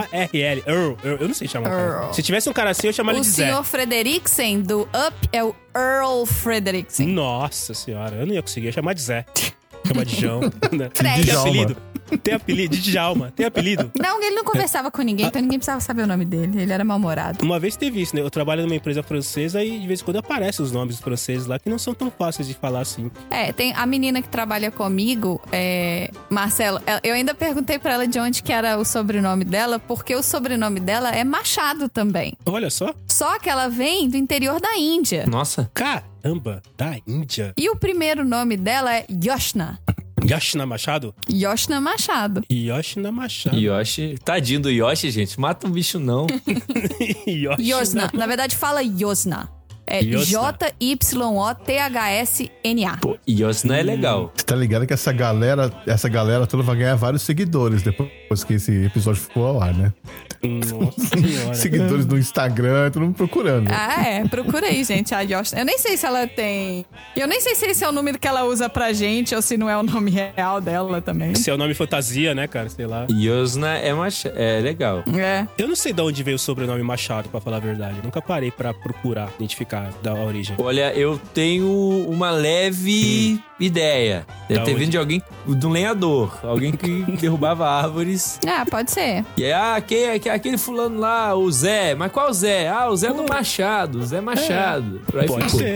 [SPEAKER 1] R L, Earl, Earl. Eu não sei chamar o cara.
[SPEAKER 2] Earl.
[SPEAKER 1] Se tivesse um cara assim, eu chamaria
[SPEAKER 2] O
[SPEAKER 1] ele de Zé.
[SPEAKER 2] senhor Frederiksen do Up é o Earl Frederiksen.
[SPEAKER 1] Nossa senhora, eu não ia conseguir chamar de Zé. Chamar de João, né?
[SPEAKER 2] Fred.
[SPEAKER 1] Tem apelido. Tem apelido. De Djalma. Tem apelido.
[SPEAKER 2] Não, ele não conversava com ninguém, então ninguém precisava saber o nome dele. Ele era mal-humorado.
[SPEAKER 1] Uma vez teve isso, né? Eu trabalho numa empresa francesa e de vez em quando aparecem os nomes dos franceses lá que não são tão fáceis de falar assim.
[SPEAKER 2] É, tem a menina que trabalha comigo, é, Marcelo, ela- eu ainda perguntei pra ela de onde que era o sobrenome dela, porque o sobrenome dela é Machado também.
[SPEAKER 1] Olha só.
[SPEAKER 2] Só que ela vem do interior da Índia.
[SPEAKER 3] Nossa.
[SPEAKER 1] Caramba, da Índia.
[SPEAKER 2] E o primeiro nome dela é Yoshna.
[SPEAKER 1] Yoshina Machado?
[SPEAKER 2] Yoshna Machado.
[SPEAKER 1] Yoshina Machado.
[SPEAKER 3] Yoshi. Tadinho do Yoshi, gente. Mata um bicho, não.
[SPEAKER 1] Yoshina.
[SPEAKER 2] Yosna. Na verdade, fala Yosna. É
[SPEAKER 1] Yosna.
[SPEAKER 2] J Y O T H S N A.
[SPEAKER 3] Pô, Yoshi não é legal.
[SPEAKER 4] Você tá ligado que essa galera, essa galera toda vai ganhar vários seguidores depois que esse episódio for ao ar, né?
[SPEAKER 1] Nossa senhora.
[SPEAKER 4] Seguidores no Instagram, todo mundo procurando.
[SPEAKER 2] Ah, é. Procura aí, gente, a Yoshna. Eu nem sei se ela tem... Eu nem sei se esse é o número que ela usa pra gente ou se não é o nome real dela também.
[SPEAKER 1] Se é o nome fantasia, né, cara? Sei lá.
[SPEAKER 3] Yosna é, mach... é legal.
[SPEAKER 2] É.
[SPEAKER 1] Eu não sei de onde veio o sobrenome Machado, pra falar a verdade. Eu nunca parei pra procurar, identificar da origem.
[SPEAKER 3] Olha, eu tenho uma leve ideia. Deve
[SPEAKER 1] Da
[SPEAKER 3] ter
[SPEAKER 1] onde?
[SPEAKER 3] vindo de alguém, de um lenhador. Alguém que derrubava árvores.
[SPEAKER 2] Ah, pode ser.
[SPEAKER 3] E é, ah, aquele, aquele fulano lá, o Zé. Mas qual Zé? Ah, o Zé do Machado. O Zé Machado. Por aí
[SPEAKER 1] Pode
[SPEAKER 3] ficou.
[SPEAKER 1] ser.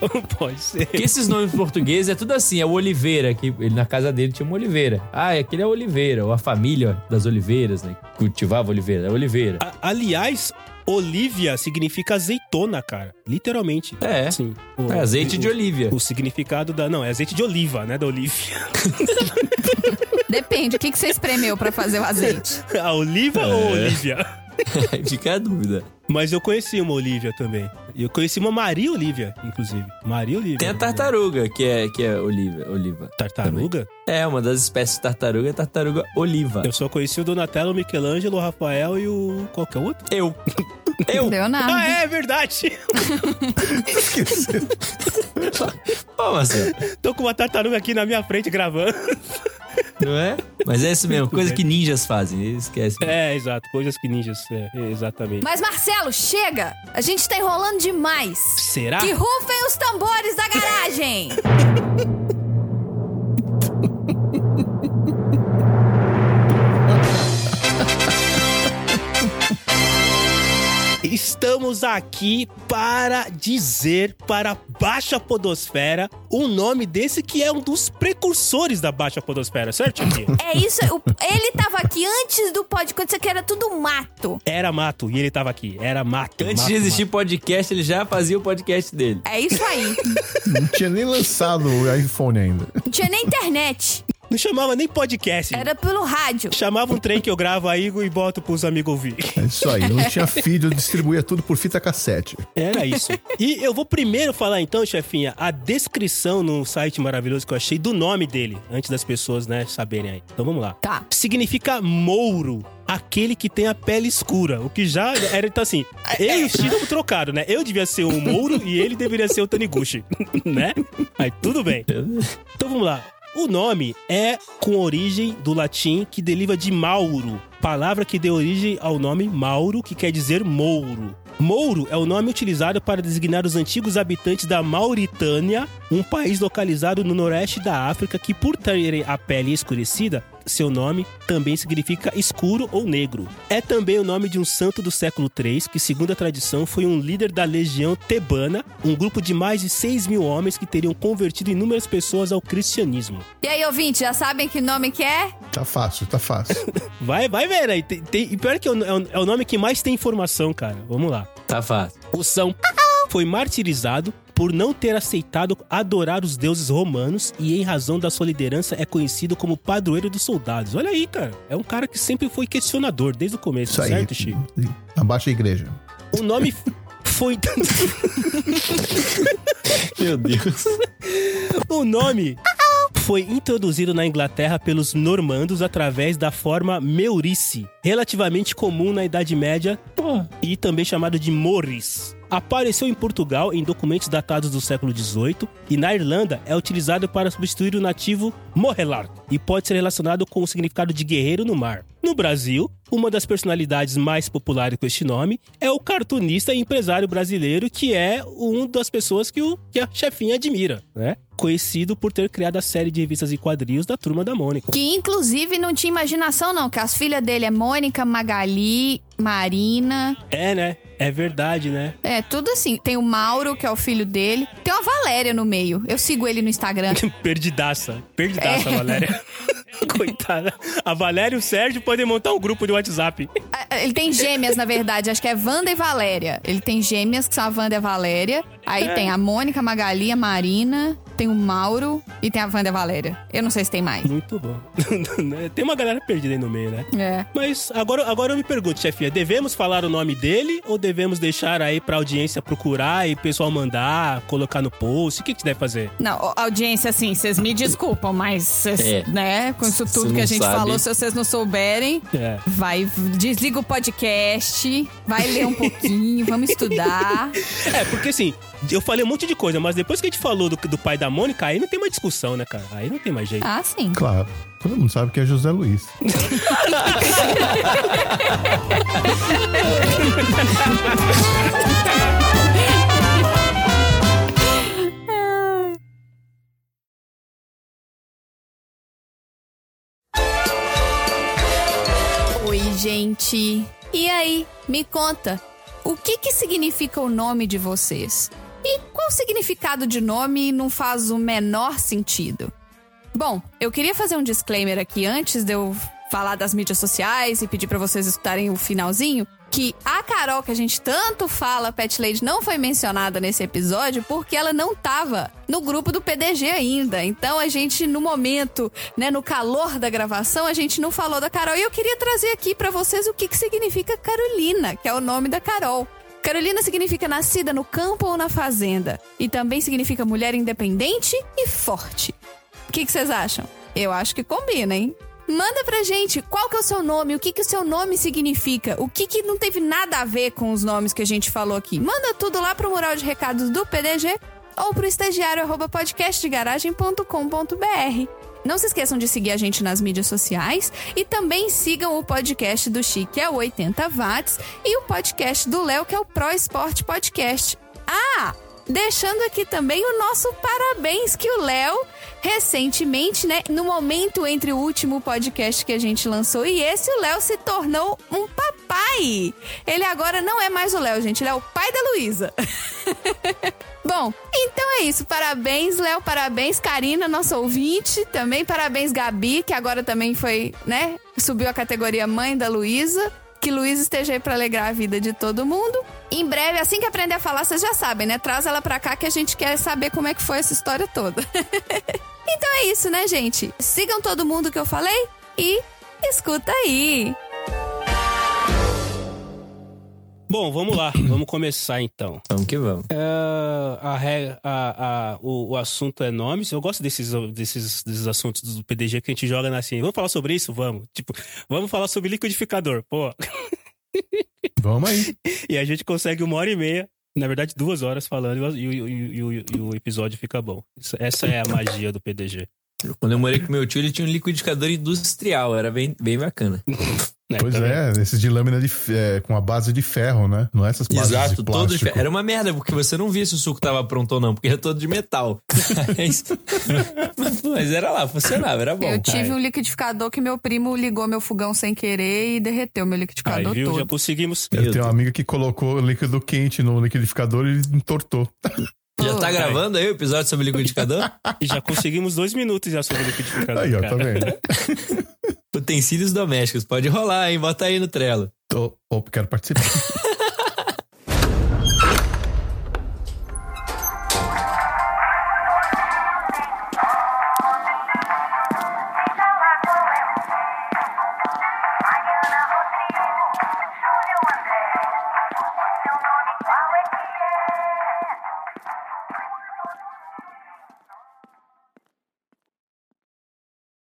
[SPEAKER 1] Pode ser.
[SPEAKER 3] Porque esses nomes portugueses é tudo assim, é o Oliveira, que ele, na casa dele tinha uma Oliveira. Ah, aquele é Oliveira, ou a família das Oliveiras, né? Cultivava Oliveira, é Oliveira.
[SPEAKER 1] A- aliás, Olívia significa azeitona, cara. Literalmente.
[SPEAKER 3] É.
[SPEAKER 1] Sim. O-
[SPEAKER 3] É azeite
[SPEAKER 1] o-
[SPEAKER 3] de Olívia.
[SPEAKER 1] O significado da... Não, é azeite de oliva, né? Da Olívia.
[SPEAKER 2] Depende, o que, que você espremeu pra fazer o azeite?
[SPEAKER 1] A oliva
[SPEAKER 3] É.
[SPEAKER 1] ou Olívia?
[SPEAKER 3] Fica a dúvida.
[SPEAKER 1] Mas eu conheci uma Olívia também. E eu conheci uma Maria Olívia, inclusive. Maria Olívia.
[SPEAKER 3] Tem a tartaruga, que é, que é oliva, oliva.
[SPEAKER 1] Tartaruga?
[SPEAKER 3] É, uma das espécies de tartaruga é a tartaruga oliva.
[SPEAKER 1] Eu só conheci o Donatello, o Michelangelo, o Rafael e o... Qual que é o outro?
[SPEAKER 3] Eu. Eu.
[SPEAKER 2] Leonardo.
[SPEAKER 1] Ah, é verdade!
[SPEAKER 3] Ô, Marcelo,
[SPEAKER 1] Tô com uma tartaruga aqui na minha frente gravando.
[SPEAKER 3] não é? Mas é isso mesmo, coisa
[SPEAKER 1] bem.
[SPEAKER 3] que ninjas fazem, esquece.
[SPEAKER 1] É, exato. Coisas que ninjas... É, exatamente.
[SPEAKER 2] Mas, Marcelo, chega! A gente tá enrolando demais.
[SPEAKER 1] Será?
[SPEAKER 2] Que rufem os tambores da garagem!
[SPEAKER 1] Estamos aqui para dizer para a Baixa Podosfera o nome desse que é um dos precursores da Baixa Podosfera, certo, Tia?
[SPEAKER 2] É isso, o- ele tava aqui antes do podcast, quando isso aqui era tudo mato.
[SPEAKER 1] Era mato e ele tava aqui. Era mato.
[SPEAKER 3] Antes
[SPEAKER 1] mato,
[SPEAKER 3] de existir
[SPEAKER 1] mato.
[SPEAKER 3] podcast, ele já fazia o podcast dele.
[SPEAKER 2] É isso aí.
[SPEAKER 4] Não tinha nem lançado o iPhone ainda.
[SPEAKER 2] Não tinha nem internet.
[SPEAKER 1] Não chamava nem podcast.
[SPEAKER 2] Era pelo rádio.
[SPEAKER 1] Chamava um trem que eu gravo aí e boto pros amigos ouvir.
[SPEAKER 4] É isso aí. Não tinha feed, eu distribuía tudo por fita cassete.
[SPEAKER 1] Era isso. E eu vou primeiro falar então, chefinha, a descrição no site maravilhoso que eu achei do nome dele, antes das pessoas, né, saberem aí. Então vamos lá.
[SPEAKER 2] Tá.
[SPEAKER 1] Significa mouro, aquele que tem a pele escura. O que já era, então assim, eu e o X estamos trocados, né? Eu devia ser o mouro e ele deveria ser o Taniguchi, né? Aí tudo bem. Então vamos lá. O nome é com origem do latim que deriva de Mauro, palavra que deu origem ao nome Mauro, que quer dizer mouro. Mouro é o nome utilizado para designar os antigos habitantes da Mauritânia, um país localizado no noroeste da África que, por ter a pele escurecida, seu nome também significa escuro ou negro. É também o nome de um santo do século três, que, segundo a tradição, foi um líder da legião tebana, um grupo de mais de seis mil homens que teriam convertido inúmeras pessoas ao cristianismo.
[SPEAKER 2] E aí, ouvinte, já sabem que nome que é?
[SPEAKER 4] Tá fácil, tá fácil.
[SPEAKER 1] Vai, vai ver aí. Tem, tem, e pior que é o, é o- é o nome que mais tem informação, cara. Vamos lá.
[SPEAKER 3] Tá fácil.
[SPEAKER 1] O São foi martirizado por não ter aceitado adorar os deuses romanos e, em razão da sua liderança, é conhecido como padroeiro dos soldados. Olha aí, cara. É um cara que sempre foi questionador desde o começo,
[SPEAKER 4] Isso aí.
[SPEAKER 1] certo, Chico?
[SPEAKER 4] Abaixa a igreja.
[SPEAKER 1] O nome foi...
[SPEAKER 3] Meu Deus.
[SPEAKER 1] O nome foi introduzido na Inglaterra pelos normandos através da forma Meurice, relativamente comum na Idade Média e também chamado de Morris. Apareceu em Portugal em documentos datados do século dezoito e na Irlanda é utilizado para substituir o nativo Morrelard e pode ser relacionado com o significado de guerreiro no mar. No Brasil, uma das personalidades mais populares com este nome é o cartunista e empresário brasileiro que é uma das pessoas que, o, que a chefinha admira, né? Conhecido por ter criado a série de revistas e quadrinhos da Turma da Mônica.
[SPEAKER 2] Que, inclusive, não tinha imaginação, não. Que as filhas dele é Mônica, Magali, Marina.
[SPEAKER 1] É, né? É verdade, né?
[SPEAKER 2] É, tudo assim. Tem o Mauro, que é o filho dele. Tem uma Valéria no meio. Eu sigo ele no Instagram.
[SPEAKER 1] Perdidaça. Perdidaça,
[SPEAKER 2] É.
[SPEAKER 1] Valéria. Coitada. A Valéria e o Sérgio podem montar um grupo de WhatsApp.
[SPEAKER 2] Ah, ele tem gêmeas, na verdade. Acho que é Wanda e Valéria. Ele tem gêmeas, que são a Wanda e a Valéria. Aí
[SPEAKER 1] É.
[SPEAKER 2] tem a Mônica, a Magali, a Marina. Tem o Mauro e tem a Wanda e a Valéria. Eu não sei se tem mais.
[SPEAKER 1] Muito bom. Tem uma galera perdida aí no meio, né?
[SPEAKER 2] É.
[SPEAKER 1] Mas agora, agora eu me pergunto, chefinha, devemos falar o nome dele ou devemos deixar aí pra audiência procurar e o pessoal mandar, colocar no post? O que que você deve fazer?
[SPEAKER 2] Não, ó, audiência, assim, vocês me desculpam, mas, cês,
[SPEAKER 3] É.
[SPEAKER 2] né, com isso
[SPEAKER 3] Se
[SPEAKER 2] tudo
[SPEAKER 3] não
[SPEAKER 2] que a gente
[SPEAKER 3] sabe.
[SPEAKER 2] falou, se vocês não souberem,
[SPEAKER 1] É.
[SPEAKER 2] vai, desliga o podcast, vai ler um pouquinho, vamos estudar.
[SPEAKER 1] É, porque assim, eu falei um monte de coisa, mas depois que a gente falou do, do pai da Mônica, aí não tem mais discussão, né, cara? Aí não tem mais jeito.
[SPEAKER 2] Ah, sim.
[SPEAKER 4] Claro. Todo mundo sabe que é José Luiz.
[SPEAKER 2] Oi, gente. E aí, me conta, o que que significa o nome de vocês? E qual o significado de nome não faz o menor sentido? Bom, eu queria fazer um disclaimer aqui antes de eu falar das mídias sociais e pedir pra vocês escutarem o finalzinho, que a Carol, que a gente tanto fala, Pet Lady, não foi mencionada nesse episódio porque ela não tava no grupo do P D G ainda. Então a gente, no momento, né, no calor da gravação, a gente não falou da Carol. E eu queria trazer aqui pra vocês o que, que significa Carolina, que é o nome da Carol. Carolina significa nascida no campo ou na fazenda. E também significa mulher independente e forte. O que, que vocês acham? Eu acho que combina, hein? Manda pra gente qual que é o seu nome, o que que o seu nome significa, o que que não teve nada a ver com os nomes que a gente falou aqui. Manda tudo lá pro mural de recados do P D G ou pro estagiário arroba podcastdegaragem ponto com ponto b r. Não se esqueçam de seguir a gente nas mídias sociais e também sigam o podcast do Chique, que é o oitenta watts, e o podcast do Léo, que é o Pro Esporte Podcast. Ah! Deixando aqui também o nosso parabéns, que o Léo, recentemente, né, no momento entre o último podcast que a gente lançou e esse, o Léo se tornou um papai. Ele agora não é mais o Léo, gente, ele é o pai da Luísa. Bom, então é isso. Parabéns, Léo, parabéns, Karina, nossa ouvinte. Também parabéns, Gabi, que agora também foi, né, subiu a categoria mãe da Luísa. Que Luísa esteja aí pra alegrar a vida de todo mundo. Em breve, assim que aprender a falar, vocês já sabem, né? Traz ela pra cá que a gente quer saber como é que foi essa história toda. Então é isso, né, gente? Sigam todo mundo que eu falei e escuta aí.
[SPEAKER 1] Bom, vamos lá. Vamos começar, então.
[SPEAKER 3] Vamos que vamos.
[SPEAKER 1] Uh, a, re- a, a, o, o assunto é nomes. Eu gosto desses, desses, desses assuntos do P D G que a gente joga na assim. Vamos falar sobre isso? Vamos. Tipo, vamos falar sobre liquidificador. Pô.
[SPEAKER 4] Vamos aí.
[SPEAKER 1] E a gente consegue uma hora e meia. Na verdade, duas horas falando e, e, e, e, e o episódio fica bom. Essa é a magia do P D G.
[SPEAKER 3] Quando eu morei com meu tio, ele tinha um liquidificador industrial. Era bem, bem bacana.
[SPEAKER 1] Né,
[SPEAKER 4] Pois
[SPEAKER 1] tá
[SPEAKER 4] é, esses de lâmina de, é, com a base de ferro, né? Não é essas bases
[SPEAKER 3] Exato,
[SPEAKER 4] de
[SPEAKER 3] todo de
[SPEAKER 4] plástico.
[SPEAKER 3] ferro. Era uma merda, porque você não via se o suco tava pronto ou não, porque era todo de metal. Mas, mas era lá, funcionava, era bom.
[SPEAKER 2] Eu tive um liquidificador que meu primo ligou meu fogão sem querer e derreteu meu liquidificador
[SPEAKER 1] Aí, viu?
[SPEAKER 2] todo.
[SPEAKER 1] Já conseguimos.
[SPEAKER 4] Eu tenho uma amiga que colocou líquido quente no liquidificador e entortou.
[SPEAKER 3] Já tá gravando aí o episódio sobre liquidificador?
[SPEAKER 1] Já conseguimos dois minutos já sobre o liquidificador.
[SPEAKER 4] Aí, ó,
[SPEAKER 1] cara.
[SPEAKER 4] tá vendo?
[SPEAKER 3] Utensílios domésticos, pode rolar, hein? Bota aí no Trello.
[SPEAKER 4] Tô, oh, quero participar.